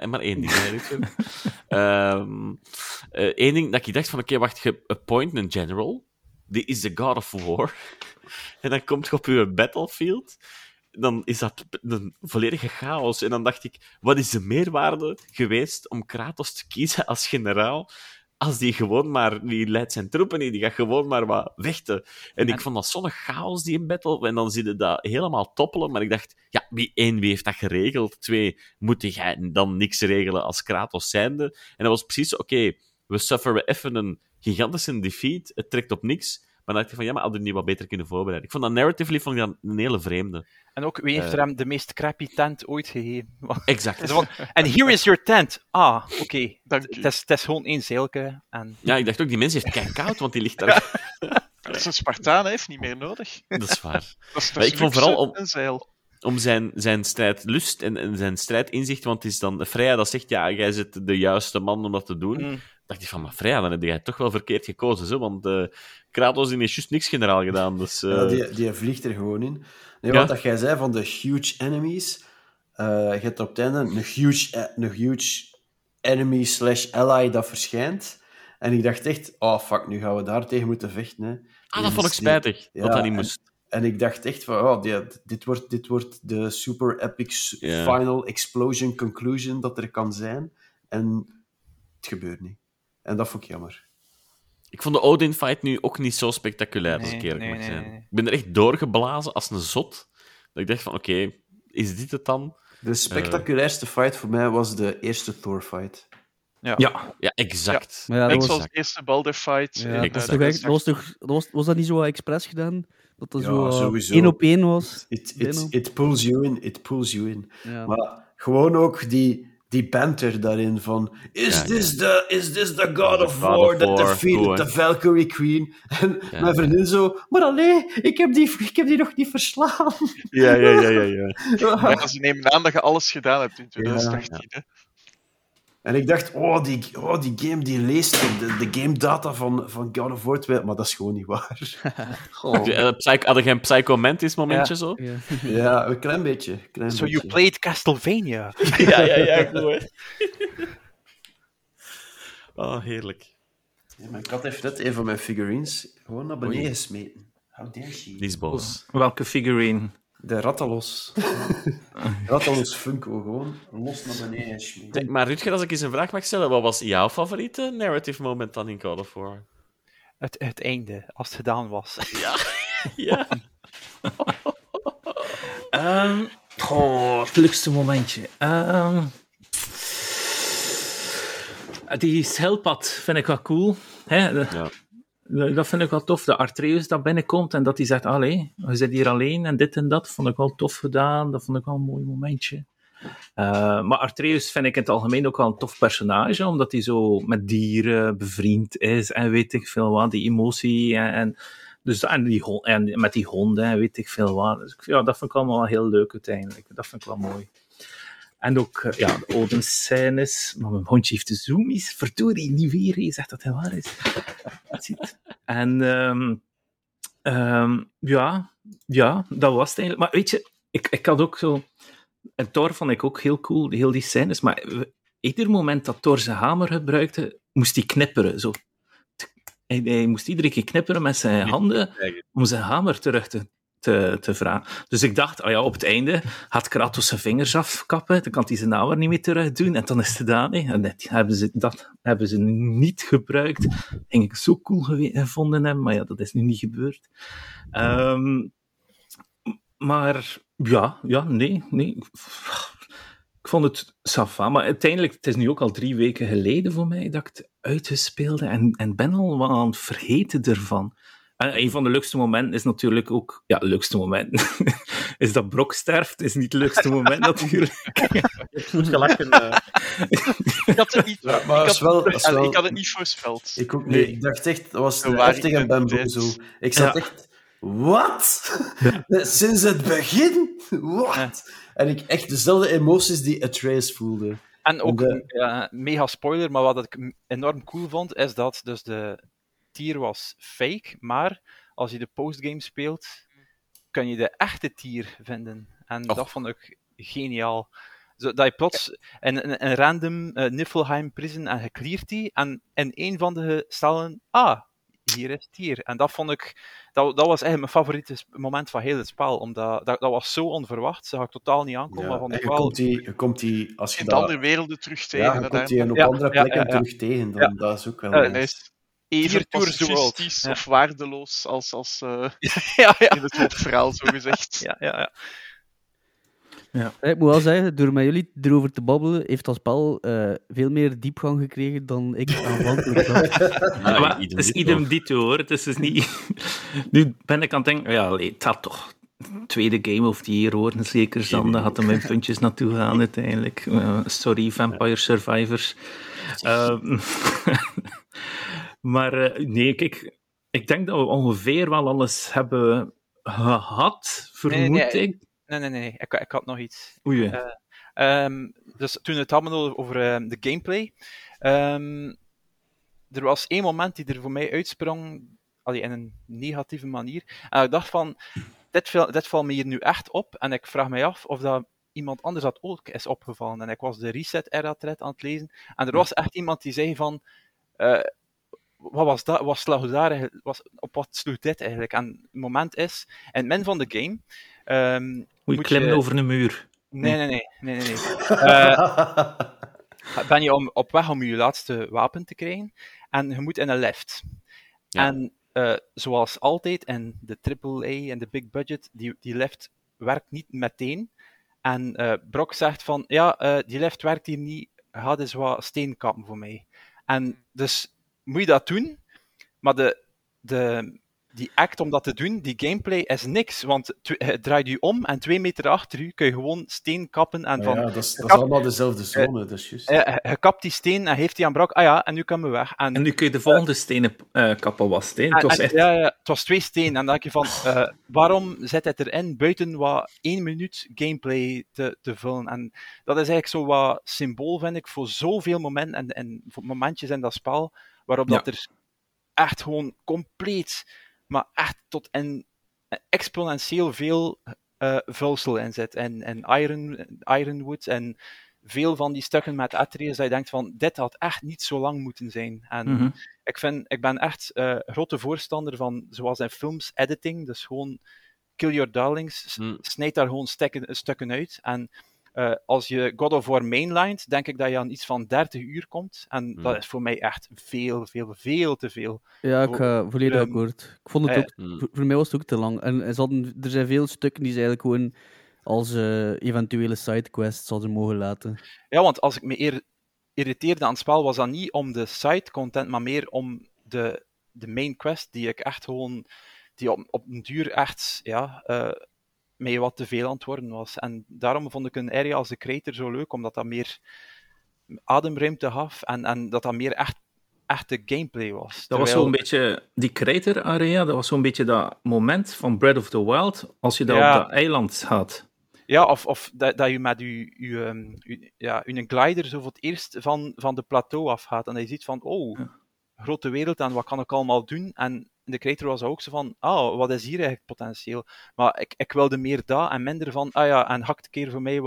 Eén ding dat ik dacht van, oké, wacht, je appoint een general, die is the God of War. En dan komt je op je battlefield, dan is dat een volledige chaos. En dan dacht ik, wat is de meerwaarde geweest om Kratos te kiezen als generaal, als die leidt zijn troepen niet, die gaat gewoon maar wat vechten. En ik vond dat zo'n chaos, die in battle. En dan zie je dat helemaal toppelen. Maar ik dacht, ja, wie heeft dat geregeld? 2, moet jij dan niks regelen als Kratos zijnde? En dat was precies, oké, we sufferen even een gigantische defeat, het trekt op niks. Maar dan dacht ik van, ja, maar hadden we niet wat beter kunnen voorbereiden. Ik vond dat narratively een hele vreemde. En ook, wie heeft er hem de meest crappy tent ooit gegeven? Exact. En here is your tent. Oké. Dank u. Het is gewoon één zeilke. En... Ja, ik dacht ook, die mens heeft kei koud, want die ligt daar. Dat is een Spartaan, hij heeft niet meer nodig. Dat is waar. Dat is Maar ik vond luxe, vooral een zeil. om zijn strijdlust en zijn strijdinzicht, want het is dan Freya dat zegt, ja, jij bent de juiste man om dat te doen. Dacht ik van, maar Freya, dan heb jij toch wel verkeerd gekozen, zo, want Kratos die heeft juist niks generaal gedaan. Dus, Ja, die vliegt er gewoon in. Nee, Ja. wat dat jij zei van de huge enemies, je hebt op het einde een huge enemy / ally dat verschijnt. En ik dacht echt, oh fuck, nu gaan we daar tegen moeten vechten. Hè. dat vond ik spijtig, Ja, dat dat niet moest. En ik dacht echt van, dit wordt de super epic Ja. final explosion conclusion dat er kan zijn. En het gebeurt niet. En dat vond ik jammer. Ik vond de Odin-fight nu ook niet zo spectaculair, als ik eerlijk mag zijn. Ik ben er echt doorgeblazen als een zot. Dat ik dacht van, oké, is dit het dan? De spectaculairste fight voor mij was de eerste Thor-fight. Ja, Ja, exact. Maar ja, Net dat zoals was, de eerste Balder fight. ja, Ik dat, was zeg- toch eigenlijk, was dat niet zo expres gedaan? Dat dat Ja, zo sowieso. 1 op 1 was? It pulls you in, it pulls you in. Ja. Maar gewoon ook die banter daarin van is this the God of God War of that War, defeated goed, hè. the Valkyrie Queen? En mijn vriendin zo, maar allee, ik heb die nog niet verslaan. Ja. Ja, ze nemen aan dat je alles gedaan hebt in 2018. Hè. En ik dacht, die game die leest de game data van God of War 2, maar dat is gewoon niet waar. Hadden geen Psycho Mantis momentje zo? Ja. Ja, een klein beetje. So you played Castlevania. Ja, goed, hè. Oh, heerlijk. Ja, mijn kat heeft net een van mijn figurines gewoon naar beneden gesmeten. How dare she? Die is boos. welke figurine? De Rattalos. Rattalos Funko, gewoon los naar beneden gesmeten. Zeg, maar Rutger, als ik eens een vraag mag stellen, wat was jouw favoriete narrative moment dan in God of War? Het einde, als het gedaan was. Ja. Het leukste momentje. Die schelpad vind ik wel cool. Hè? Ja. Dat vind ik wel tof. De Atreus dat binnenkomt en dat hij zegt, allee, we zit hier alleen en dit en dat. Vond ik wel tof gedaan. Dat vond ik wel een mooi momentje. Maar Atreus vind ik in het algemeen ook wel een tof personage, omdat hij zo met dieren bevriend is en weet ik veel wat, die emotie en met die honden en weet ik veel wat. Dus ja, dat vind ik allemaal wel heel leuk uiteindelijk. Dat vind ik wel mooi. En ook, de Odin-scènes, maar mijn hondje heeft de zoomies, verdorie, niet weer, je zegt dat hij waar is. Dat ziet. En dat was het eigenlijk. Maar weet je, ik had ook zo... En Thor vond ik ook heel cool, heel die scènes, maar ieder moment dat Thor zijn hamer gebruikte, moest hij knipperen, zo. Hij moest iedere keer knipperen met zijn handen om zijn hamer terug te vragen. Dus ik dacht, op het einde gaat Kratos zijn vingers afkappen, dan kan hij zijn hamer niet meer terug doen, en dan is het gedaan. Hè. En dat hebben ze niet gebruikt. Ging ik zo cool gevonden hebben, maar ja, dat is nu niet gebeurd. Maar nee. Ik vond het sava, maar uiteindelijk, het is nu ook al 3 weken geleden voor mij dat ik het uitgespeelde en ben al wat aan het vergeten ervan. En een van de leukste momenten is natuurlijk ook... Ja, het leukste moment is dat Brok sterft. Is niet het leukste moment natuurlijk. Goed gelachen. Ik had het niet, Ja, maar ik had het niet voorspeld. Ik ook niet. Ik dacht echt, dat was Zo waar heftig en ben identiteit. zo. Ik zat echt... Wat? Sinds het begin? Wat? En ik echt dezelfde emoties die Atreus voelde. En ook, De- mega spoiler, maar wat ik enorm cool vond, is dat dus de tier was fake, maar als je de postgame speelt, kun je de echte tier vinden. En dat vond ik geniaal. Dat je plots een random Niflheim prison en je cleart die, en in een van de stellen, hier is het hier. En dat vond ik... Dat was eigenlijk mijn favoriete moment van heel het spel. Omdat dat was zo onverwacht. Ze had ik totaal niet aankomen. Ja, Maar vond en ik je wel... komt die, als je In dat... andere werelden terug tegen. Ja, je hè, komt die daarom. op Ja, andere ja, plekken ja, ja. terug tegen. Dan, Ja. dat is ook wel En hij nice. is even Tours the world. pacifistisch Ja. of waardeloos als Ja, ja. in het hoofdverhaal, zo gezegd. Ja, ja, ja. Ik moet wel zeggen, door met jullie erover te babbelen, heeft dat spel veel meer diepgang gekregen dan ik aanvankelijk dacht. Maar het is idem dito, hoor. Het is dus niet... Nu ben ik aan het denken... Ja, allee, het had toch... Tweede Game of the Year horen, zeker. Dan daar hadden mijn puntjes naartoe gaan, uiteindelijk. Sorry, Vampire Survivors. Maar nee, kijk... Ik denk dat we ongeveer wel alles hebben gehad, vermoed ik. Nee. Ik had nog iets. Oei. Dus toen we het hadden over de gameplay, er was één moment die er voor mij uitsprong, in een negatieve manier. En ik dacht van, dit valt me hier nu echt op. En ik vraag me af of dat iemand anders dat ook is opgevallen. En ik was de Reset-era-thread aan het lezen. En er was echt iemand die zei van... wat was dat? Wat sloeg daar eigenlijk? Op wat sloeg dit eigenlijk? En het moment is, in het midden van de game... Moet je klimmen over een muur. Nee. Ben je op weg om je laatste wapen te krijgen en je moet in een lift. Ja. En zoals altijd in de AAA en de big budget, die lift werkt niet meteen. En Brock zegt van, die lift werkt hier niet, ga dus wat steen kappen voor mij. En dus moet je dat doen, maar die act om dat te doen, die gameplay is niks, want het draait je om en 2 meter achter je kun je gewoon steen kappen en van... Ja, dat is allemaal dezelfde zone, dat is juist. Je kapt die steen en heeft hij aan Brock, en nu kunnen we weg. En nu kun je de volgende stenen kappen was steen. Het was echt... Ja, het was 2 stenen. En dan denk je van, waarom zit het erin buiten wat 1 minuut gameplay te vullen? En dat is eigenlijk zo wat symbool, vind ik, voor zoveel momenten en momentjes in dat spel, waarop dat er echt gewoon compleet, maar echt tot in exponentieel veel vulsel in zit. En Ironwood en veel van die stukken met Atreus, dat je denkt van, dit had echt niet zo lang moeten zijn. En ik ben echt grote voorstander van, zoals in films, editing, dus gewoon kill your darlings, snijd daar gewoon stukken uit. En als je God of War mainlined, denk ik dat je aan iets van 30 uur komt. En dat is voor mij echt veel te veel. Ja, ik ga volledig akkoord. Ik vond het ook... Voor mij was het ook te lang. En er zijn veel stukken die ze eigenlijk gewoon als eventuele sidequests hadden mogen laten. Ja, want als ik me irriteerde aan het spel, was dat niet om de side-content, maar meer om de main quest, die ik echt gewoon... Die op een duur echt... mij wat te veel aan het worden was. En daarom vond ik een area als de Crater zo leuk, omdat dat meer ademruimte gaf en dat meer echte gameplay was. Dat was zo'n beetje, die Crater area, dat was zo'n beetje dat moment van Breath of the Wild, als je dat op dat eiland had. Ja, of dat je met je glider zo voor het eerst van de plateau afgaat en dat je ziet van, grote wereld en wat kan ik allemaal doen? En in de Creator was ook zo van, wat is hier eigenlijk potentieel? Maar ik wilde meer dat en minder van, en hakt een keer voor mij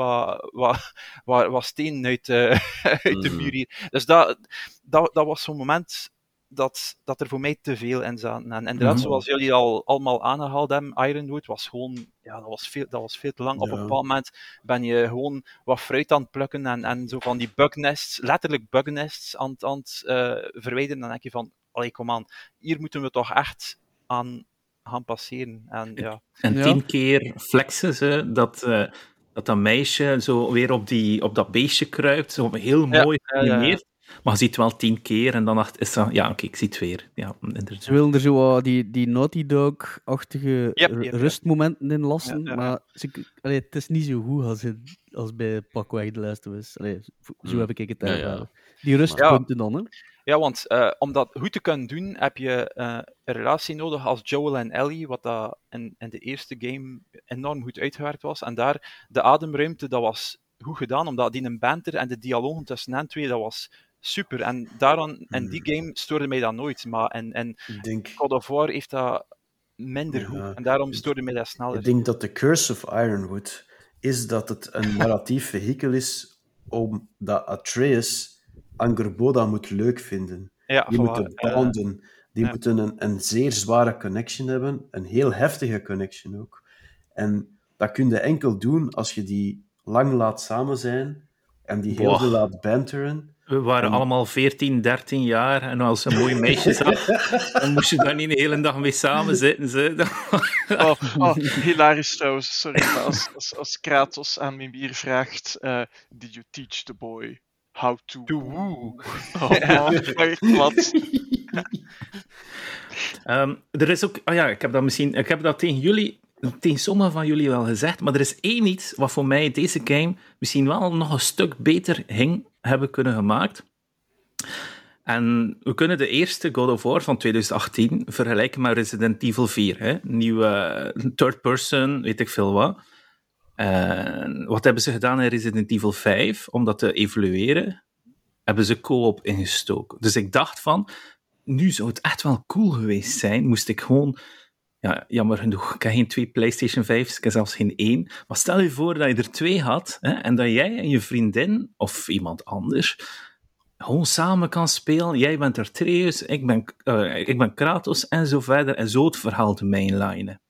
wat steen uit de muur hier. Dus dat was zo'n moment dat er voor mij te veel in zat. En inderdaad, zoals jullie al allemaal aangehaald hebben, Ironwood was gewoon, dat was veel te lang. Op een bepaald moment ben je gewoon wat fruit aan het plukken en zo van die bugnests, letterlijk bugnests aan het verwijderen. Dan denk je van, kom aan, hier moeten we toch echt aan gaan passeren. En 10 keer flexen ze dat meisje zo weer op dat beestje kruipt, zo heel mooi geanimeerd. Maar je ziet wel 10 keer en dan is dat... Ja, oké, ik zie het weer. Ja, ze wilden er zo die Naughty Dog-achtige rustmomenten in lassen, maar het is niet zo goed als bij Pakweg de Last of Us. Zo heb ik het ervaren. Die rustpunten dan, hè? Ja, want om dat goed te kunnen doen, heb je een relatie nodig als Joel en Ellie, wat dat in de eerste game enorm goed uitgewerkt was. En daar, de ademruimte, dat was goed gedaan, omdat die een banter en de dialogen tussen hen twee, dat was super. En daaraan, in die game stoorde mij dat nooit, maar en God of War heeft dat minder goed. En daarom stoorde mij dat sneller. Ik denk dat The Curse of Ironwood is dat het een narratief vehikel is omdat Atreus Angerboda moet leuk vinden. Die moeten bonden. Die moeten een zeer zware connection hebben, een heel heftige connection ook. En dat kun je enkel doen als je die lang laat samen zijn en die heel veel laat banteren. We waren allemaal 14, 13 jaar en als een mooi meisje zag, dan moest je daar niet de hele dag mee samen zitten. Hilarisch trouwens, sorry. Maar als Kratos aan Mimir vraagt, did you teach the boy how to woo? Echt wat. Er is ook... ik heb dat tegen sommigen van jullie wel gezegd, maar er is één iets wat voor mij deze game misschien wel nog een stuk beter hebben kunnen gemaakt. En we kunnen de eerste God of War van 2018 vergelijken met Resident Evil 4. Hè? Nieuwe third person, weet ik veel wat. Wat hebben ze gedaan in Resident Evil 5? Om dat te evalueren, hebben ze co-op ingestoken. Dus ik dacht van, nu zou het echt wel cool geweest zijn, moest ik gewoon... Ja, jammer genoeg, ik heb geen 2 PlayStation 5's, ik heb zelfs geen 1. Maar stel je voor dat je er 2 had, hè, en dat jij en je vriendin, of iemand anders, gewoon samen kan spelen. Jij bent Atreus, ik ben Kratos, en zo verder, en zo het verhaal te mainlinen.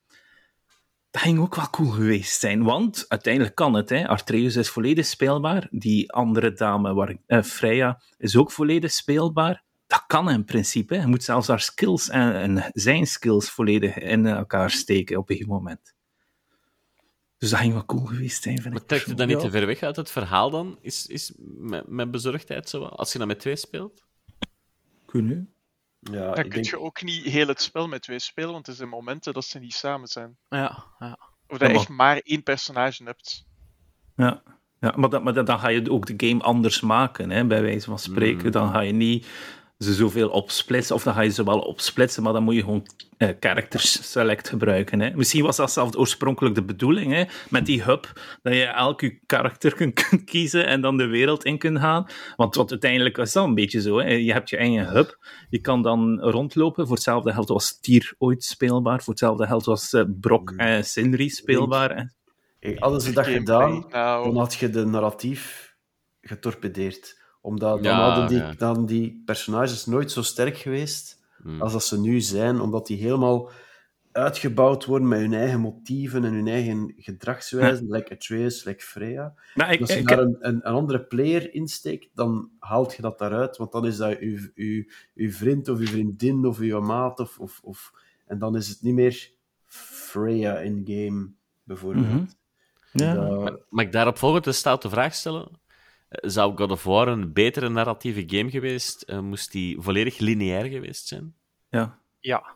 Dat ging ook wel cool geweest zijn, want uiteindelijk kan het. Hè. Atreus is volledig speelbaar, die andere dame, Freya, is ook volledig speelbaar. Dat kan in principe. Je moet zelfs haar skills en zijn skills volledig in elkaar steken op een gegeven moment. Dus dat ging wel cool geweest zijn, vind ik. Maar trekt je dat niet te ver weg uit het verhaal dan? Is met bezorgdheid zo? Als je dat met 2 speelt? Kunnen. Ja, Dan kun je ook niet heel het spel met 2 spelen, want er zijn momenten dat ze niet samen zijn. Ja. Of dat je echt maar 1 personage hebt. Ja, maar dan ga je ook de game anders maken, hè, bij wijze van spreken. Dan ga je niet ze zoveel opsplitsen, of dan ga je ze wel opsplitsen, maar dan moet je gewoon characters select gebruiken. Hè. Misschien was dat zelfs oorspronkelijk de bedoeling, hè, met die hub, dat je elk je karakter kunt kiezen en dan de wereld in kunt gaan. Want uiteindelijk is dat een beetje zo. Hè. Je hebt je eigen hub, je kan dan rondlopen. Voor hetzelfde geld was Tyr ooit speelbaar, voor hetzelfde geld was Brok en Sindri speelbaar. Hadden ze dat gedaan, dan had je de narratief getorpedeerd. Omdat dan die personages nooit zo sterk geweest als dat ze nu zijn, omdat die helemaal uitgebouwd worden met hun eigen motieven en hun eigen gedragswijzen, like Atreus, like Freya. Als je daar een andere player insteekt, dan haalt je dat daaruit, want dan is dat uw vriend of uw vriendin of uw maat, en dan is het niet meer Freya in-game, bijvoorbeeld. Mm-hmm. Ja. Mag ik daarop volgend een stoute vraag stellen? Zou God of War een betere narratieve game geweest? Moest die volledig lineair geweest zijn? Ja.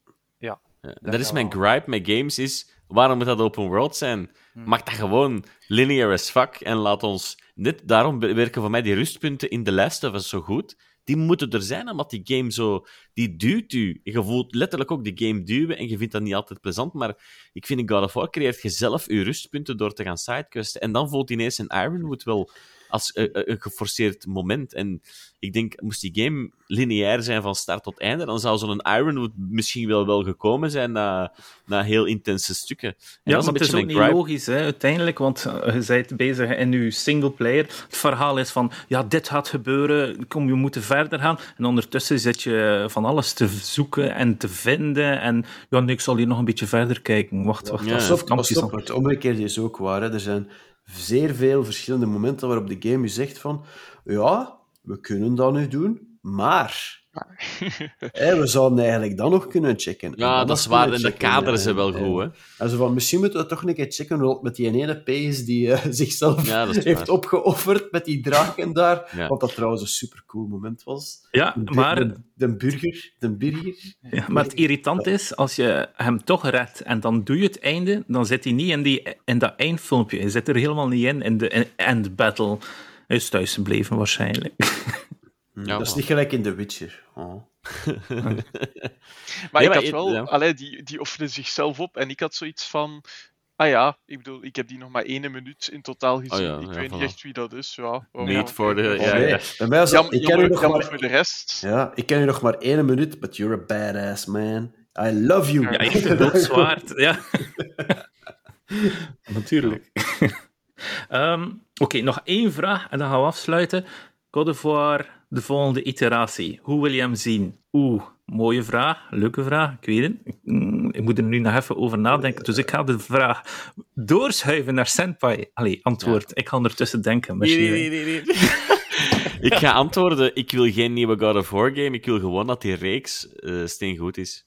Dat is mijn gripe met games, is waarom moet dat open world zijn? Mag dat gewoon linear as fuck en laat ons... Net daarom werken voor mij die rustpunten in The Last of Us zo goed. Die moeten er zijn, omdat die game zo... Die duwt u. Je voelt letterlijk ook die game duwen en je vindt dat niet altijd plezant, maar ik vind in God of War creëert je zelf je rustpunten door te gaan sidequesten. En dan voelt ineens een Ironwood wel als een geforceerd moment. En ik denk, moest die game lineair zijn van start tot einde, dan zou zo'n Ironwood misschien wel gekomen zijn na heel intense stukken. En ja, maar het is ook niet logisch, hè, uiteindelijk, want je bent bezig in je singleplayer. Het verhaal is van, ja, dit gaat gebeuren, we moeten verder gaan. En ondertussen zit je van alles te zoeken en te vinden. En ja, ik zal hier nog een beetje verder kijken. Wacht. Stop. Het omgekeerde is ook waar. Hè. Er zijn zeer veel verschillende momenten waarop de game je zegt van, ja, we kunnen dat nu doen, maar we zouden eigenlijk dan nog kunnen checken. Ja, dat is waar. En de kaderen zijn wel goed, hè. Also van, misschien moeten we toch een keer checken met die ene Pace die zichzelf heeft opgeofferd met die draken daar. Ja. Wat dat trouwens een supercool moment was. Ja, maar... De burger. Ja, maar het irritant is, als je hem toch redt en dan doe je het einde, dan zit hij niet in dat eindfilmpje. Hij zit er helemaal niet in de end battle. Hij is thuis gebleven, waarschijnlijk. Ja, dat is niet gelijk in The Witcher. Oh. Maar ik had wel... Die offerde zichzelf op en ik had zoiets van... ik bedoel, ik heb die nog maar 1 minuut in totaal gezien. Ik weet niet echt wie dat is. Niet voor de... Bij mij was dat... Ik ken u nog maar voor de rest. Ja, ik ken u nog maar 1 minuut, but you're a badass, man. I love you. Ja, ik heb een doodzwaard. Ja. Natuurlijk. Oké, nog 1 vraag en dan gaan we afsluiten. God of War, de volgende iteratie. Hoe wil je hem zien? Mooie vraag, leuke vraag, ik weet het. Ik moet er nu nog even over nadenken. Dus ik ga de vraag doorschuiven naar Senpai. Allee, antwoord. Ik ga ondertussen denken. Nee. Ik ga antwoorden, ik wil geen nieuwe God of War game. Ik wil gewoon dat die reeks steengoed is.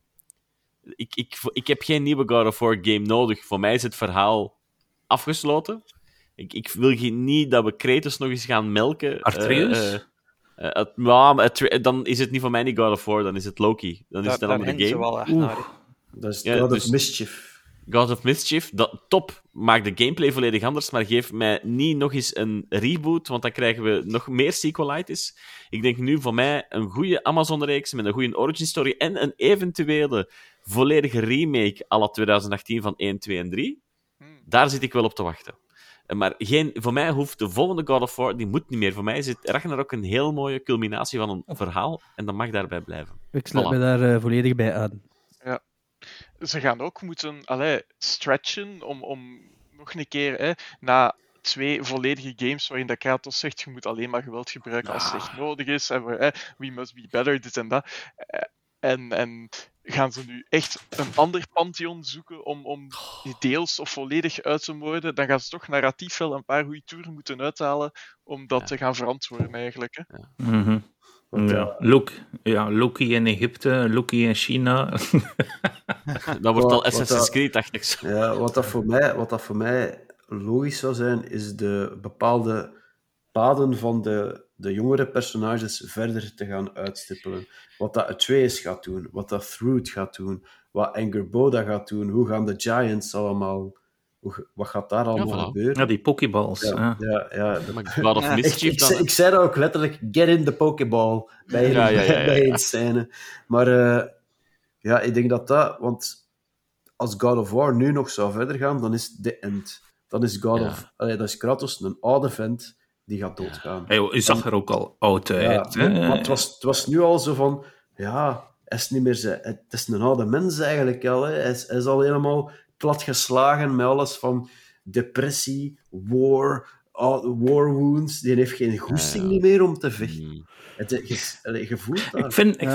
Ik heb geen nieuwe God of War game nodig. Voor mij is het verhaal afgesloten. Ik wil niet dat we Kratos nog eens gaan melken. Artreus? Dan is het niet voor mij niet God of War, dan is het Loki. Dan is het een andere game. Wel echt naar. Dat is God of Mischief. God of Mischief, top. Maak de gameplay volledig anders, maar geef mij niet nog eens een reboot, want dan krijgen we nog meer sequelitis. Ik denk nu voor mij een goede Amazon-reeks met een goede origin story en een eventuele volledige remake à la 2018 van 1, 2 en 3. Daar zit ik wel op te wachten. Maar voor mij hoeft de volgende God of War, die moet niet meer. Voor mij is het Ragnarok een heel mooie culminatie van een verhaal en dat mag daarbij blijven. Ik sluit me daar volledig bij aan. Ja. Ze gaan ook moeten stretchen om nog een keer na 2 volledige games waarin dat Kratos zegt je moet alleen maar geweld gebruiken als het echt nodig is en we must be better, dit en dat. En gaan ze nu echt een ander pantheon zoeken om die deels of volledig uit te moorden, dan gaan ze toch narratief wel een paar goede toeren moeten uithalen om dat te gaan verantwoorden eigenlijk. Hè. Mhm. Loki in Egypte, Loki in China. Dat wordt al Assassin's Creed, dacht ik zo. Ja, wat dat voor mij logisch zou zijn, is de bepaalde paden van de jongere personages verder te gaan uitstippelen. Wat dat Atreus gaat doen, wat dat Thrud gaat doen, wat Angerboda gaat doen, hoe gaan de Giants allemaal... Wat gaat daar allemaal gebeuren? Ja, die pokeballs. Ja. God of Mischief dan... Ik zei dat ook letterlijk, get in the pokeball, bij een scène. Maar ik denk dat... Want als God of War nu nog zou verder gaan, dan is the end. Dan is dat is Kratos een oude vent die gaat doodgaan. Hij zag er ook al oud uit. Maar het was nu al zo van... Ja, hij is niet meer... Het is een oude mens eigenlijk al. Hè. Hij is al helemaal platgeslagen met alles van depressie, war wounds. Die heeft geen goesting meer om te vechten. Je voelt dat.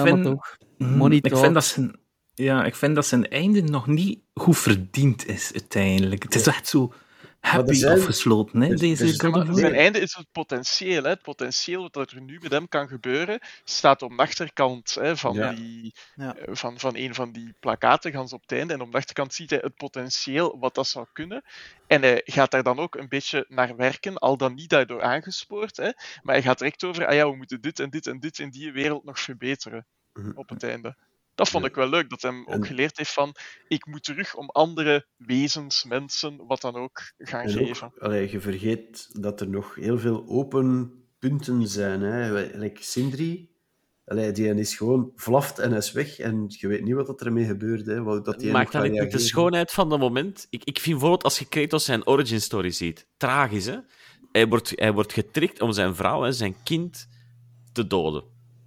Ik vind dat zijn einde nog niet goed verdiend is, uiteindelijk. Het is echt zo happy afgesloten, hè, deze God of War. Zijn einde is het potentieel. Hè. Het potentieel wat er nu met hem kan gebeuren, staat op de achterkant van een van die plakaten, gans op het einde. En op de achterkant ziet hij het potentieel wat dat zou kunnen. En hij gaat daar dan ook een beetje naar werken, al dan niet daardoor aangespoord. Hè. Maar hij gaat direct over, we moeten dit en dit en dit in die wereld nog verbeteren op het einde. Dat vond ik wel leuk, dat hij ook geleerd heeft van ik moet terug om andere wezens, mensen, wat dan ook, gaan geven. Je vergeet dat er nog heel veel open punten zijn. Hè. Like Sindri, die is gewoon vlaft en hij is weg en je weet niet wat ermee gebeurt. Hè. Maakt dat niet de schoonheid van dat moment? Ik vind bijvoorbeeld als je Kratos zijn origin story ziet, tragisch, hè? Hij wordt getrikt om zijn vrouw en zijn kind te doden.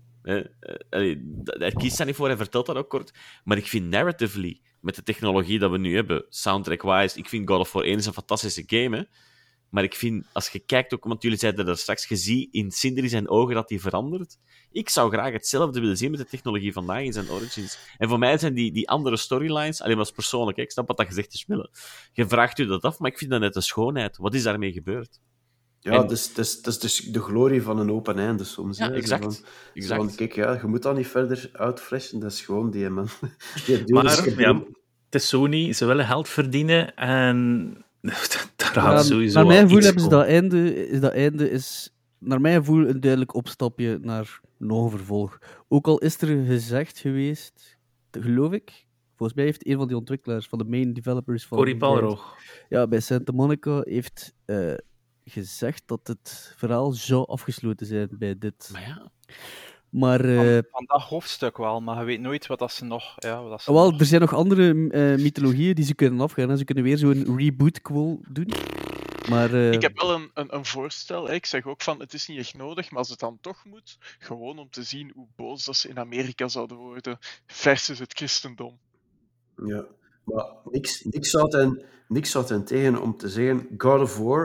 Hij kiest daar niet voor, hij vertelt dat ook kort. Maar ik vind narratively, met de technologie dat we nu hebben, soundtrack-wise, ik vind God of War 1 is een fantastische game, hè? Maar ik vind, als je kijkt ook, want jullie zeiden dat straks, je ziet in Sindri zijn ogen dat hij verandert. Ik zou graag hetzelfde willen zien met de technologie vandaag in zijn origins. En voor mij zijn die andere storylines, alleen maar persoontelijk, ik snap wat dat gezegd is, Mille. Je vraagt u dat af, maar ik vind dat net een schoonheid. Wat is daarmee gebeurd? Ja, het is dus de glorie van een open einde soms. Ja, hè. exact. Kijk, je moet dat niet verder uitflashen, dat is gewoon die man. Het is Sony, ze willen geld verdienen en daar gaat sowieso naar mijn gevoel iets hebben ze komen. dat einde is naar mijn gevoel een duidelijk opstapje naar nog een vervolg. Ook al is er gezegd geweest, geloof ik, volgens mij heeft een van die ontwikkelaars, van de main developers van... Cory Balrog. Ja, bij Santa Monica heeft gezegd dat het verhaal zou afgesloten zijn bij dit. Maar ja... Maar, van dat hoofdstuk wel, maar je weet nooit wat dat ze nog... er zijn nog andere mythologieën die ze kunnen afgaan. Hè. Ze kunnen weer zo'n reboot-quote doen. Maar, ik heb wel een voorstel. Hè. Ik zeg ook van, het is niet echt nodig, maar als het dan toch moet, gewoon om te zien hoe boos dat ze in Amerika zouden worden versus het christendom. Ja, maar niks zou ten tegen om te zeggen, God of War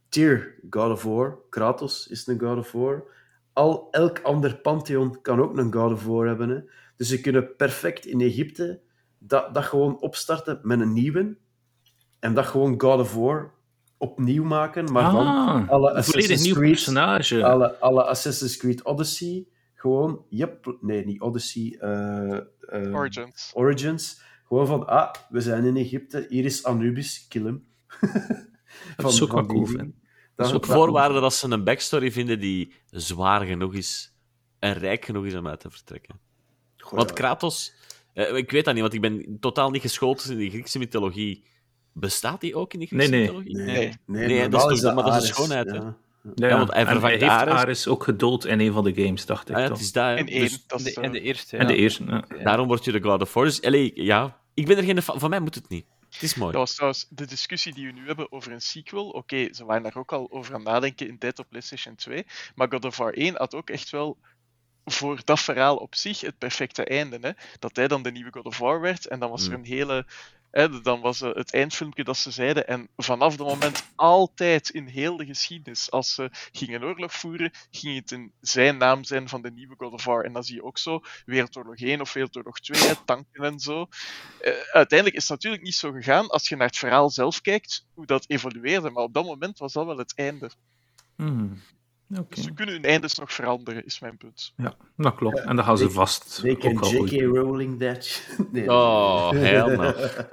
Tyr, God of War. Kratos is een God of War. Elk ander pantheon kan ook een God of War hebben. Hè. Dus ze kunnen perfect in Egypte dat gewoon opstarten met een nieuwe. En dat gewoon God of War opnieuw maken. Maar dan alle een volledig Assassin's nieuw Creed, personage. alle Assassin's Creed Odyssey. Gewoon, nee, niet Odyssey. Origins. Gewoon van, we zijn in Egypte. Hier is Anubis, kill hem. Dat is ook wel cool, vind. Dat is op voorwaarde dat ze een backstory vinden die zwaar genoeg is en rijk genoeg is om uit te vertrekken. Want Kratos... ik weet dat niet, want ik ben totaal niet geschoold in de Griekse mythologie. Bestaat die ook in de Griekse mythologie? Nee, dat is de schoonheid. Ja. Ja, want hij vervangt heeft Ares ook gedood in een van de games, dacht ik. Het is dat, in de eerste. En de eerste, ja. Daarom word je de God of War. Dus, ik ben er geen fan van. Mij moet het niet. Het is mooi. Dat was trouwens de discussie die we nu hebben over een sequel. Oké, ze waren daar ook al over aan nadenken in tijd op PlayStation 2. Maar God of War 1 had ook echt wel voor dat verhaal op zich het perfecte einde. Hè? Dat hij dan de nieuwe God of War werd en dan was er een hele... dan was het eindfilmpje dat ze zeiden. En vanaf dat moment altijd in heel de geschiedenis, als ze gingen oorlog voeren, ging het in zijn naam zijn van de nieuwe God of War. En dan zie je ook zo Wereldoorlog 1 of Wereldoorlog 2, tanken en zo. Uiteindelijk is het natuurlijk niet zo gegaan als je naar het verhaal zelf kijkt, hoe dat evolueerde. Maar op dat moment was dat wel het einde. Okay. Dus ze kunnen hun eindes nog veranderen, is mijn punt. Ja, dat klopt. En dan gaan ze vast They can ook wel J.K. Rowling that. Oh, hell no.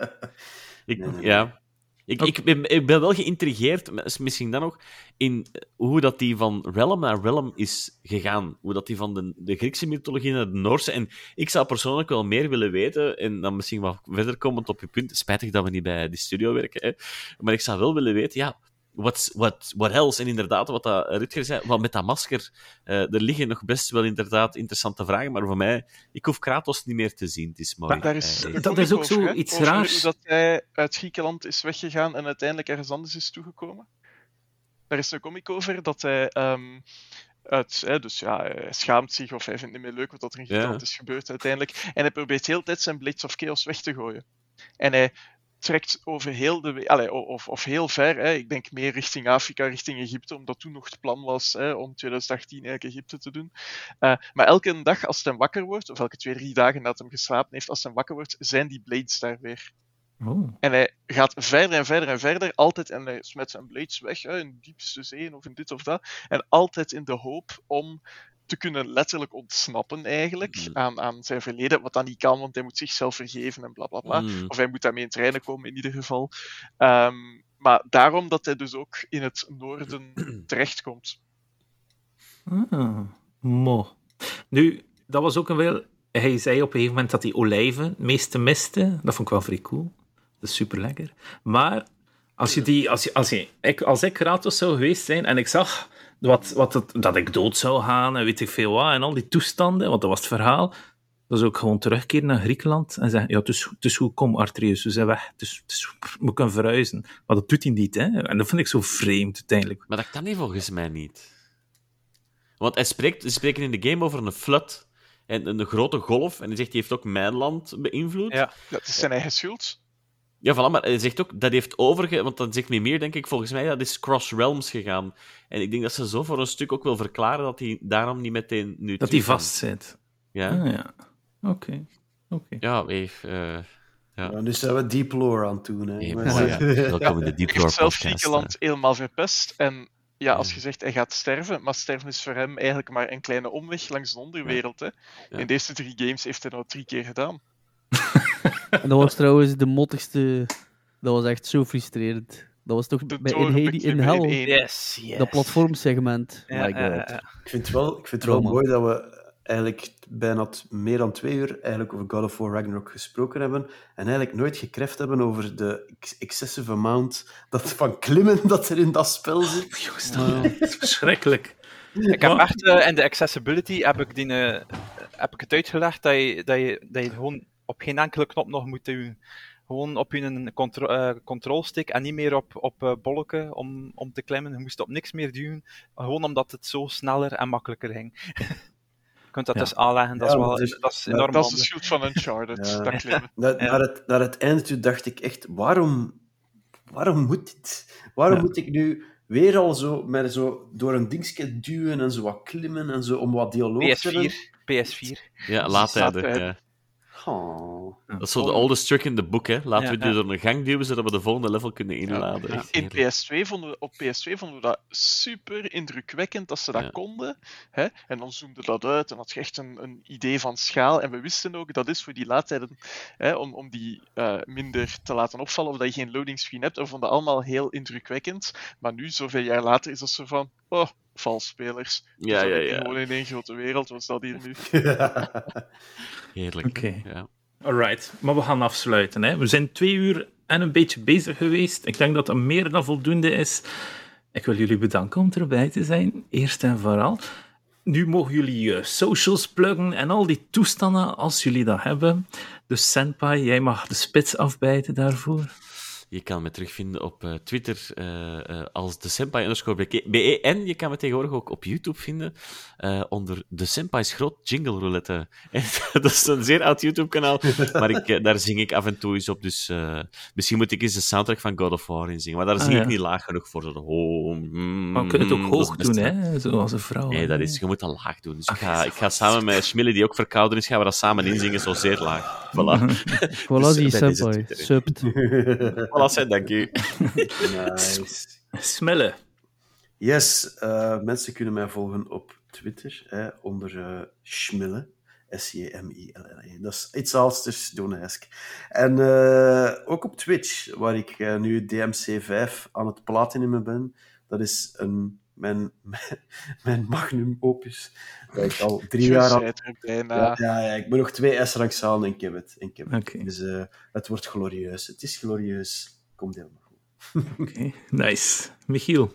Ik ben wel geïntrigeerd, misschien dan nog, in hoe dat die van realm naar realm is gegaan. Hoe dat die van de Griekse mythologie naar de Noorse... En ik zou persoonlijk wel meer willen weten, en dan misschien wat verder komend op je punt, spijtig dat we niet bij die studio werken, hè, maar ik zou wel willen weten, what else? En inderdaad, wat dat Rutger zei, wat met dat masker, er liggen nog best wel inderdaad interessante vragen, maar voor mij, ik hoef Kratos niet meer te zien. Het is mooi. Maar dat is ook zoiets raars. Hoe dat hij uit Griekenland is weggegaan en uiteindelijk ergens anders is toegekomen. Daar is een comic over dat hij... hij schaamt zich of hij vindt het niet meer leuk wat er in Griekenland is gebeurd uiteindelijk. En hij probeert de hele tijd zijn Blades of Chaos weg te gooien. En hij trekt over heel of heel ver, ik denk meer richting Afrika, richting Egypte, omdat toen nog het plan was om 2018 eigenlijk Egypte te doen. Maar elke dag als hij wakker wordt, of elke 2-3 dagen nadat hij geslapen heeft, als hij wakker wordt, zijn die Blades daar weer. Oh. En hij gaat verder en verder en verder, altijd, en hij smet zijn Blades weg, in de diepste zee of in dit of dat, en altijd in de hoop om te kunnen letterlijk ontsnappen eigenlijk aan zijn verleden, wat dan niet kan, want hij moet zichzelf vergeven en blablabla. Of hij moet daarmee in treinen komen in ieder geval. Maar daarom dat hij dus ook in het noorden terechtkomt. Nu, dat was ook een wel... Hij zei op een gegeven moment dat hij olijven het meeste miste. Dat vond ik wel vrij cool. Dat is super lekker. Maar als ik Kratos zou geweest zijn en ik zag dat ik dood zou gaan en weet ik veel wat, en al die toestanden, want dat was het verhaal, dan zou ik gewoon terugkeren naar Griekenland en zeggen, het is goed, kom Artreus, we zijn weg, we kunnen verhuizen. Maar dat doet hij niet, hè. En dat vind ik zo vreemd, uiteindelijk. Maar dat kan hij volgens mij niet. Want ze spreken in de game over een flood en een grote golf, en hij zegt, die heeft ook mijn land beïnvloed. Ja, dat is zijn eigen schuld. Ja, voilà, maar hij zegt ook, dat heeft want dan zegt Mimir, denk ik, volgens mij, dat is cross realms gegaan. En ik denk dat ze zo voor een stuk ook wil verklaren dat hij daarom niet meteen nu... Dat hij vastzit. Ja? Ja. Oké. Ja, nu zijn we deep lore aan het doen. Hè. Welkom in de deep lore Hij heeft zelf podcast. Griekenland helemaal verpest. En ja, als je zegt, hij gaat sterven, maar sterven is voor hem eigenlijk maar een kleine omweg langs de onderwereld. Hè. Ja. In deze 3 games heeft hij nou 3 keer gedaan. En dat was trouwens de mottigste... Dat was echt zo frustrerend. Dat was toch in Hell, Yes. dat platformsegment. Ja, My god. Ik vind het wel mooi dat we eigenlijk bijna meer dan 2 uur eigenlijk over God of War Ragnarok gesproken hebben en eigenlijk nooit gekreft hebben over de excessive amount van klimmen dat er in dat spel zit. Dat is verschrikkelijk. Ik heb echt, in de accessibility heb ik het uitgelegd dat je gewoon op geen enkele knop nog moet doen. Gewoon op je control stick en niet meer op bolken om te klimmen. Je moest op niks meer duwen, gewoon omdat het zo sneller en makkelijker ging. Je kunt dat dus aanleggen, dat is enorm Dat is de schuld van Uncharted, dat klimmen. Naar het einde toe dacht ik echt, waarom moet dit? Waarom moet ik nu weer al zo, met zo door een dingetje duwen en zo wat klimmen en zo om wat dialoog te hebben. PS4. Ja, laadtijden. Ja. Oh. Dat is zo de oldest trick in the book, hè. Laten we die Ja. door een gang duwen, zodat we de volgende level kunnen inladen. Ja. Echt In heerlijk. op PS2 vonden we dat super indrukwekkend dat ze dat Ja. konden. Hè? En dan zoomde dat uit en had je echt een idee van schaal. En we wisten ook, dat is voor die laadtijden, hè, om die minder te laten opvallen, of dat je geen loading screen hebt. En we vonden dat allemaal heel indrukwekkend. Maar nu, zoveel jaar later, is dat zo van... Oh, valsspelers. Ja, ja, ja. Gewoon in één grote wereld was dat hier nu. Heerlijk. Oké. Ja. Alright, maar we gaan afsluiten. Hè. We zijn 2 uur en een beetje bezig geweest. Ik denk dat dat meer dan voldoende is. Ik wil jullie bedanken om erbij te zijn, eerst en vooral. Nu mogen jullie je socials pluggen en al die toestanden als jullie dat hebben. Dus Senpai, jij mag de spits afbijten daarvoor. Je kan me terugvinden op Twitter als de Senpai_BE. En je kan me tegenwoordig ook op YouTube vinden onder de Senpai's Groot Jingle Roulette. Dat is een zeer oud YouTube-kanaal, maar daar zing ik af en toe eens op. Dus misschien moet ik eens de soundtrack van God of War inzingen. Maar daar zing ik niet laag genoeg voor. Maar je kunt het ook hoog doen, hè? Zoals een vrouw. Nee, je moet dat laag doen. Dus ik ga samen met Schmille, die ook verkouden is, gaan we dat samen inzingen, zo zeer laag. Voilà. Voilà, die bij deze Senpai. Twitter. Subt. Voilà, dank u. Nice. Smelle. Yes, mensen kunnen mij volgen op Twitter onder Schmille. Schmille. Dat is iets als don't ask. En ook op Twitch, waar ik nu DMC5 aan het platinumen ben. Dat is mijn magnum opus. Dat ik al 3 jaar al... Bijna. Ja, ik ben nog 2 S-ranks aan en ik heb het. Oké. Dus het wordt glorieus. Het is glorieus. Komt helemaal goed. Oké, nice. Michiel.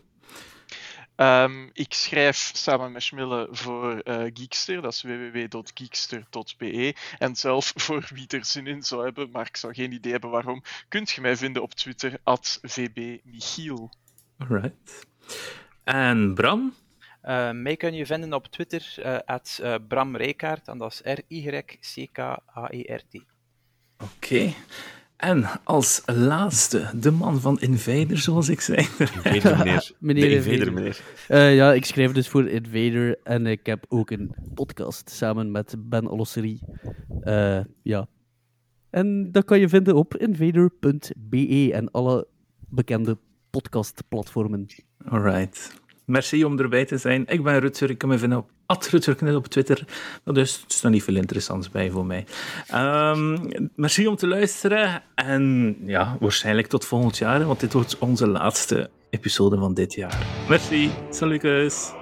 Ik schrijf samen met Schmille voor Geekster, dat is www.geekster.be. En zelf, voor wie er zin in zou hebben, maar ik zou geen idee hebben waarom, kunt je mij vinden op Twitter, @vbmichiel. Alright. En Bram? Mij kun je vinden op Twitter, @Bram Rijkaard, en dat is RYCKAERT. Oké. En als laatste, de man van Invader, zoals ik zei. Invader, meneer. Meneer De Invader. Invader, meneer. Ja, ik schrijf dus voor Invader en ik heb ook een podcast samen met Ben Olosserie. Ja. En dat kan je vinden op invader.be en alle bekende podcastplatformen. Alright. Merci om erbij te zijn. Ik ben Rutger. Ik kan me vinden op @Rutgerknil op Twitter. Dus er staat niet veel interessants bij voor mij. Merci om te luisteren. En ja, waarschijnlijk tot volgend jaar, want dit wordt onze laatste episode van dit jaar. Merci. Salutjes.